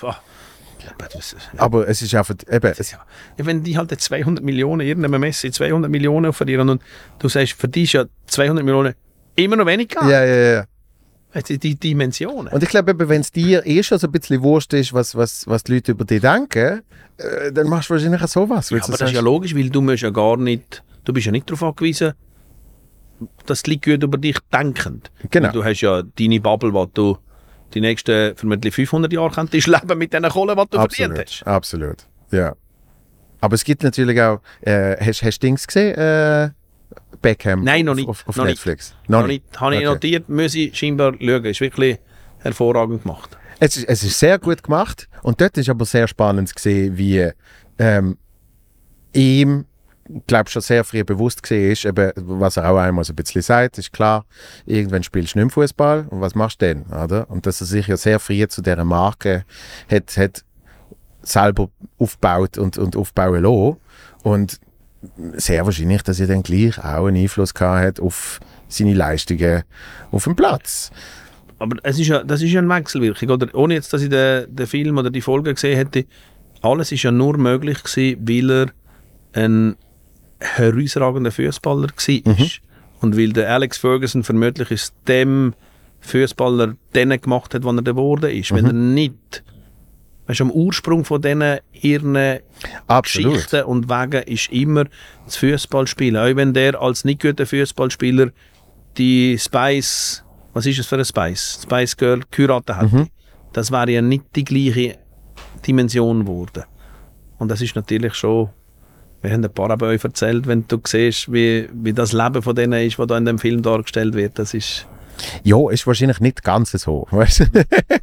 [SPEAKER 1] Aber es ist einfach, eben... Es
[SPEAKER 2] ja, wenn die halt zweihundert Millionen, irgendeinem Messi zweihundert Millionen verlieren und du sagst, für dich ist ja zweihundert Millionen immer noch wenig Geld.
[SPEAKER 1] Ja, ja, ja.
[SPEAKER 2] Die, die Dimensionen.
[SPEAKER 1] Und ich glaube, wenn es dir eh schon so ein bisschen wurscht ist, was, was, was die Leute über dich denken, äh, dann machst du wahrscheinlich auch sowas.
[SPEAKER 2] Ja, aber das sagst. Ist ja logisch, weil du musst ja gar nicht, du bist ja nicht darauf angewiesen, dass die Leute gut über dich denken.
[SPEAKER 1] Genau.
[SPEAKER 2] Weil du hast ja deine Bubble, wo du die nächsten vermutlich fünfhundert Jahre könntest leben mit diesen Kohlen, die du
[SPEAKER 1] absolut,
[SPEAKER 2] verdient hast.
[SPEAKER 1] Absolut, ja. Aber es gibt natürlich auch, äh, hast, hast du Dings gesehen, äh, Beckham
[SPEAKER 2] Nein, noch nicht.
[SPEAKER 1] auf, auf
[SPEAKER 2] noch
[SPEAKER 1] Netflix?
[SPEAKER 2] Nicht. Noch, noch nicht. nicht. Habe ich okay. notiert, muss ich scheinbar schauen. Ist wirklich hervorragend gemacht.
[SPEAKER 1] Es ist, es ist sehr gut gemacht und dort ist aber sehr spannend zu sehen, wie ähm, ihm glaube schon sehr früh bewusst gesehen ist, eben, was er auch einmal so ein bisschen sagt, ist klar, irgendwann spielst du nicht mehr Fußball und was machst du denn? Oder? Und dass er sich ja sehr früh zu dieser Marke hat, hat selber aufgebaut und, und aufbauen lassen. Und sehr wahrscheinlich, dass er dann gleich auch einen Einfluss gehabt hat auf seine Leistungen auf dem Platz.
[SPEAKER 2] Aber es ist ja, das ist ja eine Wechselwirkung. Oder? Ohne jetzt, dass ich den, den Film oder die Folge gesehen hätte, alles ist ja nur möglich gewesen, weil er ein herausragender Fußballer war. Mhm. Und weil der Alex Ferguson vermutlich ist dem Fußballer den gemacht hat, was er geworden ist. Mhm. Wenn er nicht, weißt du, am Ursprung von diesen ihren
[SPEAKER 1] Absolut.
[SPEAKER 2] Geschichten und Wegen ist immer das Fußballspielen. Auch wenn der als nicht guter Fußballspieler die Spice, was ist es für ein Spice? Spice Girl geheiratet hätte. Mhm. Das wäre ja nicht die gleiche Dimension geworden. Und das ist natürlich schon, wir haben ein paar aber euch erzählt, wenn du siehst, wie, wie das Leben von denen ist, was da in dem Film dargestellt wird, das ist...
[SPEAKER 1] Ja, ist wahrscheinlich nicht ganz so. Weißt du?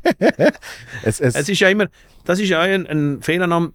[SPEAKER 1] es, es,
[SPEAKER 2] es ist ja immer, das ist ja ein, ein Fehlername,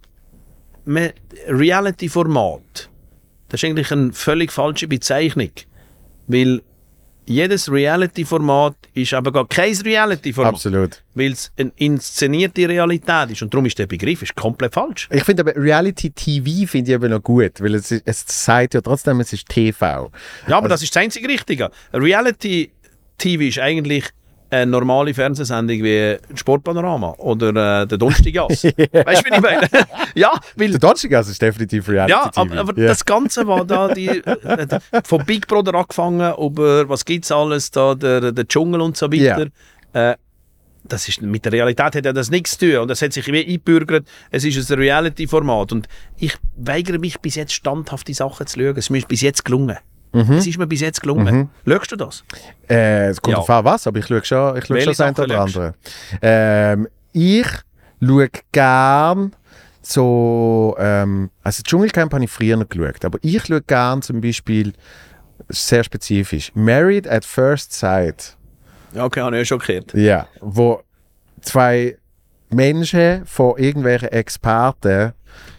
[SPEAKER 2] Reality-Format. Das ist eigentlich eine völlig falsche Bezeichnung, weil jedes Reality-Format ist aber gar kein Reality-Format.
[SPEAKER 1] Absolut.
[SPEAKER 2] Weil es eine inszenierte Realität ist. Und darum ist der Begriff ist komplett falsch.
[SPEAKER 1] Ich finde aber Reality-T V finde ich aber noch gut, weil es, es sagt ja trotzdem, es ist T V.
[SPEAKER 2] Ja, aber also, das ist das einzige Richtige. Reality-T V ist eigentlich eine normale Fernsehsendung wie Sportpanorama oder äh, der Donnerstaggas. Weißt du, wie ich meine? Ja, weil,
[SPEAKER 1] der Donnerstaggas ist definitiv Reality-T V.
[SPEAKER 2] Ja, aber, aber
[SPEAKER 1] yeah.
[SPEAKER 2] das Ganze war da, die, äh, von Big Brother angefangen, über was gibt es alles, da, der, der Dschungel und so weiter. Yeah. Äh, das ist, mit der Realität hat ja das nichts zu tun. Und das hat sich wie eingebürgert. Es ist ein Reality-Format. Und ich weigere mich bis jetzt standhaft die Sachen zu schauen. Es ist mir bis jetzt gelungen. Mhm. Es ist mir bis jetzt gelungen. Mhm. Schaust du das?
[SPEAKER 1] Äh, es kommt ja. auf was, aber ich schaue schon, ich schaue schon das eine oder andere. Ähm, ich schaue gern so, ähm, also Dschungelcamp habe ich früher noch geschaut, aber ich schaue gern zum Beispiel, sehr spezifisch, Married at First Sight.
[SPEAKER 2] Ja, okay, habe ich ja schon gehört.
[SPEAKER 1] Ja, wo zwei Menschen von irgendwelchen Experten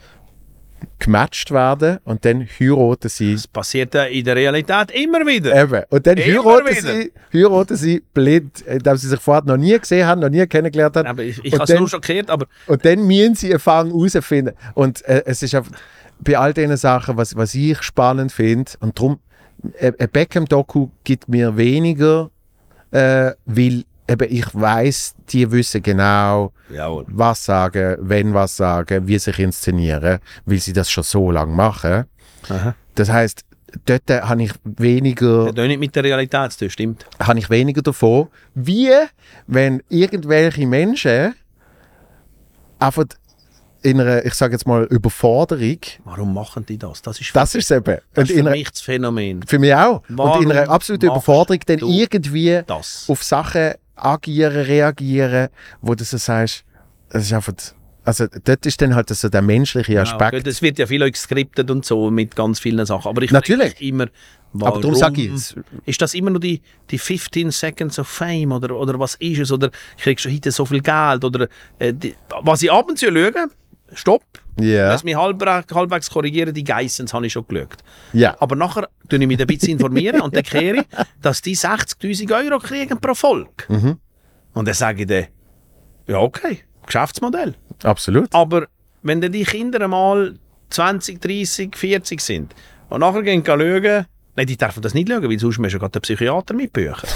[SPEAKER 1] gematcht werden und dann heiraten sie.
[SPEAKER 2] Das passiert ja in der Realität immer wieder.
[SPEAKER 1] Eben. Und dann heiraten sie, heiraten sie blind, indem sie sich vorher noch nie gesehen haben, noch nie kennengelernt haben.
[SPEAKER 2] Aber ich ich habe es nur schon gehört, aber...
[SPEAKER 1] Und dann müssen sie einen Fang herausfinden. Und äh, es ist einfach, bei all diesen Sachen, was, was ich spannend finde, und darum, ein Beckham-Doku gibt mir weniger, äh, weil eben ich weiss, die wissen genau,
[SPEAKER 2] Jawohl.
[SPEAKER 1] was sagen, wenn was sagen, wie sich inszenieren, weil sie das schon so lange machen.
[SPEAKER 2] Aha.
[SPEAKER 1] Das heisst, dort habe ich weniger...
[SPEAKER 2] Das hat nicht mit der Realität zu tun, stimmt.
[SPEAKER 1] Habe ich weniger davon, wie wenn irgendwelche Menschen einfach in einer, ich sage jetzt mal, Überforderung...
[SPEAKER 2] Warum machen die das? Das ist,
[SPEAKER 1] das ist eben.
[SPEAKER 2] Das ist für
[SPEAKER 1] einer,
[SPEAKER 2] mich das Phänomen.
[SPEAKER 1] Für mich auch.
[SPEAKER 2] Warum
[SPEAKER 1] und in einer absoluten Überforderung dann irgendwie
[SPEAKER 2] das?
[SPEAKER 1] auf Sachen agieren, reagieren, wo du so sagst, das ist einfach... Also dort ist dann halt so der menschliche Aspekt.
[SPEAKER 2] Ja, das wird ja viel geskriptet und so mit ganz vielen Sachen. Aber ich
[SPEAKER 1] Natürlich.
[SPEAKER 2] Immer, warum
[SPEAKER 1] aber darum sage ich es.
[SPEAKER 2] Ist das immer nur die, die fifteen Seconds of Fame oder, oder was ist es? Oder kriegst du heute so viel Geld? Oder äh, die, was ich ab und zu schaue, stopp.
[SPEAKER 1] Yeah.
[SPEAKER 2] Lass mich halb, halbwegs korrigieren, die Geissens habe ich schon geschaut.
[SPEAKER 1] Yeah.
[SPEAKER 2] Aber nachher informiere ich mich ein bisschen informieren und dann kehre ich, dass die sechzigtausend Euro kriegen pro Folge.
[SPEAKER 1] Mhm.
[SPEAKER 2] Und dann sage ich dann, ja okay, Geschäftsmodell.
[SPEAKER 1] Absolut.
[SPEAKER 2] Aber wenn dann die Kinder einmal zwanzig, dreißig, vierzig sind und nachher gehen schauen, nein, die dürfen das nicht schauen, weil sonst müssen wir gerade den Psychiater mitbüchen.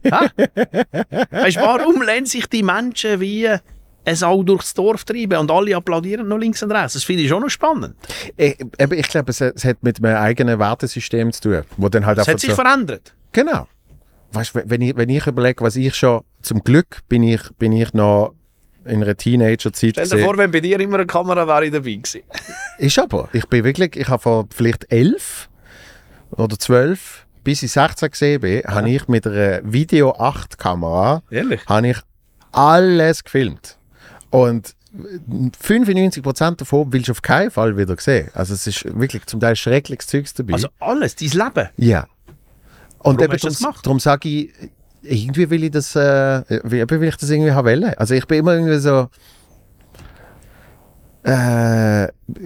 [SPEAKER 2] Weißt du, warum lassen sich die Menschen wie ein Sau durchs Dorf treiben und alle applaudieren noch links und rechts? Das finde ich schon noch spannend.
[SPEAKER 1] Ich, ich glaube, es, es hat mit einem eigenen Wertesystem zu tun. Wo dann halt
[SPEAKER 2] es hat sich
[SPEAKER 1] so
[SPEAKER 2] verändert.
[SPEAKER 1] Genau. Weißt, wenn, ich, wenn ich überlege, was ich schon, zum Glück bin ich, bin ich noch in einer Teenager-Zeit.
[SPEAKER 2] Stell dir vor, wenn bei dir immer eine Kamera wäre, ich dabei gewesen.
[SPEAKER 1] Ist aber. Ich bin wirklich, ich habe vor vielleicht elf oder zwölf, bis ich sechzehn gesehen bin, ja. habe ich mit einer Video acht Kamera habe ich alles gefilmt. Und fünfundneunzig Prozent davon willst du auf keinen Fall wieder sehen. Also es ist wirklich zum Teil schreckliches Zeugs dabei.
[SPEAKER 2] Also alles, dein Leben?
[SPEAKER 1] Ja. Und
[SPEAKER 2] warum hast du das gemacht?
[SPEAKER 1] Darum sage ich, irgendwie will ich das, äh, will ich das irgendwie haben wollen. Also ich bin immer irgendwie so, äh,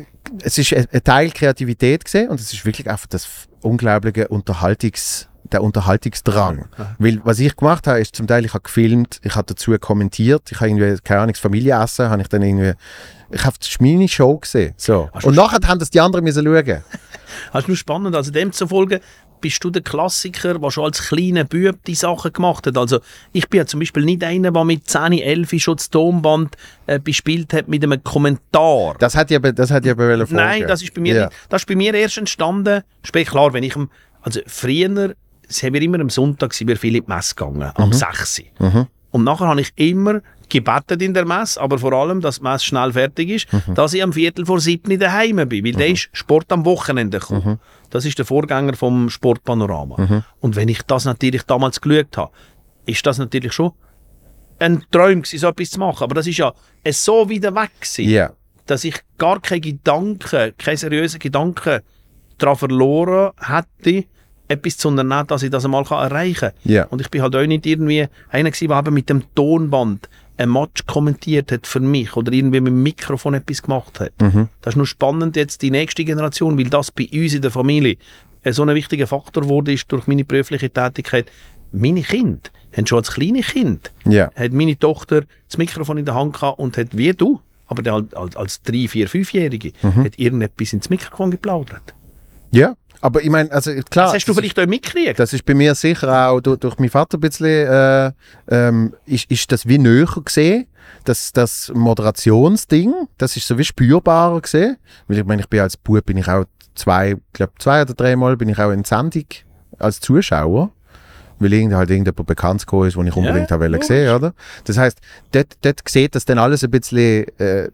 [SPEAKER 1] es ist ein, ein Teil Kreativität gesehen und es ist wirklich einfach das unglaubliche Unterhaltungs, der Unterhaltungsdrang.
[SPEAKER 2] Aha.
[SPEAKER 1] Weil was ich gemacht habe, ist zum Teil, ich habe gefilmt, ich habe dazu kommentiert, ich habe irgendwie, keine Ahnung, das Familienessen, habe ich dann irgendwie, ich habe meine Show gesehen. So. Und nachher haben das die anderen müssen schauen.
[SPEAKER 2] Das ist nur spannend, also dem zu folgen, bist du der Klassiker, der schon als kleiner Bub die Sachen gemacht hat. Also ich bin ja zum Beispiel nicht einer, der mit zehn, elf schon das Tonband äh, bespielt hat mit einem Kommentar.
[SPEAKER 1] Das hat ja, das hat ja bei Folge.
[SPEAKER 2] Nein, das ist bei mir
[SPEAKER 1] Ja.
[SPEAKER 2] nicht. Das ist bei mir erst entstanden. Sprich, klar, wenn ich am- also früher, es haben wir immer am Sonntag sind wir viel in die Messe gegangen, am sechs Uhr.
[SPEAKER 1] Mhm.
[SPEAKER 2] Und nachher habe ich immer gebetet in der Messe, aber vor allem, dass die Messe schnell fertig ist,
[SPEAKER 1] Mhm.
[SPEAKER 2] dass ich am Viertel vor sieben daheim bin, weil der ist Sport am Wochenende gekommen.
[SPEAKER 1] Mhm.
[SPEAKER 2] Das ist der Vorgänger vom Sportpanorama. Und wenn ich das natürlich damals geschaut habe, ist das natürlich schon ein Traum gewesen, so etwas zu machen. Aber das ist ja es so wieder weg gewesen,
[SPEAKER 1] Ja.
[SPEAKER 2] dass ich gar keine Gedanken, keine seriösen Gedanken daran verloren hätte, etwas zu unternehmen, dass ich das einmal erreichen kann.
[SPEAKER 1] Ja.
[SPEAKER 2] Und ich bin halt auch nicht irgendwie einer gewesen, der eben mit dem Tonband ein Match kommentiert hat für mich oder irgendwie mit dem Mikrofon etwas gemacht hat.
[SPEAKER 1] Mhm.
[SPEAKER 2] Das ist nur spannend jetzt die nächste Generation, weil das bei uns in der Familie äh, so ein wichtiger Faktor wurde ist durch meine berufliche Tätigkeit. Meine Kinder haben schon als kleine Kind
[SPEAKER 1] Ja.
[SPEAKER 2] hat meine Tochter das Mikrofon in der Hand gehabt und hat wie du, aber der als, als, als drei, vier, fünfjährige,
[SPEAKER 1] Mhm.
[SPEAKER 2] hat irgendetwas ins Mikrofon geplaudert.
[SPEAKER 1] Ja. Aber ich meine, also klar.
[SPEAKER 2] Das hast du vielleicht auch mitgekriegt.
[SPEAKER 1] Das ist bei mir sicher auch durch, durch meinen Vater ein bisschen, äh, ähm, ist, ist das wie näher gesehen. Das, das Moderationsding, das ist so wie spürbarer gesehen. Weil ich meine, ich bin als Bub, bin ich auch zwei, glaube zwei oder dreimal bin ich auch in Sendung als Zuschauer. Weil irgend, halt irgendjemand bekannt gekommen ist, den ich unbedingt
[SPEAKER 2] Ja,
[SPEAKER 1] habe wollen
[SPEAKER 2] logisch.
[SPEAKER 1] sehen, oder? Das heisst, dort, dort sieht das dann alles ein bisschen äh,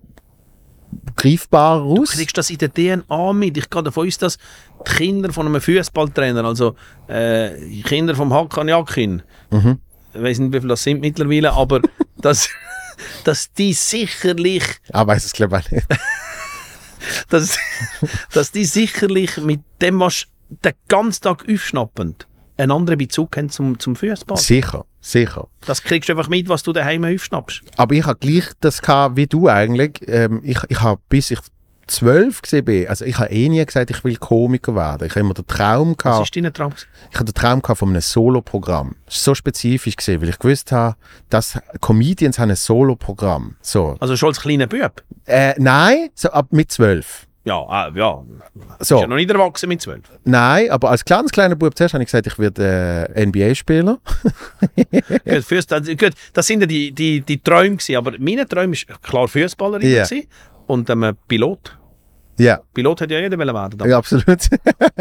[SPEAKER 1] greifbarer
[SPEAKER 2] Du
[SPEAKER 1] aus.
[SPEAKER 2] kriegst das in der D N A mit. Ich gehe davon aus, dass die Kinder von einem Fußballtrainer, also äh, die Kinder vom Hakan Yakin,
[SPEAKER 1] Mhm.
[SPEAKER 2] ich weiß nicht, wie viele das sind mittlerweile, aber dass, dass die sicherlich
[SPEAKER 1] Ah, weiss es glaube ich auch nicht.
[SPEAKER 2] dass, dass die sicherlich mit dem, was den ganzen Tag aufschnappen, einen anderen Bezug haben zum, zum Fußball.
[SPEAKER 1] Sicher, sicher.
[SPEAKER 2] Das kriegst du einfach mit, was du daheim aufschnappst.
[SPEAKER 1] Aber ich habe gleich das gehabt wie du eigentlich. Ähm, ich ich habe bis ich zwölf gesehen bin, also ich habe eh nie gesagt, ich will Komiker werden. Ich habe immer den Traum
[SPEAKER 2] Was
[SPEAKER 1] gehabt,
[SPEAKER 2] ist dein Traum?
[SPEAKER 1] ich habe den Traum gehabt von einem Solo-Programm. Das ist so spezifisch gesehen, weil ich gewusst habe, dass Comedians haben ein Solo-Programm. So.
[SPEAKER 2] Also schon als kleiner Bub?
[SPEAKER 1] Äh, nein, so ab mit zwölf.
[SPEAKER 2] Ja, äh, ja.
[SPEAKER 1] So.
[SPEAKER 2] Ist ja noch nicht erwachsen mit zwölf.
[SPEAKER 1] Nein, aber als ganz kleiner Bub zuerst habe ich gesagt, ich werde äh, N B A-Spieler.
[SPEAKER 2] Gut, Fuss- das, gut, das sind ja die, die, die Träume gewesen, aber mein Traum war klar Fußballerin
[SPEAKER 1] Ja.
[SPEAKER 2] gewesen und ähm, Pilot.
[SPEAKER 1] Ja.
[SPEAKER 2] Pilot hat ja jeder wollen werden.
[SPEAKER 1] Ja, absolut.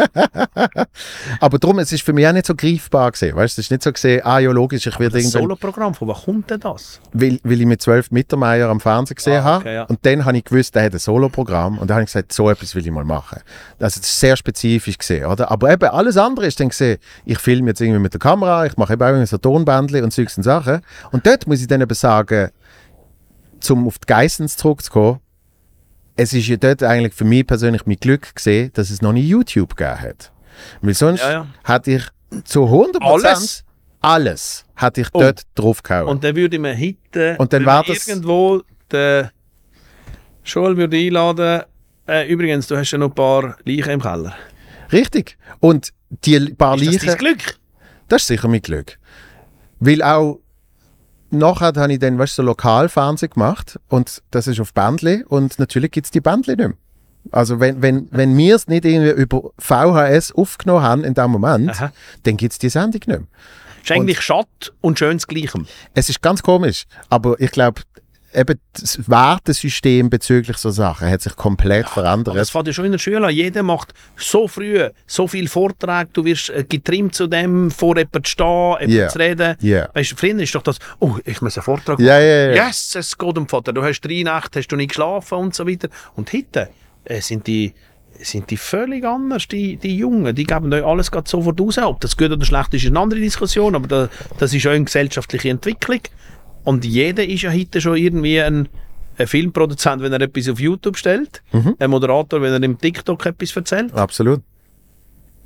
[SPEAKER 1] Aber darum, es ist für mich auch nicht so greifbar gesehen. Weißt, es ist nicht so gesehen, ah ja, logisch, ich werde
[SPEAKER 2] Das
[SPEAKER 1] irgendwann,
[SPEAKER 2] Solo-Programm, von wo kommt denn das?
[SPEAKER 1] weil, weil ich mit zwölf Mittermeier am Fernsehen gesehen
[SPEAKER 2] Ah,
[SPEAKER 1] habe.
[SPEAKER 2] okay, ja.
[SPEAKER 1] Und dann habe ich gewusst, der hat ein Solo-Programm. Und dann habe ich gesagt, so etwas will ich mal machen. Also, das ist sehr spezifisch gesehen, oder? Aber eben alles andere ist dann gesehen, ich filme jetzt irgendwie mit der Kamera, ich mache eben auch irgendwie so Tonbändchen und solche Sachen. Und dort muss ich dann eben sagen, um auf die Geissens zurückzukommen, es ist ja dort eigentlich für mich persönlich mein Glück gesehen, dass es noch nicht YouTube gegeben hat. Weil sonst
[SPEAKER 2] Ja, ja.
[SPEAKER 1] hätte ich zu hundert Prozent
[SPEAKER 2] Alles?
[SPEAKER 1] alles hätte ich
[SPEAKER 2] Oh.
[SPEAKER 1] dort draufgehauen.
[SPEAKER 2] Und dann würde man hitten,
[SPEAKER 1] Und dann
[SPEAKER 2] würde
[SPEAKER 1] war das-
[SPEAKER 2] irgendwo den Joel würde einladen, äh, übrigens, du hast ja noch ein paar Leichen im Keller.
[SPEAKER 1] Richtig. Und die paar
[SPEAKER 2] Ist das
[SPEAKER 1] Leichen,
[SPEAKER 2] dein Glück?
[SPEAKER 1] das ist sicher mein Glück. Weil auch nachher habe ich dann, weißt du, so Lokalfernsehen gemacht und das ist auf Bändli und natürlich gibt es die Bändli nicht mehr. Also wenn, wenn, wenn wir es nicht irgendwie über V H S aufgenommen haben in dem Moment,
[SPEAKER 2] Aha.
[SPEAKER 1] dann gibt es die Sendung nicht mehr.
[SPEAKER 2] Ist eigentlich Schatt und schönes Gleichem.
[SPEAKER 1] Es ist ganz komisch, aber ich glaube, eben das Wertesystem bezüglich so Sachen hat sich komplett verändert.
[SPEAKER 2] Aber das fängt ja schon in der Schule an. Jeder macht so früh so viele Vorträge, du wirst äh, getrimmt zu dem, vor jemandem zu stehen, jemand
[SPEAKER 1] Ja.
[SPEAKER 2] zu reden.
[SPEAKER 1] Ja.
[SPEAKER 2] Weißt du, früher ist doch das, oh, ich muss einen Vortrag
[SPEAKER 1] Ja, ja, ja.
[SPEAKER 2] Yes, es geht um Vater. Du hast drei Nächte, hast du nicht geschlafen und so weiter. Und heute äh, sind die sind die völlig anders, die, die Jungen. Die geben euch alles gerade sofort raus. Ob das gut oder schlecht ist, ist eine andere Diskussion, aber da, das ist auch eine gesellschaftliche Entwicklung. Und jeder ist ja heute schon irgendwie ein, ein Filmproduzent, wenn er etwas auf YouTube stellt,
[SPEAKER 1] Mhm.
[SPEAKER 2] ein Moderator, wenn er im TikTok etwas erzählt.
[SPEAKER 1] Absolut.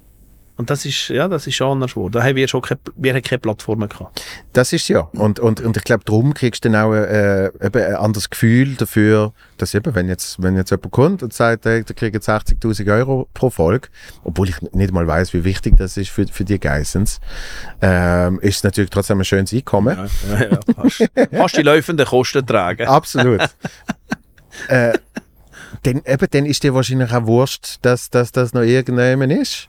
[SPEAKER 2] Und das ist, ja, das ist schon anders geworden. Da haben wir schon keine, wir haben keine Plattformen gehabt.
[SPEAKER 1] Das ist ja. Und, und, und ich glaube, darum kriegst du dann auch äh, eben ein anderes Gefühl dafür, dass eben, wenn jetzt, wenn jetzt jemand kommt und sagt, hey, der kriegt jetzt sechzigtausend Euro pro Folge, obwohl ich nicht mal weiss, wie wichtig das ist für, für die Geissens, ähm, ist es natürlich trotzdem ein schönes Einkommen.
[SPEAKER 2] Ja, ja, ja. Kannst, kannst die laufenden Kosten tragen.
[SPEAKER 1] Absolut. äh, dann, eben, dann ist dir wahrscheinlich auch wurscht, dass, dass das noch irgendjemand ist.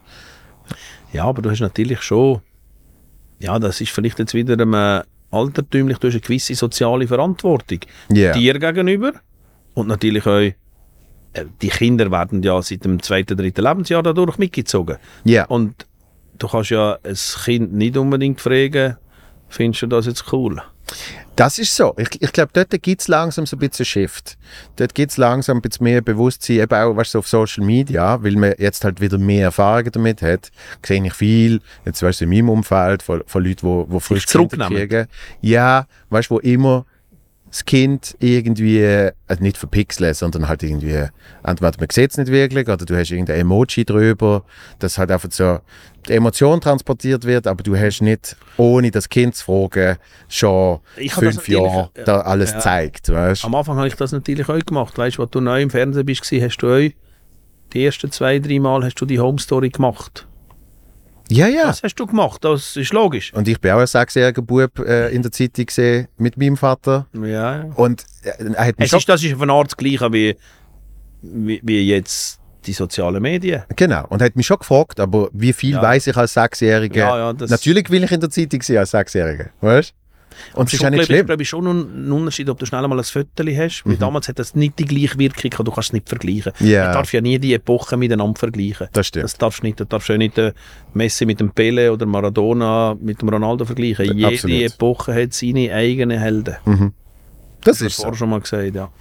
[SPEAKER 2] Ja, aber du hast natürlich schon, ja, das ist vielleicht jetzt wieder ähm, altertümlich, du hast eine gewisse soziale Verantwortung
[SPEAKER 1] Yeah.
[SPEAKER 2] dir gegenüber und natürlich auch, äh, die Kinder werden ja seit dem zweiten, dritten Lebensjahr dadurch mitgezogen.
[SPEAKER 1] Ja.
[SPEAKER 2] Und du kannst ja ein Kind nicht unbedingt fragen, findest du das jetzt cool?
[SPEAKER 1] Das ist so. Ich, ich glaube, dort gibt es langsam so ein bisschen Shift. Dort gibt es langsam ein bisschen mehr Bewusstsein, eben auch weißt, so auf Social Media, weil man jetzt halt wieder mehr Erfahrungen damit hat. Sehe ich viel, jetzt weißt du, in meinem Umfeld, von, von Leuten, die, die frisch Kinder kriegen. Ja, weißt du, wo immer das Kind irgendwie, also nicht verpixeln, sondern halt irgendwie, entweder man sieht es nicht wirklich oder du hast irgendein Emoji drüber, dass halt einfach so die Emotion transportiert wird, aber du hast nicht, ohne das Kind zu fragen, schon
[SPEAKER 2] Ich
[SPEAKER 1] fünf Jahre
[SPEAKER 2] ja,
[SPEAKER 1] da alles
[SPEAKER 2] ja.
[SPEAKER 1] gezeigt. Weißt?
[SPEAKER 2] Am Anfang habe ich das natürlich auch gemacht. Weißt du, als du neu im Fernsehen bist, hast du auch die ersten zwei, drei Mal hast du die Home Story gemacht.
[SPEAKER 1] Ja, ja.
[SPEAKER 2] Das hast du gemacht, das ist logisch.
[SPEAKER 1] Und ich bin auch ein sechsjähriger Bub äh, in der Zeitung gesehen mit meinem Vater.
[SPEAKER 2] Ja, ja.
[SPEAKER 1] Und äh, er hat mich
[SPEAKER 2] Es
[SPEAKER 1] schon...
[SPEAKER 2] ist, das ist auf eine Art das Gleiche wie, wie, wie jetzt die sozialen Medien.
[SPEAKER 1] Genau. Und er hat mich schon gefragt, aber wie viel
[SPEAKER 2] Ja.
[SPEAKER 1] weiss ich als Sechsjähriger?
[SPEAKER 2] Ja, ja, das-
[SPEAKER 1] Natürlich will ich in der Zeitung sein als Sechsjähriger. Weißt du? Und es ist auch nicht
[SPEAKER 2] Ich
[SPEAKER 1] schlimm.
[SPEAKER 2] glaube, es ist schon ein Unterschied, ob du schnell mal ein Foto hast. Weil damals hat das nicht die gleiche Wirkung gehabt, du kannst es nicht vergleichen.
[SPEAKER 1] Ja.
[SPEAKER 2] Du darfst ja nie die Epochen miteinander vergleichen.
[SPEAKER 1] Das stimmt.
[SPEAKER 2] Das darfst du nicht. Du darfst ja nicht den Messi mit dem Pele oder Maradona mit dem Ronaldo vergleichen. Jede
[SPEAKER 1] Absolut.
[SPEAKER 2] Epoche hat seine eigenen Helden.
[SPEAKER 1] Das
[SPEAKER 2] Das
[SPEAKER 1] ist
[SPEAKER 2] hast du
[SPEAKER 1] so.
[SPEAKER 2] vorher schon mal gesagt, ja.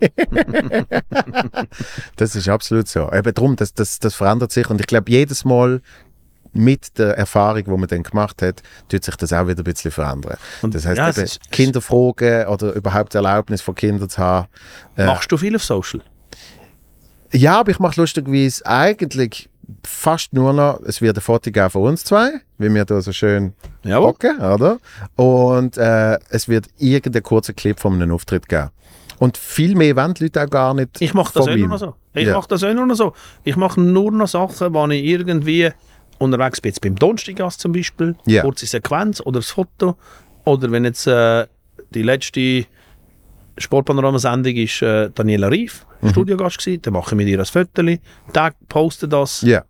[SPEAKER 1] Das ist absolut so. Eben darum, das, das, das verändert sich. Und ich glaube, jedes Mal mit der Erfahrung, die man dann gemacht hat, tut sich das auch wieder ein bisschen verändern.
[SPEAKER 2] Und
[SPEAKER 1] Das heisst,
[SPEAKER 2] ja, es
[SPEAKER 1] eben,
[SPEAKER 2] ist- es-
[SPEAKER 1] Kinder fragen oder überhaupt die Erlaubnis von Kindern zu haben. Äh,
[SPEAKER 2] Machst du viel auf Social?
[SPEAKER 1] Ja, aber ich mache lustigerweise eigentlich fast nur noch, es wird ein Foto geben von uns zwei, wie wir da so schön
[SPEAKER 2] Jawohl.
[SPEAKER 1] hocken, oder? Und äh, es wird irgendein kurzer Clip von einem Auftritt geben. Und viel mehr wollen die Leute auch gar nicht.
[SPEAKER 2] Ich mache das
[SPEAKER 1] von
[SPEAKER 2] auch nur
[SPEAKER 1] meinem.
[SPEAKER 2] noch so. Ich
[SPEAKER 1] Ja.
[SPEAKER 2] mache das auch nur noch so. Ich mache nur noch Sachen, wo ich irgendwie unterwegs bin. Jetzt beim Donnerstaggast zum Beispiel,
[SPEAKER 1] Ja.
[SPEAKER 2] kurze Sequenz oder das Foto. Oder wenn jetzt äh, die letzte Sportpanorama-Sendung ist äh, Daniela Rief,
[SPEAKER 1] Mhm.
[SPEAKER 2] Studiogast gewesen, dann mache ich mit ihr ein Foto, Tag poste das.
[SPEAKER 1] Ja.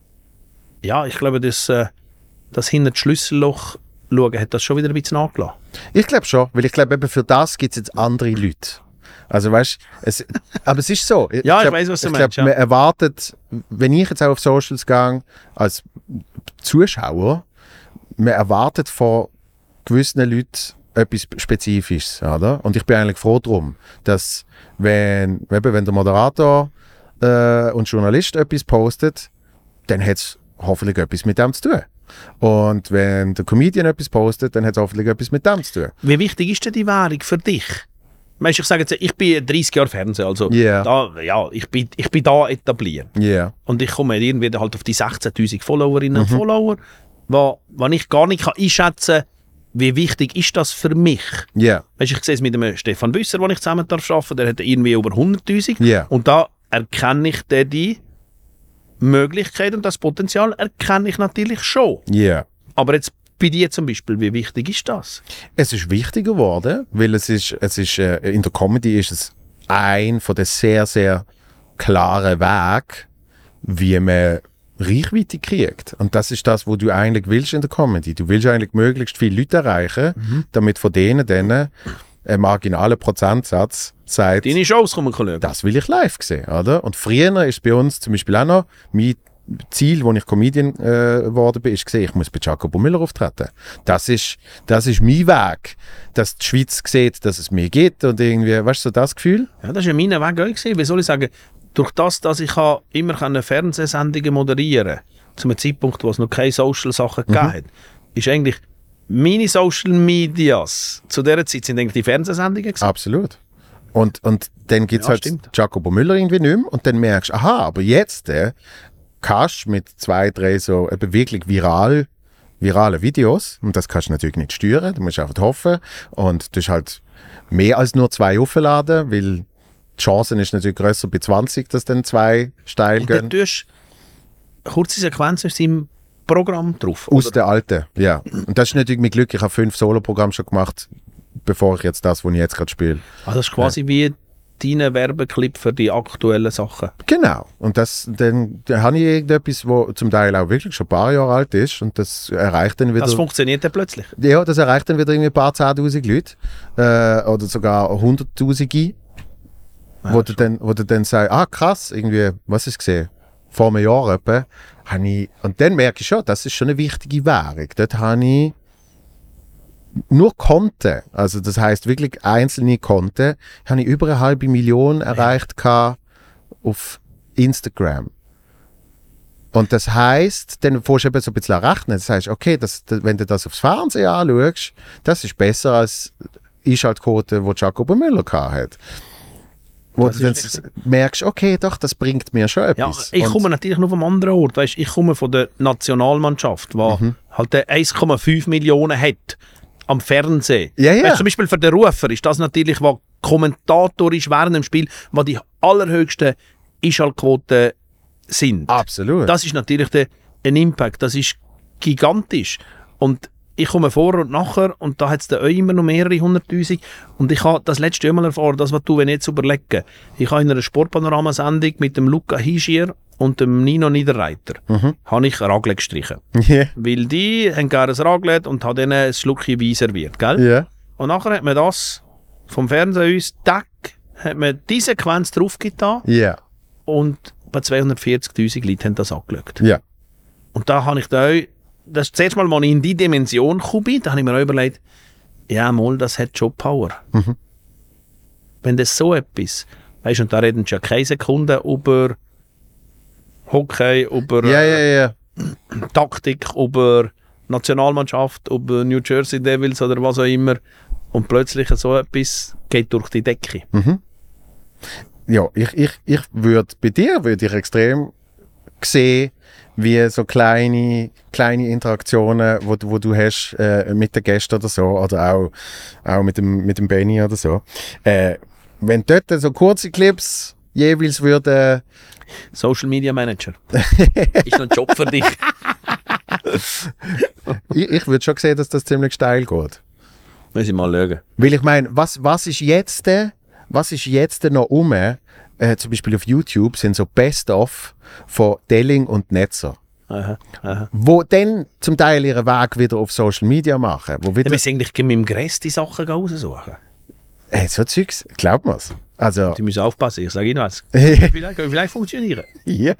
[SPEAKER 2] Ja, ich glaube, das, äh, das hinter das Schlüsselloch schauen hat das schon wieder ein bisschen angelassen.
[SPEAKER 1] Ich glaube schon, weil ich glaube, eben für das gibt es jetzt andere Leute. Also weißt es, aber es ist so.
[SPEAKER 2] Ja, ich
[SPEAKER 1] glaub,
[SPEAKER 2] weiss, was du
[SPEAKER 1] ich
[SPEAKER 2] meinst,
[SPEAKER 1] glaub,
[SPEAKER 2] ja.
[SPEAKER 1] Man erwartet, wenn ich jetzt auch auf Socials gehe, als Zuschauer, man erwartet von gewissen Leuten etwas Spezifisches, oder? Und ich bin eigentlich froh darum, dass wenn, eben, wenn der Moderator äh, und Journalist etwas postet, dann hat es hoffentlich etwas mit dem zu tun. Und wenn der Comedian etwas postet, dann hat es hoffentlich etwas mit dem zu tun.
[SPEAKER 2] Wie wichtig ist denn die Währung für dich? Weißt, ich sage jetzt, ich bin dreißig Jahre Fernsehen, also
[SPEAKER 1] Ja.
[SPEAKER 2] da, ja, ich, bin, ich bin da etabliert.
[SPEAKER 1] Ja. Yeah.
[SPEAKER 2] Und ich komme irgendwie halt auf die sechzehntausend Followerinnen und Follower, wo, wo ich gar nicht kann einschätzen kann, wie wichtig ist das für mich.
[SPEAKER 1] Ja. Yeah.
[SPEAKER 2] Weißt, ich sehe es mit dem Stefan Büsser, den ich zusammen darf arbeiten, der hat irgendwie über hunderttausend.
[SPEAKER 1] Ja.
[SPEAKER 2] Und da erkenne ich dann die Möglichkeit und das Potenzial erkenne ich natürlich schon.
[SPEAKER 1] Ja. Yeah.
[SPEAKER 2] Aber jetzt bei dir zum Beispiel, wie wichtig ist das?
[SPEAKER 1] Es ist wichtiger geworden, weil es ist, es ist äh, in der Comedy ist es ein von den sehr, sehr klaren Wegen, wie man Reichweite kriegt. Und das ist das, was du eigentlich willst in der Comedy. Du willst eigentlich möglichst viele Leute erreichen,
[SPEAKER 2] Mhm.
[SPEAKER 1] damit von denen dann ein marginaler Prozentsatz sagt,
[SPEAKER 2] Deine Shows kommen schauen.
[SPEAKER 1] das will ich live sehen, oder? Und früher ist bei uns zum Beispiel auch noch mein Ziel, als ich Comedian äh, geworden bin, ist gesehen, ich muss bei Jacobo Müller auftreten. Das ist, das ist mein Weg, dass die Schweiz sieht, dass es mir gibt und irgendwie, weißt du, so das Gefühl?
[SPEAKER 2] Ja, das war ja mein Weg auch gewesen. Wie soll ich sagen, durch das, dass ich immer Fernsehsendungen moderieren konnte, zu einem Zeitpunkt, wo es noch keine Social-Sachen
[SPEAKER 1] Mhm.
[SPEAKER 2] gegeben hat, ist eigentlich meine Social-Medias zu dieser Zeit sind eigentlich die Fernsehsendungen gewesen.
[SPEAKER 1] Absolut. Und, und dann gibt es
[SPEAKER 2] Ja,
[SPEAKER 1] halt
[SPEAKER 2] stimmt.
[SPEAKER 1] Jacobo Müller irgendwie nicht mehr und dann merkst du, aha, aber jetzt äh, kannst mit zwei, drei so eben wirklich viral, virale Videos. Und das kannst du natürlich nicht steuern. Du musst einfach hoffen. Und du hast halt mehr als nur zwei aufladen, weil die Chance ist natürlich grösser bei zwanzig, dass dann zwei steil
[SPEAKER 2] Und
[SPEAKER 1] gehen.
[SPEAKER 2] dann tust du kurze Sequenzen aus deinem Programm drauf.
[SPEAKER 1] Aus
[SPEAKER 2] oder?
[SPEAKER 1] der alten, ja. Und das ist nicht irgendwie Glück. Ich habe fünf Solo-Programme schon gemacht, bevor ich jetzt das, was ich jetzt gerade spiele.
[SPEAKER 2] Also das ist quasi ja. wie dein Werbeclip für die aktuellen Sachen.
[SPEAKER 1] Genau. Und das, dann, dann habe ich irgendetwas, was zum Teil auch wirklich schon ein paar Jahre alt ist und das erreicht dann wieder...
[SPEAKER 2] Das funktioniert dann plötzlich?
[SPEAKER 1] Ja, das erreicht dann wieder irgendwie ein paar zehntausend Leute äh, oder sogar hunderttausende,
[SPEAKER 2] Ja,
[SPEAKER 1] wo, du dann, wo du dann sagst, ah krass, irgendwie, was ist gesehen? Vor einem Jahr etwa, habe ich... Und dann merke ich schon, das ist schon eine wichtige Währung. Dort habe ich nur Konten, also das heisst wirklich einzelne Konten, habe ich über eine halbe Million erreicht ja. auf Instagram. Und das heisst, dann fährst du eben so ein bisschen rechnen. Das heisst, okay, das, das, wenn du das aufs Fernsehen anschaust, das ist besser als Einschaltquote, die Jacobo Müller hatte. Wo das du dann richtig. merkst, okay, doch, das bringt mir schon etwas.
[SPEAKER 2] Ja, ich
[SPEAKER 1] Und
[SPEAKER 2] komme natürlich noch vom anderen Ort. Weißt, ich komme von der Nationalmannschaft, die mhm. halt eins Komma fünf Millionen hat am Fernsehen.
[SPEAKER 1] Ja, ja.
[SPEAKER 2] Weißt, zum Beispiel für den Rufer ist das natürlich, was kommentatorisch während dem Spiel, was die allerhöchsten Einschaltquoten sind.
[SPEAKER 1] Absolut.
[SPEAKER 2] Das ist natürlich der, ein Impact, das ist gigantisch. Und ich komme vor und nachher und da hat es dann auch immer noch mehrere hunderttausend. Und ich habe das letzte Jahr mal erfahren, das, was du, wenn jetzt überlegen. Ich habe in einer Sportpanorama-Sendung mit dem Luca Hischier und dem Nino Niederreiter mhm. habe ich Raclette gestrichen.
[SPEAKER 1] Yeah.
[SPEAKER 2] Weil die haben gerne ein Raclette und haben denen ein Schluckchen Wein serviert, gell?
[SPEAKER 1] Yeah.
[SPEAKER 2] Und nachher hat man das vom Fernsehen uns, tack, hat man diese Sequenz draufgetan
[SPEAKER 1] yeah.
[SPEAKER 2] und bei zweihundertvierzigtausend Leute haben das angeschaut.
[SPEAKER 1] Yeah.
[SPEAKER 2] Und da habe ich da auch, das ist das erste Mal, als ich in diese Dimension gekommen bin, da habe ich mir auch überlegt, ja mal, das hat schon Power.
[SPEAKER 1] Mhm.
[SPEAKER 2] Wenn das so etwas, weißt du, und da reden schon keine Sekunden über Hockey, über
[SPEAKER 1] ja, ja, ja.
[SPEAKER 2] Taktik, über Nationalmannschaft, über New Jersey Devils oder was auch immer. Und plötzlich so etwas geht durch die Decke.
[SPEAKER 1] Mhm. Ja, ich, ich, ich würde bei dir würde ich extrem sehen, wie so kleine, kleine Interaktionen, wo, wo du hast äh, mit den Gästen oder so, oder auch, auch mit dem, mit dem Benny oder so. Äh, wenn dort so kurze Clips jeweils würden...
[SPEAKER 2] Social Media Manager. Ist noch ein Job für dich.
[SPEAKER 1] ich ich würde schon sehen, dass das ziemlich steil geht.
[SPEAKER 2] Muss ich mal schauen.
[SPEAKER 1] Weil ich meine, was, was ist jetzt was ist jetzt noch um? Äh, zum Beispiel auf YouTube sind so Best-of von Delling und Netzer.
[SPEAKER 2] Aha, aha.
[SPEAKER 1] Wo dann zum Teil ihren Weg wieder auf Social Media machen. Wo wieder
[SPEAKER 2] wir müssen eigentlich mit dem Gräss die Sachen raussuchen.
[SPEAKER 1] Hey, so Zeugs, glaubt man's. Also,
[SPEAKER 2] die müssen aufpassen, ich sage Ihnen was. vielleicht, vielleicht funktionieren.
[SPEAKER 1] Ja.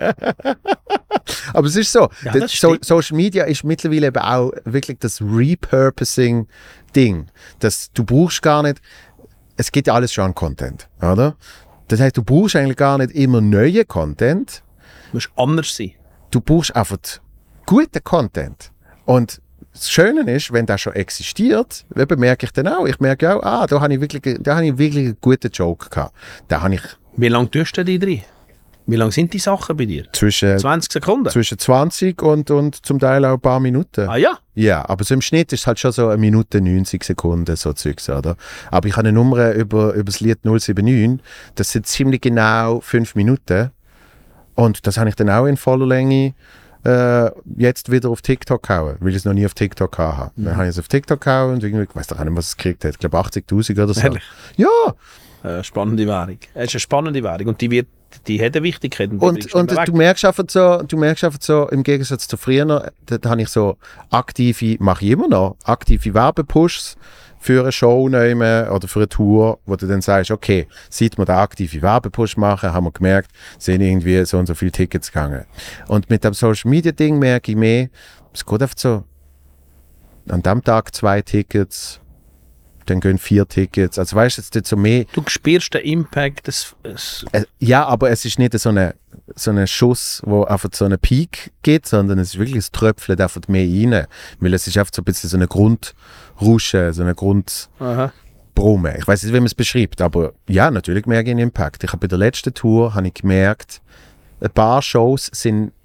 [SPEAKER 1] Aber es ist so,
[SPEAKER 2] ja,
[SPEAKER 1] das so Social Media ist mittlerweile eben auch wirklich das Repurposing-Ding. Das, du brauchst gar nicht, es geht ja alles schon an Content, oder? Das heißt, du brauchst eigentlich gar nicht immer neuen Content.
[SPEAKER 2] Du musst anders sein.
[SPEAKER 1] Du brauchst einfach guten Content. Und das Schöne ist, wenn das schon existiert, merke ich dann auch. Ich merke auch, ah, da habe ich wirklich, da habe ich wirklich einen guten Joke gehabt. Da habe ich...
[SPEAKER 2] Wie lange tust du die drin? Wie lange sind die Sachen bei dir?
[SPEAKER 1] Zwischen,
[SPEAKER 2] zwanzig Sekunden?
[SPEAKER 1] Zwischen zwanzig und, und zum Teil auch ein paar Minuten.
[SPEAKER 2] Ah ja?
[SPEAKER 1] Ja, aber so im Schnitt ist es halt schon so eine Minute neunzig Sekunden, so Zeugs, oder? Aber ich habe eine Nummer über, über das Lied null sieben neun, das sind ziemlich genau fünf Minuten. Und das habe ich dann auch in voller Länge äh, jetzt wieder auf TikTok gehauen, weil ich es noch nie auf TikTok hatte. Mhm. Dann habe ich es auf TikTok gehauen und irgendwie, ich weiß doch auch nicht, was es gekriegt hat. Ich glaube achtzigtausend oder so.
[SPEAKER 2] Ehrlich?
[SPEAKER 1] Ja!
[SPEAKER 2] Äh, spannende Währung. Es ist eine spannende Währung und die, wird, die hat eine Wichtigkeit. Und,
[SPEAKER 1] und, und du, merkst einfach so, du merkst einfach so, im Gegensatz zu früher, da, da habe ich so aktive, mache ich immer noch, aktive Werbepushs für eine Show nehmen oder für eine Tour, wo du dann sagst, okay, seit wir den aktiven Werbepush machen, haben wir gemerkt, sind irgendwie so und so viele Tickets gegangen. Und mit dem Social Media Ding merke ich mehr, es geht einfach so, an dem Tag zwei Tickets, dann gehen vier Tickets. Also weißt du, jetzt so mehr...
[SPEAKER 2] Du spürst den Impact des... des
[SPEAKER 1] äh, ja, aber es ist nicht so ein so eine Schuss, wo einfach so einen Peak gibt, sondern es ist wirklich, es tröpfelt einfach mehr rein. Weil es ist einfach so ein bisschen so eine Grundrusche, so eine Grundbrumme. Ich weiß nicht, wie man es beschreibt, aber ja, natürlich merke ich einen Impact. Ich habe bei der letzten Tour habe ich gemerkt, ein paar Shows sind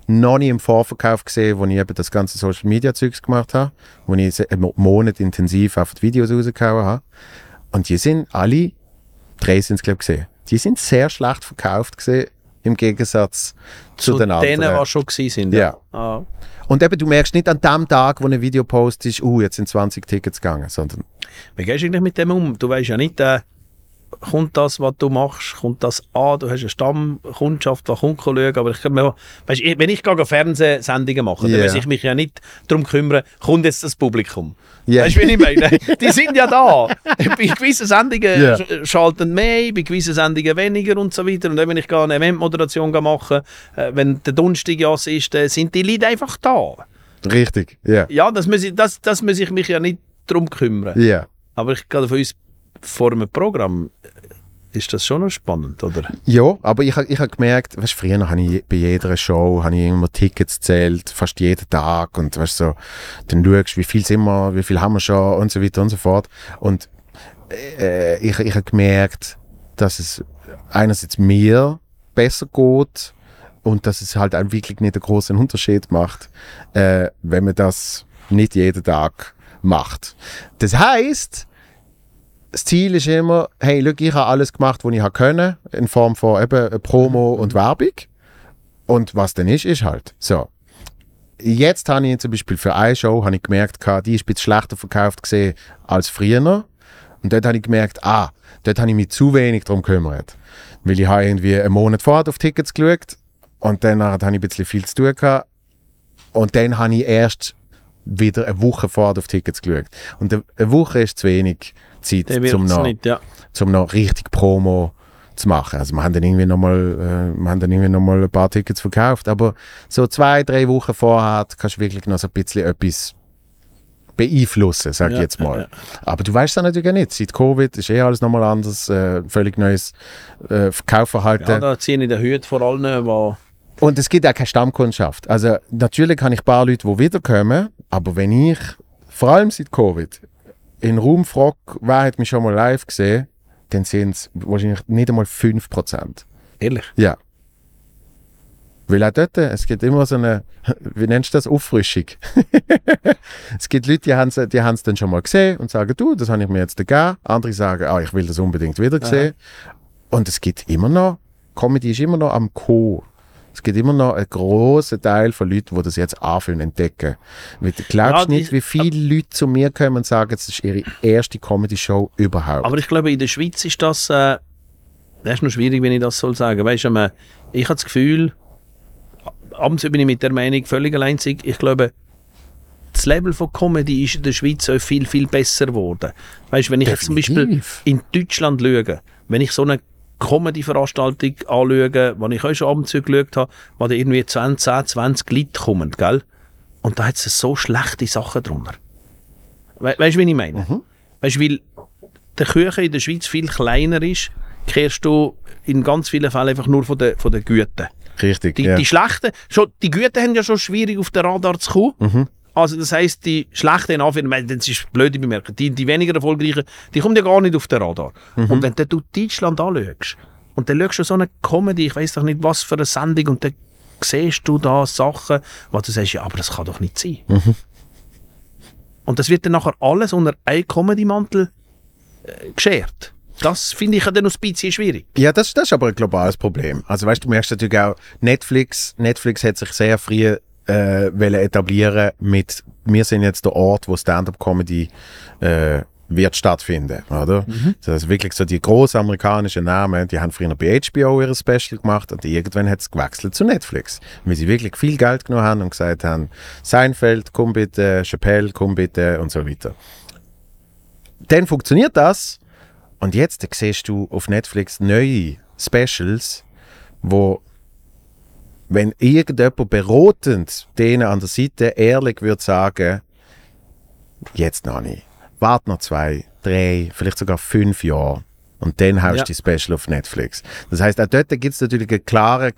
[SPEAKER 1] noch nie im Vorverkauf gesehen, wo ich eben das ganze Social-Media-Zeugs gemacht habe, wo ich einen Monat intensiv auf die Videos rausgehauen habe. Und die sind alle, drei sind es glaube ich gesehen, die sind sehr schlecht verkauft gesehen, im Gegensatz zu, zu den anderen.
[SPEAKER 2] Denen, die schon gewesen sind.
[SPEAKER 1] Ja.
[SPEAKER 2] ja. Ah.
[SPEAKER 1] Und eben, du merkst nicht an dem Tag, wo ein Video postest, uh, jetzt sind zwanzig Tickets gegangen, sondern...
[SPEAKER 2] Wie gehst du eigentlich mit dem um? Du weißt ja nicht, äh, kommt das, was du machst, kommt das an, du hast eine Stammkundschaft, die kommt schauen, aber ich kann mir, weißt, wenn ich gar Fernsehsendungen mache, yeah. dann muss ich mich ja nicht darum kümmern, kommt jetzt das Publikum. Yeah. Weißt du, wie ich meine? Die sind ja da. Bei gewissen Sendungen yeah. schalten mehr, bei gewissen Sendungen weniger und so weiter. Und wenn ich eine Eventmoderation mache, äh, wenn der Donnerstag ja ist, dann sind die Leute einfach da.
[SPEAKER 1] Richtig, ja. Yeah.
[SPEAKER 2] Ja, das muss, ich, das, das muss ich mich ja nicht darum kümmern.
[SPEAKER 1] Yeah.
[SPEAKER 2] Aber ich gehe von uns vor einem Programm ist das schon noch spannend, oder?
[SPEAKER 1] Ja, aber ich, ich habe gemerkt, weißt, früher habe ich bei jeder Show habe ich immer Tickets gezählt, fast jeden Tag und weißt, so, dann schaust du, wie viel sind wir, wie viel haben wir schon und so weiter und so fort. Und äh, ich, ich habe gemerkt, dass es einerseits mir besser geht und dass es halt auch wirklich nicht einen großen Unterschied macht, äh, wenn man das nicht jeden Tag macht. Das heisst, das Ziel ist immer, hey, schau, ich habe alles gemacht, was ich können, in Form von eben Promo und Werbung. Und was dann ist, ist halt so. Jetzt habe ich zum Beispiel für eine Show habe ich gemerkt, die ist ein bisschen schlechter verkauft gesehen als früher. Und dort habe ich gemerkt, ah, dort habe ich mich zu wenig darum gekümmert. Weil ich habe irgendwie einen Monat vorher auf Tickets geschaut und dann habe ich ein bisschen viel zu tun gehabt. Und dann habe ich erst wieder eine Woche vorher auf Tickets geschaut. Und eine Woche ist zu wenig Zeit, um noch, nicht, ja. zum noch richtig Promo zu machen. Also wir haben dann irgendwie noch mal, äh, wir haben dann irgendwie noch mal ein paar Tickets verkauft, aber so zwei, drei Wochen vorher kannst du wirklich noch so ein bisschen etwas beeinflussen, sag ich ja, jetzt mal. Ja, ja. Aber du weißt es natürlich auch nicht. Seit Covid ist eh alles nochmal anders, äh, völlig neues äh, Verkaufverhalten.
[SPEAKER 2] Ja, da ziehe ich den Hut vor allen, wo
[SPEAKER 1] und es gibt auch keine Stammkundschaft. Also natürlich habe ich ein paar Leute, die wiederkommen, aber wenn ich, vor allem seit Covid, in Raum frage, wer hat mich schon mal live gesehen, dann sind es wahrscheinlich nicht einmal fünf Prozent.
[SPEAKER 2] Ehrlich?
[SPEAKER 1] Ja. Weil auch dort, es gibt immer so eine, wie nennst du das, Auffrischung. Es gibt Leute, die haben es die haben's dann schon mal gesehen und sagen, du, das habe ich mir jetzt gegeben. Andere sagen, ah, ich will das unbedingt wieder sehen. Und es gibt immer noch, Comedy ist immer noch am Co. Es gibt immer noch einen grossen Teil von Leuten, die das jetzt anfangen entdecken. Weil du glaubst ja, nicht, wie viele Leute zu mir kommen und sagen, das ist ihre erste Comedy-Show überhaupt.
[SPEAKER 2] Aber ich glaube, in der Schweiz ist das, äh, das ist noch schwierig, wenn ich das soll sagen. Weißt du, äh, ich habe das Gefühl, abends bin ich mit der Meinung völlig alleinzig. Ich glaube, das Level von Comedy ist in der Schweiz auch viel, viel besser geworden. Weißt du, wenn ich jetzt zum Beispiel in Deutschland schaue, wenn ich so eine Comedy-Veranstaltung anschauen, die ich auch schon abends geschaut habe, wo da irgendwie zehn, zwanzig Leute kommen, gell? Und da hat es so schlechte Sachen drunter. We weißt du, wie ich meine? Mhm. Weißt du, weil der Kuchen in der Schweiz viel kleiner ist, kehrst du in ganz vielen Fällen einfach nur von den, von den Guten.
[SPEAKER 1] Richtig,
[SPEAKER 2] die,
[SPEAKER 1] ja.
[SPEAKER 2] Die Schlechten, schon, die Guten haben ja schon schwierig auf den Radar zu kommen. Mhm. Also das heisst, die Schlechten in Anführungszeichen, das ist blöde Bemerkung, die, die weniger erfolgreichen, die kommen ja gar nicht auf den Radar. Mhm. Und wenn du Deutschland anschaust, und dann schaust du so eine Comedy, ich weiss doch nicht, was für eine Sendung, und dann siehst du da Sachen, wo du sagst, ja, aber das kann doch nicht sein. Mhm. Und das wird dann nachher alles unter einen Comedy-Mantel äh, geschert. Das finde ich dann noch ein bisschen schwierig.
[SPEAKER 1] Ja, das, das ist aber ein globales Problem. Also weißt du, merkst natürlich auch, Netflix, Netflix hat sich sehr früh äh, etablieren mit, wir sind jetzt der Ort, wo Stand-up-Comedy äh, wird stattfinden, oder? Mhm. Das ist wirklich so die grossen amerikanischen Namen, die haben früher bei H B O ihr Special gemacht und irgendwann hat es gewechselt zu Netflix, weil sie wirklich viel Geld genommen haben und gesagt haben, Seinfeld, komm bitte, Chappelle, komm bitte und so weiter. Dann funktioniert das und jetzt siehst du auf Netflix neue Specials, wo wenn irgendjemand beratend denen an der Seite ehrlich würde sagen, jetzt noch nicht. Warte noch zwei, drei, vielleicht sogar fünf Jahre und dann haust du ja. die Special auf Netflix. Das heisst, auch dort gibt es natürlich einen klaren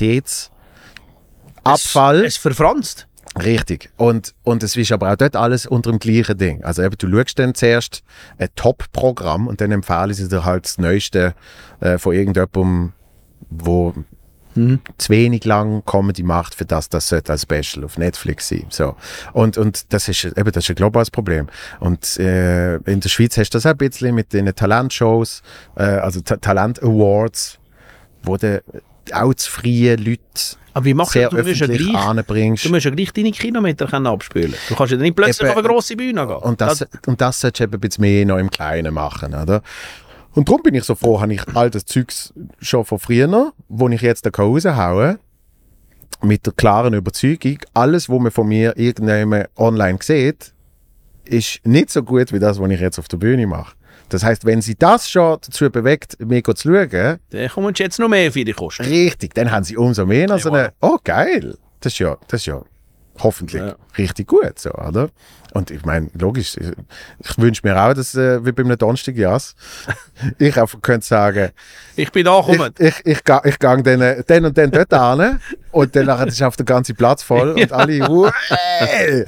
[SPEAKER 1] Qualitätsabfall.
[SPEAKER 2] Es, es verfranst.
[SPEAKER 1] Richtig. Und, und es ist aber auch dort alles unter dem gleichen Ding. Also eben, du schaust dann zuerst ein Top-Programm und dann empfehlen sie dir halt das Neueste äh, von irgendjemandem, wo
[SPEAKER 2] Mhm.
[SPEAKER 1] Zu wenig lang Comedy macht, für das das sollte als Special auf Netflix sein. So. Und, und das ist eben das ist ein globales Problem. Und äh, in der Schweiz hast du das auch ein bisschen mit den Talentshows, äh, also Ta- Talent-Awards, wo du auch zu freie Leute
[SPEAKER 2] Aber wie machst
[SPEAKER 1] sehr
[SPEAKER 2] du, du musst ja
[SPEAKER 1] öffentlich
[SPEAKER 2] gleich,
[SPEAKER 1] anbringst.
[SPEAKER 2] du musst ja gleich deine Kilometer können abspielen. Du kannst ja nicht plötzlich
[SPEAKER 1] Eben,
[SPEAKER 2] auf eine grosse Bühne gehen.
[SPEAKER 1] Und das, und das solltest du eben ein bisschen mehr noch im Kleinen machen, oder? Und darum bin ich so froh, habe ich all das Zeugs schon von früher, wo ich jetzt da raushauen kann, mit der klaren Überzeugung, alles, was man von mir irgendjemand online sieht, ist nicht so gut wie das, was ich jetzt auf der Bühne mache. Das heisst, wenn sie das schon dazu bewegt, mir zu schauen,
[SPEAKER 2] dann kommen jetzt noch mehr für die Kosten.
[SPEAKER 1] richtig, dann haben sie umso mehr noch so eine, oh geil, das ist ja, das ist ja hoffentlich
[SPEAKER 2] Ja.
[SPEAKER 1] richtig gut, so, oder? Und ich meine, logisch, ich, ich wünsche mir auch, dass äh, wie bei einem Donnerstag-Jas ich einfach könnte sagen,
[SPEAKER 2] Ich bin da
[SPEAKER 1] ich,
[SPEAKER 2] gekommen.
[SPEAKER 1] ich, ich, ga- ich gehe dann, dann und dann dort hin und dann nachher ist auf der ganze Platz voll und alle, «Uäh!»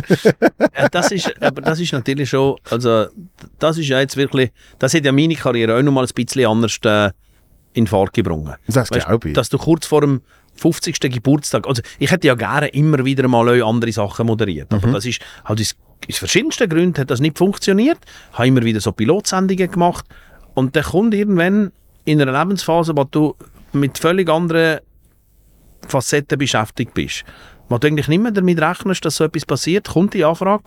[SPEAKER 2] Ja, das ist, aber das ist natürlich schon, also das ist ja jetzt wirklich, das hat ja meine Karriere auch noch mal ein bisschen anders äh, in Fahrt gebracht.
[SPEAKER 1] Das
[SPEAKER 2] Weißt,
[SPEAKER 1] glaube ich.
[SPEAKER 2] dass du kurz vor dem fünfzigsten Geburtstag, also ich hätte ja gerne immer wieder mal auch andere Sachen moderiert, aber
[SPEAKER 1] Mhm.
[SPEAKER 2] das ist halt aus, aus verschiedensten Gründen hat das nicht funktioniert, habe immer wieder so Pilotsendungen gemacht und dann kommt irgendwann in einer Lebensphase, wo du mit völlig anderen Facetten beschäftigt bist, wo du eigentlich nicht mehr damit rechnest, dass so etwas passiert, kommt die Anfrage,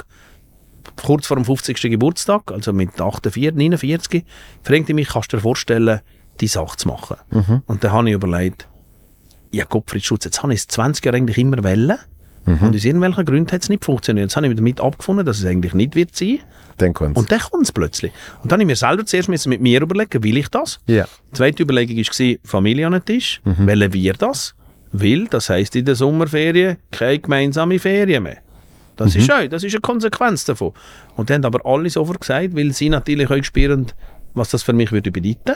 [SPEAKER 2] kurz vor dem fünfzigsten Geburtstag, also mit achtundvierzig, neunundvierzig, fragte mich, kannst du dir vorstellen, die Sache zu machen?
[SPEAKER 1] Mhm.
[SPEAKER 2] Und dann habe ich überlegt, ja Gottfried Schutz, jetzt habe ich es zwanzig Jahre eigentlich immer wollen
[SPEAKER 1] Mhm.
[SPEAKER 2] und aus irgendwelchen Gründen hat es nicht funktioniert. Jetzt habe ich damit abgefunden, dass es eigentlich nicht wird sein.
[SPEAKER 1] Dann kommt's.
[SPEAKER 2] Und dann kommt es plötzlich. Und dann habe ich mir selber zuerst müssen mit mir überlegen, will ich das?
[SPEAKER 1] Ja.
[SPEAKER 2] Die zweite Überlegung war, Familie an den Tisch.
[SPEAKER 1] Mhm.
[SPEAKER 2] Wollen wir das? Weil, das heisst in der Sommerferien keine gemeinsame Ferien mehr. Das,
[SPEAKER 1] Mhm.
[SPEAKER 2] ist auch, das ist eine Konsequenz davon. Und dann haben aber alle sofort gesagt, weil sie natürlich auch spüren, was das für mich würde bedeuten.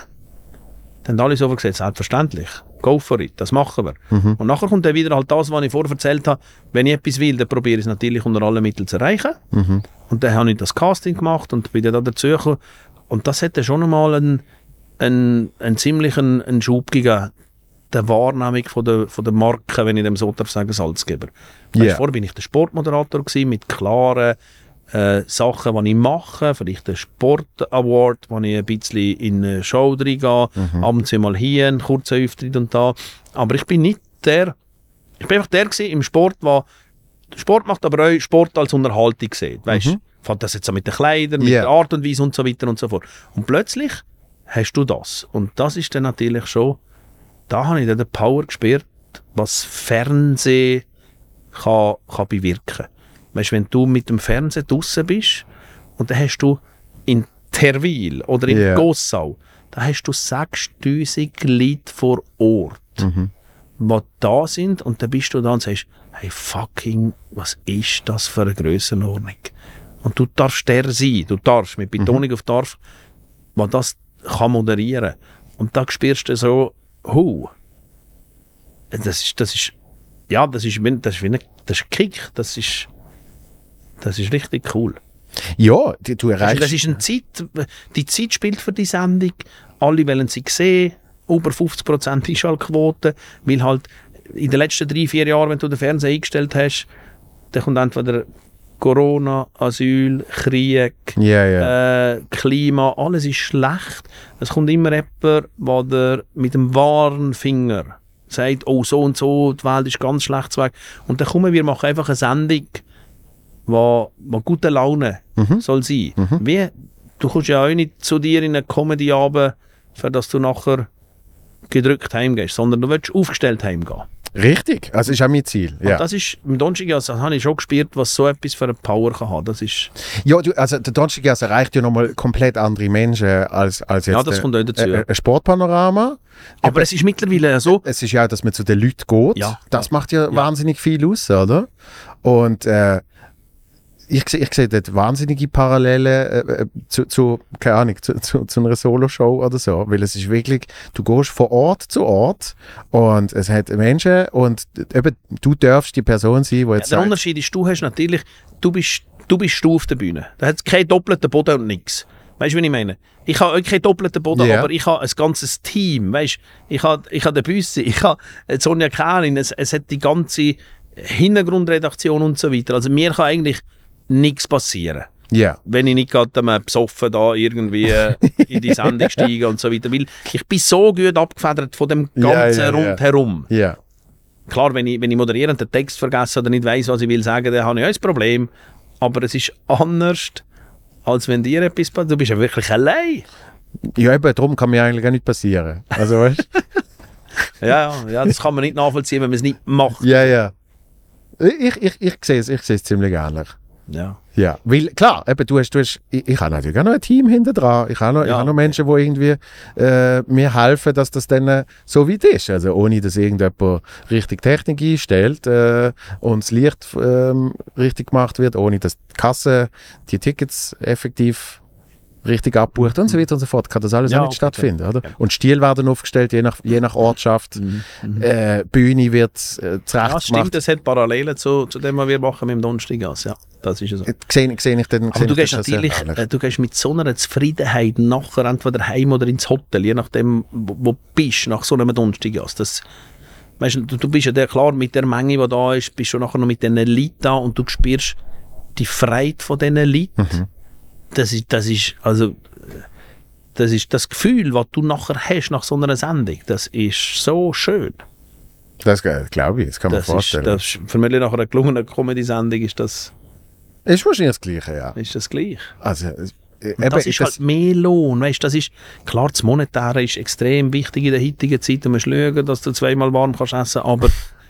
[SPEAKER 2] Dann haben alle sofort gesagt, selbstverständlich, go for it, das machen wir.
[SPEAKER 1] Mhm.
[SPEAKER 2] Und nachher kommt dann wieder halt das, was ich vorher erzählt habe, wenn ich etwas will, dann probiere ich es natürlich unter allen Mitteln zu erreichen.
[SPEAKER 1] Mhm.
[SPEAKER 2] Und dann habe ich das Casting gemacht und bin dann da dazu gekommen. Und das hätte schon einmal einen, einen, einen ziemlichen einen Schub gegeben, der Wahrnehmung von der, von der Marke, wenn ich dem so darf sagen, Salzgeber.
[SPEAKER 1] Ja.
[SPEAKER 2] Weißt, vorher bin ich der Sportmoderator gewesen, mit klaren äh, Sachen, die ich mache, vielleicht der Sport-Award, wo ich ein bisschen in eine Show reingehe,
[SPEAKER 1] Mhm.
[SPEAKER 2] ab und zu mal hier, einen kurzen Auftritt und da. Aber ich bin nicht der, ich bin einfach der gewesen im Sport, der Sport macht, aber auch Sport als Unterhaltung sieht. Weißt du,
[SPEAKER 1] Mhm.
[SPEAKER 2] fängt das jetzt so mit den Kleidern, mit
[SPEAKER 1] Ja.
[SPEAKER 2] der Art und Weise und so weiter und so fort. Und plötzlich hast du das. Und das ist dann natürlich schon, da habe ich dann die Power gespürt, was Fernsehen kann, kann bewirken. Weißt du, wenn du mit dem Fernsehen draussen bist und dann hast du in Terwil oder in
[SPEAKER 1] Ja.
[SPEAKER 2] Gossau, da hast du sechstausend Leute vor Ort,
[SPEAKER 1] Mhm.
[SPEAKER 2] die da sind und dann bist du da und sagst, hey fucking, was ist das für eine Grössenordnung? Und du darfst der sein, du darfst, mit Betonung auf darf, der das kann moderieren. Und da spürst du so, huh, das ist, das ist, ja, das ist, wie- das ist wie ein, das ist ein Kick, das ist, das ist richtig cool.
[SPEAKER 1] Ja, die, du
[SPEAKER 2] Also
[SPEAKER 1] erreichst...
[SPEAKER 2] das ist eine Zeit, die Zeit spielt für die Sendung, alle wollen sie sehen, über fünfzig Prozent Einschaltquote, weil halt in den letzten drei, vier Jahren, wenn du den Fernseher eingestellt hast, dann kommt entweder Corona, Asyl, Krieg,
[SPEAKER 1] ja, ja.
[SPEAKER 2] äh, Klima, alles ist schlecht. Es kommt immer jemand, der dir mit dem wahren Finger sagt, oh so und so, die Welt ist ganz schlecht weg. Und dann kommen wir, machen einfach eine Sendung, wo, wo gute Laune
[SPEAKER 1] Mhm.
[SPEAKER 2] soll sein.
[SPEAKER 1] Mhm.
[SPEAKER 2] Wie, du kommst ja auch nicht zu dir in eine Comedy runter, für dass du nachher gedrückt heimgehst, sondern du willst aufgestellt heimgehen.
[SPEAKER 1] Richtig, also ist auch mein Ziel. Ja,
[SPEAKER 2] Und das ist, im Donnerstag also, habe ich schon gespürt, was so etwas für eine Power kann haben. Das ist,
[SPEAKER 1] ja du, also der Donnerstag erreicht ja nochmal komplett andere Menschen als, als jetzt
[SPEAKER 2] ja, das kommt auch dazu.
[SPEAKER 1] ein, ein Sportpanorama.
[SPEAKER 2] Aber es ist mittlerweile so,
[SPEAKER 1] Es ist ja auch, dass man zu den Leuten geht.
[SPEAKER 2] Ja.
[SPEAKER 1] Das macht ja,
[SPEAKER 2] Ja.
[SPEAKER 1] wahnsinnig viel aus, oder? Und äh, ich, seh- ich sehe dort wahnsinnige Parallelen äh, äh, zu, zu, keine Ahnung, zu, zu, zu einer Solo-Show oder so. Weil es ist wirklich, du gehst von Ort zu Ort und es hat Menschen und eben, du darfst die Person sein, die
[SPEAKER 2] ja,
[SPEAKER 1] jetzt
[SPEAKER 2] der
[SPEAKER 1] sagt,
[SPEAKER 2] Unterschied ist, du hast natürlich, du bist, du bist du auf der Bühne. Da hat es keinen doppelten Boden und nichts. Weißt du, wie ich meine? Ich habe auch keinen doppelten Boden,
[SPEAKER 1] Yeah.
[SPEAKER 2] aber ich habe ein ganzes Team. Weißt du, ich habe, ich habe den Büssi, ich habe Sonja Kärin, es, es hat die ganze Hintergrundredaktion und so weiter. Also mir kann eigentlich nichts passieren.
[SPEAKER 1] Ja.
[SPEAKER 2] Wenn ich nicht gerade ähm, besoffen da irgendwie in die Sendung steige und so weiter. Weil ich bin so gut abgefedert von dem
[SPEAKER 1] Ja,
[SPEAKER 2] ganzen
[SPEAKER 1] ja, ja.
[SPEAKER 2] Rundherum.
[SPEAKER 1] Ja.
[SPEAKER 2] Klar, wenn ich, wenn ich moderiere und den Text vergesse oder nicht weiss, was ich will sagen, dann habe ich auch ein Problem. Aber es ist anders, als wenn dir etwas passiert. Du bist ja wirklich allein.
[SPEAKER 1] Ja, eben, darum kann mir eigentlich gar nicht passieren. Also, weißt du?
[SPEAKER 2] Ja, ja, das kann man nicht nachvollziehen, wenn man es nicht macht.
[SPEAKER 1] Ja, ja. Ich, ich, ich sehe es, ich sehe es ziemlich ähnlich.
[SPEAKER 2] Ja.
[SPEAKER 1] Ja, weil klar, eben, du hast, du hast, ich, ich habe natürlich auch noch ein Team hinter dran. Ich habe noch, ich
[SPEAKER 2] Ja.
[SPEAKER 1] habe noch Menschen, die irgendwie äh, mir helfen, dass das dann äh, so weit ist. Also ohne, dass irgendjemand richtig Technik einstellt äh, und das Licht ähm, richtig gemacht wird, ohne dass die Kasse die Tickets effektiv richtig abbucht und so weiter und so fort, kann das alles
[SPEAKER 2] Ja,
[SPEAKER 1] auch nicht
[SPEAKER 2] okay,
[SPEAKER 1] stattfinden, oder?
[SPEAKER 2] Ja.
[SPEAKER 1] Und Stile werden aufgestellt, je nach, je nach Ortschaft.
[SPEAKER 2] Mhm. Mhm.
[SPEAKER 1] Äh, Bühne wird äh, zurecht
[SPEAKER 2] Ja,
[SPEAKER 1] gemacht.
[SPEAKER 2] stimmt, das hat Parallelen zu, zu dem, was wir machen mit dem Donnerstaggas. Ja, das ist so.
[SPEAKER 1] Äh, Sehe sehe ich dann,
[SPEAKER 2] Aber
[SPEAKER 1] sehe
[SPEAKER 2] du
[SPEAKER 1] ich
[SPEAKER 2] gehst
[SPEAKER 1] das sehr
[SPEAKER 2] natürlich,
[SPEAKER 1] ähnlich.
[SPEAKER 2] äh, du gehst mit so einer Zufriedenheit nachher entweder heim oder ins Hotel, je nachdem, wo, wo du bist, nach so einem Donnerstaggas. Das, weißt du, du bist ja der, klar, mit der Menge, die da ist, bist du nachher noch mit diesen Leuten da und du spürst die Freiheit von diesen Leuten.
[SPEAKER 1] Mhm.
[SPEAKER 2] Das ist, das ist, also, das ist das Gefühl, was du nachher hast nach so einer Sendung. Das ist so schön.
[SPEAKER 1] Das äh, glaube ich, das kann man
[SPEAKER 2] Das ist,
[SPEAKER 1] vorstellen.
[SPEAKER 2] das ist, für mich nach einer gelungenen Comedy-Sendung ist das,
[SPEAKER 1] Ist wahrscheinlich das Gleiche, ja.
[SPEAKER 2] ist das gleich.
[SPEAKER 1] Also, äh,
[SPEAKER 2] Und
[SPEAKER 1] eben,
[SPEAKER 2] das ist halt mehr Lohn. Weißt, das ist, klar, das Monetäre ist extrem wichtig in der heutigen Zeit. Du musst schauen, dass du zweimal warm kannst essen, aber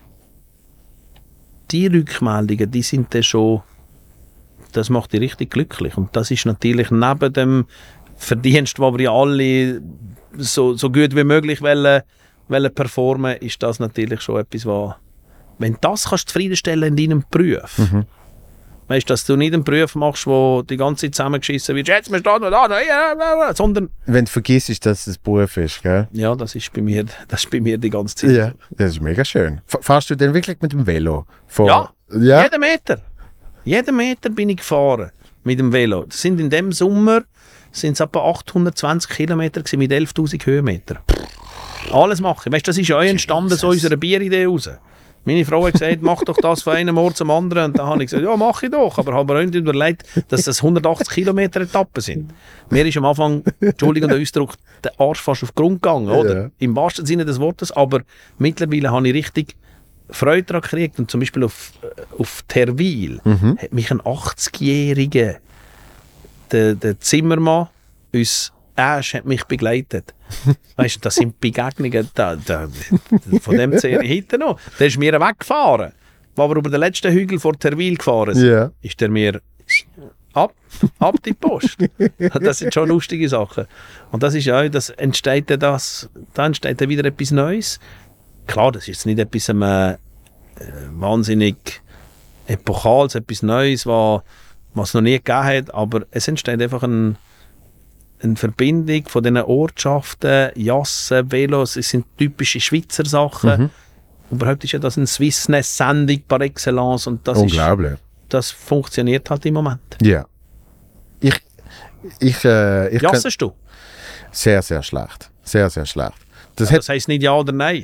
[SPEAKER 2] die Rückmeldungen, die sind dann schon, das macht dich richtig glücklich. Und das ist natürlich neben dem Verdienst, wo wir ja alle so, so gut wie möglich wollen, wollen performen, ist das natürlich schon etwas, was, wenn du das kannst zufriedenstellen in deinem Beruf,
[SPEAKER 1] Mhm.
[SPEAKER 2] weißt, dass du nicht einen Beruf machst, wo die ganze Zeit zusammengeschissen wird, jetzt wir stehen da, da, ja, ja, ja, sondern,
[SPEAKER 1] wenn du vergisst, dass es Beruf ist, gell?
[SPEAKER 2] ja, das ist bei mir, das ist bei mir die ganze Zeit.
[SPEAKER 1] Ja, das ist mega schön. F fahrst du denn wirklich mit dem Velo? Von,
[SPEAKER 2] Ja.
[SPEAKER 1] ja?
[SPEAKER 2] Jeden Meter. Jeden Meter bin ich gefahren mit dem Velo. Das sind in dem Sommer sind es etwa achthundertzwanzig Kilometer gewesen, mit elftausend Höhenmeter. Alles machen. Weißt, das ist ja auch entstanden aus unserer Bieridee raus. Meine Frau hat gesagt, mach doch das von einem Ort zum anderen. Und dann habe ich gesagt, ja, mach ich doch. Aber habe mir auch nicht überlegt, dass das hundertachtzig Kilometer Etappen sind. Mir ist am Anfang, Entschuldigung den Ausdruck, der Arsch fast auf den Grund gegangen. Oder?
[SPEAKER 1] Ja.
[SPEAKER 2] Im wahrsten Sinne des Wortes. Aber mittlerweile habe ich richtig Freude daran gekriegt. Und zum Beispiel auf, auf Terwil
[SPEAKER 1] Mhm.
[SPEAKER 2] hat mich ein achtzigjähriger, der, der Zimmermann, uns Ash hat mich begleitet. Weißt du, das sind Begegnungen, da, da, von dem zehre ich heute noch. Der ist mir weggefahren. Als wir über den letzten Hügel vor Terwil gefahren sind,
[SPEAKER 1] Ja.
[SPEAKER 2] ist der mir ab, ab die Post. Das sind schon lustige Sachen. Und das ist ja, das entsteht ja das, da entsteht ja wieder etwas Neues. Klar, das ist jetzt nicht etwas ähm, äh, wahnsinnig Epochales, etwas Neues, was was es noch nie gegeben hat, aber es entsteht einfach ein, eine Verbindung von diesen Ortschaften, Jassen, Velos, es sind typische Schweizer Sachen.
[SPEAKER 1] Mhm.
[SPEAKER 2] Überhaupt ist ja das eine Swissness-Sendung par excellence und das, ist,
[SPEAKER 1] Unglaublich.
[SPEAKER 2] das funktioniert halt im Moment.
[SPEAKER 1] Ja. Ich, ich, äh, ich kann,
[SPEAKER 2] Jassest du?
[SPEAKER 1] sehr, sehr schlecht. Sehr, sehr schlecht. Das
[SPEAKER 2] Ja,
[SPEAKER 1] hat,
[SPEAKER 2] das heisst nicht ja oder nein.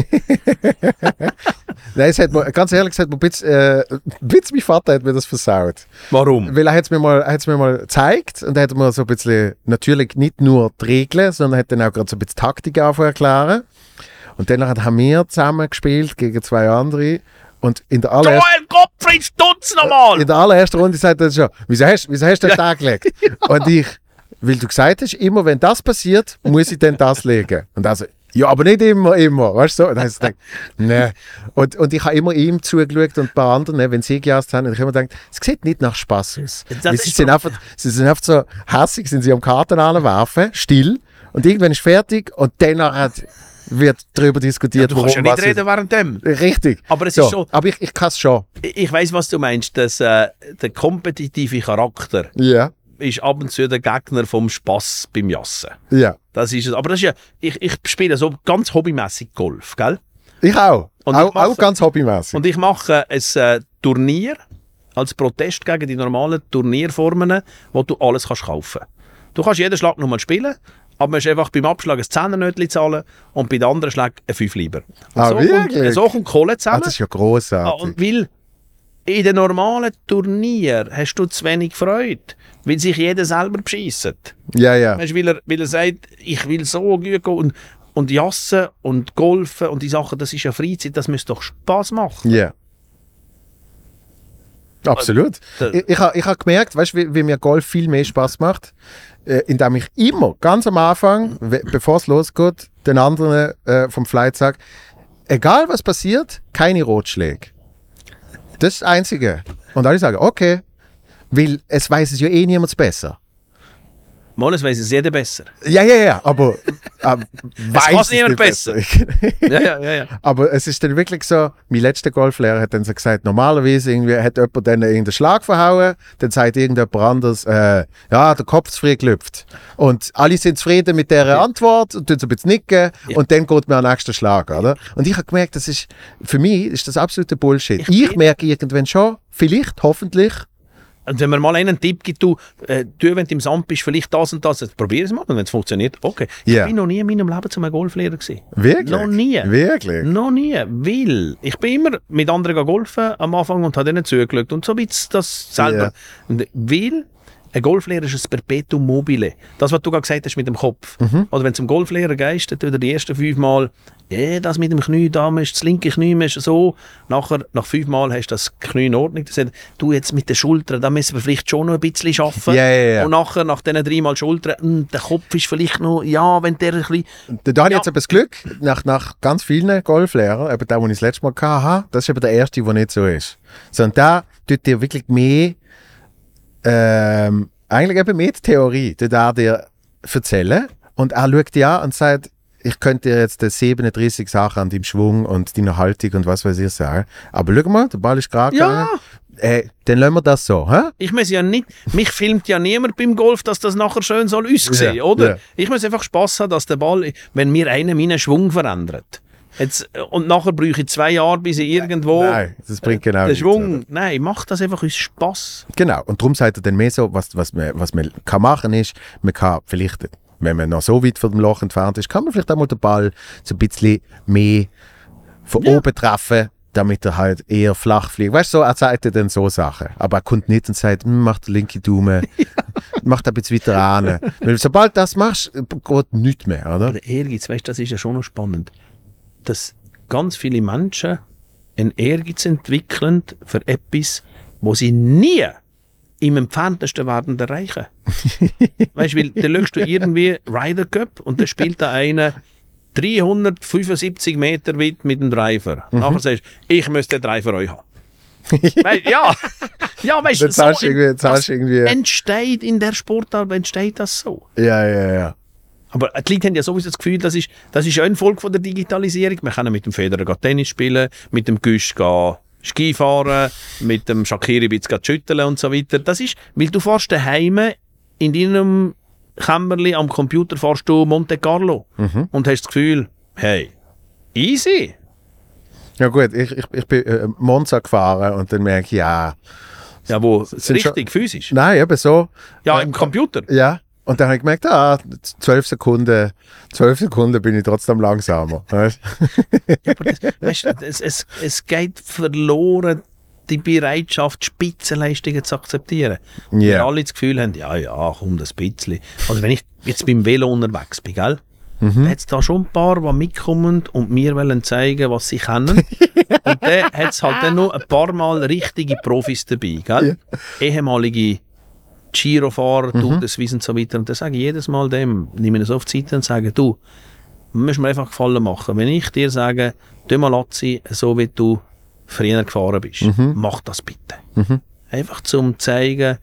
[SPEAKER 1] nein, es hat mir, ganz ehrlich gesagt, ein bisschen, äh, ein bisschen mein Vater hat mir das versaut.
[SPEAKER 2] Warum?
[SPEAKER 1] Weil er hat es mir mal, er hat's mir mal gezeigt und er hat mir so ein bisschen, natürlich nicht nur die Regeln, sondern hat dann auch gerade so ein bisschen Taktik erklären. Und dann haben wir zusammen gespielt gegen zwei andere. Und in der allerersten,
[SPEAKER 2] Joel Gottfried Stutz nochmal!
[SPEAKER 1] in der allerersten Runde sagt er schon, wieso hast, wieso hast du den Tag gelegt? Und ich, weil du gesagt hast, immer wenn das passiert, muss ich dann das legen. Und also, ja, aber nicht immer, immer, weißt du so? Und dann habe ich gedacht, nee. Und, und ich habe immer ihm zugeschaut und ein paar anderen, ne, wenn sie gejasst haben, und ich habe immer gedacht, es sieht nicht nach Spass aus.
[SPEAKER 2] Das
[SPEAKER 1] Weil
[SPEAKER 2] ist
[SPEAKER 1] sie, sind
[SPEAKER 2] so-
[SPEAKER 1] einfach, sie sind einfach so hässig, sind sie am Karten anwerfen, still, und irgendwann ist fertig und danach wird darüber diskutiert,
[SPEAKER 2] Du kannst ja nicht
[SPEAKER 1] was
[SPEAKER 2] reden während dem.
[SPEAKER 1] ist. Richtig.
[SPEAKER 2] Aber es
[SPEAKER 1] So,
[SPEAKER 2] ist schon,
[SPEAKER 1] aber ich, ich kann es schon.
[SPEAKER 2] ich weiss, was du meinst, dass äh, der kompetitive Charakter
[SPEAKER 1] Ja,
[SPEAKER 2] ist ab und zu der Gegner vom Spass beim Jassen.
[SPEAKER 1] ja.
[SPEAKER 2] Das ist es. Aber das ist ja, ich, ich spiele so ganz hobbymäßig Golf, gell?
[SPEAKER 1] Ich auch.
[SPEAKER 2] Und ich
[SPEAKER 1] auch,
[SPEAKER 2] mache-
[SPEAKER 1] auch ganz hobbymäßig.
[SPEAKER 2] Und ich mache ein äh, Turnier als Protest gegen die normalen Turnierformen, wo du alles kannst kaufen. Du kannst jeden Schlag nochmal spielen, aber man ist einfach beim Abschlag ein Zehner-Nötchen zahlen und bei den anderen Schlägen ein fünf lieber. Und
[SPEAKER 1] Ah,
[SPEAKER 2] so,
[SPEAKER 1] wirklich?
[SPEAKER 2] kommt, so kommt Kohle zusammen.
[SPEAKER 1] Ah, das ist ja grossartig.
[SPEAKER 2] Ah, und weil in den normalen Turnieren hast du zu wenig Freude, weil sich jeder selber bescheisst.
[SPEAKER 1] Ja, ja.
[SPEAKER 2] Weißt, weil, er, weil er sagt, ich will so gut gehen und, und jassen und golfen und die Sachen, das ist ja Freizeit, das müsste doch Spass machen.
[SPEAKER 1] Ja. Absolut.
[SPEAKER 2] Da-
[SPEAKER 1] Ich, ich habe ich hab gemerkt, weißt, wie, wie mir Golf viel mehr Spaß macht, äh, indem ich immer, ganz am Anfang, we- bevor es losgeht, den anderen äh, vom Flight sage, egal was passiert, keine Rotschläge. Das ist das Einzige. Und alle sagen, okay, weil es weiß es ja eh niemand besser.
[SPEAKER 2] Mal, das weiss es jeder besser.
[SPEAKER 1] Ja, ja, ja, aber äh, weiß
[SPEAKER 2] kann
[SPEAKER 1] es
[SPEAKER 2] niemand
[SPEAKER 1] nicht
[SPEAKER 2] besser. Ja, ja, ja, ja.
[SPEAKER 1] Aber es ist dann wirklich so, mein letzter Golflehrer hat dann so gesagt, normalerweise irgendwie hat jemand dann irgendeinen Schlag verhauen, dann sagt irgendjemand anderes, äh, ja, der Kopf ist frei gelüpft. Und alle sind zufrieden mit dieser
[SPEAKER 2] Ja.
[SPEAKER 1] Antwort und tun so ein bisschen nicken
[SPEAKER 2] Ja.
[SPEAKER 1] und dann geht man an den nächsten Schlag, oder? Und ich habe gemerkt, das ist, für mich ist das absolute Bullshit.
[SPEAKER 2] Ich
[SPEAKER 1] Ich,
[SPEAKER 2] bin-
[SPEAKER 1] merke irgendwann schon, vielleicht, hoffentlich,
[SPEAKER 2] Und wenn man mal einen Tipp gibt, du, äh, du, wenn du im Sand bist, vielleicht das und das, probier es mal. Und wenn es funktioniert, okay.
[SPEAKER 1] Ja.
[SPEAKER 2] Ich bin noch nie in meinem Leben zu einem Golflehrer gewesen.
[SPEAKER 1] wirklich.
[SPEAKER 2] Noch nie.
[SPEAKER 1] Wirklich.
[SPEAKER 2] Noch nie, weil ich bin immer mit anderen golfen am Anfang und habe denen zugeschaut und so ein bisschen das selber.
[SPEAKER 1] Ja.
[SPEAKER 2] Und weil ein Golflehrer ist ein Perpetuum mobile. Das, was du gerade gesagt hast mit dem Kopf.
[SPEAKER 1] Mhm.
[SPEAKER 2] Oder wenn du zum Golflehrer gehst, dann tut er die ersten fünf Mal, ja, das mit dem Knie, da ist das linke Knie ist so. Nachher, nach fünf Mal hast du das Knie in Ordnung. Dann sagt er, du jetzt mit den Schultern, da müssen wir vielleicht schon noch ein bisschen arbeiten.
[SPEAKER 1] Ja, ja, ja.
[SPEAKER 2] Und nachher, nach diesen dreimal Schultern, hm, der Kopf ist vielleicht noch, ja, wenn der ein bisschen...
[SPEAKER 1] Da, da habe ich
[SPEAKER 2] Ja.
[SPEAKER 1] jetzt etwas Glück, nach, nach ganz vielen Golflehrern, eben der, den ich das letzte Mal hatte, das ist eben der erste, der nicht so ist. Sondern der tut dir wirklich mehr, ähm, eigentlich eben mehr die Theorie, tut er dir erzählen und er schaut dir an und sagt, ich könnte dir jetzt siebenunddreißig Sachen an deinem Schwung und deiner Haltung und was weiß ich sagen, aber schau mal, der Ball ist gerade
[SPEAKER 2] Ja.
[SPEAKER 1] gegangen. Äh, dann lassen wir das so, hä?
[SPEAKER 2] Ich muss ja nicht, mich filmt ja niemand beim Golf, dass das nachher schön soll aussehen,
[SPEAKER 1] Ja,
[SPEAKER 2] oder?
[SPEAKER 1] ja.
[SPEAKER 2] Ich muss einfach Spass haben, dass der Ball, wenn mir einer meinen Schwung verändert, jetzt, und nachher brauche ich zwei Jahre, bis ich irgendwo
[SPEAKER 1] Nein, das bringt genau
[SPEAKER 2] den
[SPEAKER 1] nichts,
[SPEAKER 2] Schwung,
[SPEAKER 1] oder?
[SPEAKER 2] nein, macht das einfach aus Spass.
[SPEAKER 1] Genau, und darum sagt er dann mehr so, was, was, man, was man kann machen ist, man kann vielleicht, wenn man noch so weit von dem Loch entfernt ist, kann man vielleicht auch mal den Ball so ein bisschen mehr von
[SPEAKER 2] Ja.
[SPEAKER 1] oben treffen, damit er halt eher flach fliegt. Weißt du, so, er sagt dir dann so Sachen. Aber er kommt nicht und sagt, hm, mach den linken Daumen, mach da ein bisschen weiter ran. Weil sobald du das machst, geht nichts mehr, oder?
[SPEAKER 2] Der Ehrgeiz, weißt du, das ist ja schon noch spannend, dass ganz viele Menschen einen Ehrgeiz entwickeln für etwas, wo sie nie im entferntesten werden erreichen. Weißt du, weil dann schaust du irgendwie Ryder Cup und dann spielt da einer dreihundertfünfundsiebzig Meter weit mit dem Driver.
[SPEAKER 1] Mhm.
[SPEAKER 2] Nachher sagst du, ich müsste den Driver euch haben. Weißt, ja, ja, weißt du,
[SPEAKER 1] Dann zahlst du
[SPEAKER 2] so,
[SPEAKER 1] irgendwie, zahlst
[SPEAKER 2] das
[SPEAKER 1] du irgendwie.
[SPEAKER 2] entsteht in der Sportart, entsteht das so.
[SPEAKER 1] Ja, ja, ja.
[SPEAKER 2] Aber die Leute haben ja sowieso das Gefühl, das ist, das ist eine Folge von der Digitalisierung. Wir können mit dem Federer gehen Tennis spielen, mit dem Güsch gehen Ski fahren, mit dem Shakiri ein bisschen schütteln und so weiter. Das ist, weil du fährst daheim in deinem Kämmerli am Computer fährst du Monte Carlo und hast das Gefühl, hey, easy.
[SPEAKER 1] Ja gut, ich, ich, ich bin äh, Monza gefahren und dann merke ich, ja,
[SPEAKER 2] Ja, wo
[SPEAKER 1] Sind
[SPEAKER 2] richtig, physisch.
[SPEAKER 1] nein, eben so.
[SPEAKER 2] Ja,
[SPEAKER 1] Äh,
[SPEAKER 2] im Computer.
[SPEAKER 1] Ja, und dann habe ich gemerkt, ah, zwölf Sekunden, zwölf Sekunden bin ich trotzdem langsamer. Weißt?
[SPEAKER 2] Ja, aber das, weißt du, es, es, es geht verloren, die Bereitschaft, Spitzenleistungen zu akzeptieren.
[SPEAKER 1] Ja.
[SPEAKER 2] Wir alle das Gefühl haben, ja, ja, komm, das bisschen. Also wenn ich jetzt beim Velo unterwegs bin, gell?
[SPEAKER 1] Mhm.
[SPEAKER 2] Da hat es da schon ein paar, die mitkommen und mir wollen zeigen, was sie können. Und dann hat es halt dann noch ein paar Mal richtige Profis dabei, gell? Ehemalige Girofahrer,
[SPEAKER 1] Mhm.
[SPEAKER 2] Tour de Suisse und so weiter. Und dann sage ich jedes Mal dem, nehme ich es auf die Seite und sage, du, musst mir einfach Gefallen machen. Wenn ich dir sage, du mal Lazzi, so wie du früher gefahren bist, mach das bitte.
[SPEAKER 1] Mhm.
[SPEAKER 2] Einfach zum zeigen,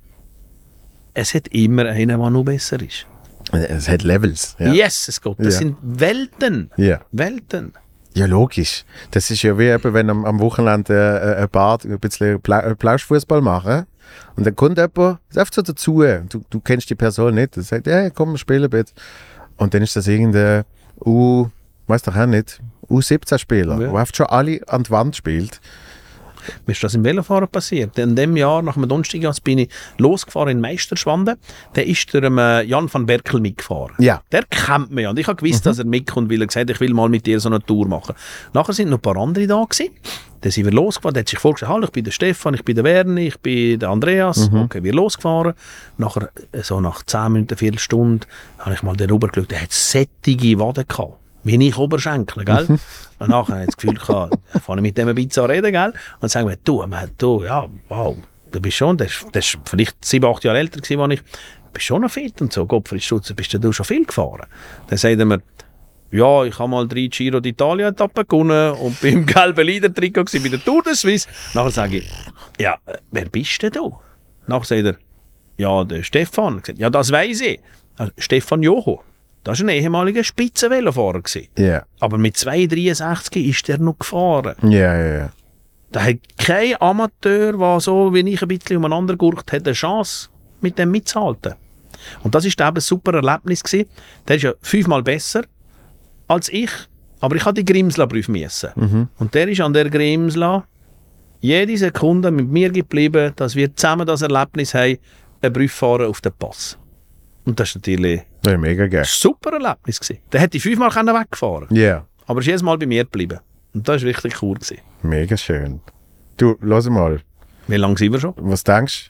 [SPEAKER 2] es hat immer einen, der noch besser ist.
[SPEAKER 1] Es hat Levels. Ja.
[SPEAKER 2] Yes, es geht. Das
[SPEAKER 1] Ja.
[SPEAKER 2] sind Welten.
[SPEAKER 1] Ja.
[SPEAKER 2] Welten.
[SPEAKER 1] Ja, logisch. Das ist ja wie eben, wenn am, am Wochenende äh, ein Paar ein bisschen Pla Plauschfußball machen und dann kommt jemand, ist einfach so dazu, du, du kennst die Person nicht, der sagt, ja, komm, wir spielen bitte. Und dann ist das irgendein U, weiß doch auch nicht, U siebzehn Spieler,
[SPEAKER 2] Ja.
[SPEAKER 1] der einfach schon alle an die Wand spielt.
[SPEAKER 2] Mir ist das im Velofahren passiert. In dem Jahr, nach dem Donnerstag, bin ich losgefahren in Meisterschwanden. Da ist der ähm, Jan van Berkel mitgefahren.
[SPEAKER 1] Ja.
[SPEAKER 2] Der kennt mich ja. Und ich habe gewusst,
[SPEAKER 1] Mhm.
[SPEAKER 2] dass er mitkommt, weil er gesagt hat, ich will mal mit dir so eine Tour machen. Nachher sind noch ein paar andere da gewesen. Dann sind wir losgefahren. Der hat sich vorgestellt, hallo, ich bin der Stefan, ich bin der Werni, ich bin der Andreas.
[SPEAKER 1] Mhm.
[SPEAKER 2] Okay, wir losgefahren. Nachher, so nach zehn Minuten, eine Viertelstunde, habe ich mal den rübergeschaut. Der hat sättige Waden gehabt. Wie ich Oberschenkel, gell? Und nachher habe ich das Gefühl gehabt, ich fange mit dem ein bisschen an reden, gell? Und sagen wir, du, man, du, ja, wow, du bist schon, der ist, der ist vielleicht sieben, acht Jahre älter gewesen, als ich, du bist schon noch fit und so, Gottfried Stutzer, bist du schon viel gefahren? Dann sagt er mir, ja, ich habe mal drei Giro d'Italia-Etappen gewonnen und bin im gelben Leader-Trikot gewesen bei der Tour de Suisse. Nachher sage ich, ja, wer bist denn du? Nachher sagt er, ja, der Stefan. Ich sage, ja, das weiss ich. Also, Stefan Joho. Das war ein ehemaliger Spitzenvelofahrer.
[SPEAKER 1] Ja.
[SPEAKER 2] Aber mit zwei Komma dreiundsechzig ist er noch gefahren.
[SPEAKER 1] Ja, ja, ja.
[SPEAKER 2] Da hat kein Amateur, der so wie ich ein bisschen umeinander gurkt hat, eine Chance, mit dem mitzuhalten. Und das war eben ein super Erlebnis gewesen. Der ist ja fünfmal besser als ich, aber ich hatte die Grimsla prüfen müssen.
[SPEAKER 1] Mhm.
[SPEAKER 2] Und der ist an der Grimsla jede Sekunde mit mir geblieben, dass wir zusammen das Erlebnis haben, ein Prüffahren auf den Pass. Und das war natürlich
[SPEAKER 1] Ja, mega geil.
[SPEAKER 2] ein super Erlebnis gewesen. Der hätte fünfmal weggefahren können,
[SPEAKER 1] Ja,
[SPEAKER 2] aber er ist jedes Mal bei mir geblieben. Und das war richtig cool gewesen.
[SPEAKER 1] mega schön. Du, lass mal,
[SPEAKER 2] Wie lange sind wir schon?
[SPEAKER 1] was denkst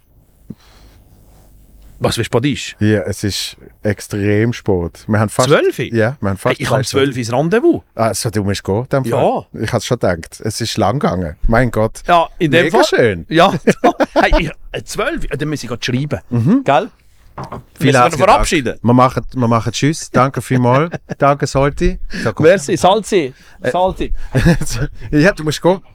[SPEAKER 2] Was willst du bei dir?
[SPEAKER 1] du? Ja, es ist extrem spät. Wir haben fast...
[SPEAKER 2] Zwölf?
[SPEAKER 1] Ja, wir haben fast...
[SPEAKER 2] Hey, ich habe zwölf ins Rendezvous.
[SPEAKER 1] Ah, so, du musst gehen, in dem
[SPEAKER 2] Ja.
[SPEAKER 1] Fall. Ich habe es schon gedacht. Es ist lang gegangen. Mein Gott.
[SPEAKER 2] Ja, in dem
[SPEAKER 1] Mega
[SPEAKER 2] Fall.
[SPEAKER 1] schön.
[SPEAKER 2] Ja, hey, ich, äh, zwölf, ja, dann muss ich gerade schreiben. Gell?
[SPEAKER 1] Vielen
[SPEAKER 2] Müssen wir noch
[SPEAKER 1] herzlichen
[SPEAKER 2] verabschieden?
[SPEAKER 1] Dank. Wir machen, wir machen Tschüss. Danke vielmals. Danke, Solti. So, komm.
[SPEAKER 2] Merci, Salzi. Salzi.
[SPEAKER 1] Ja, du musst gehen.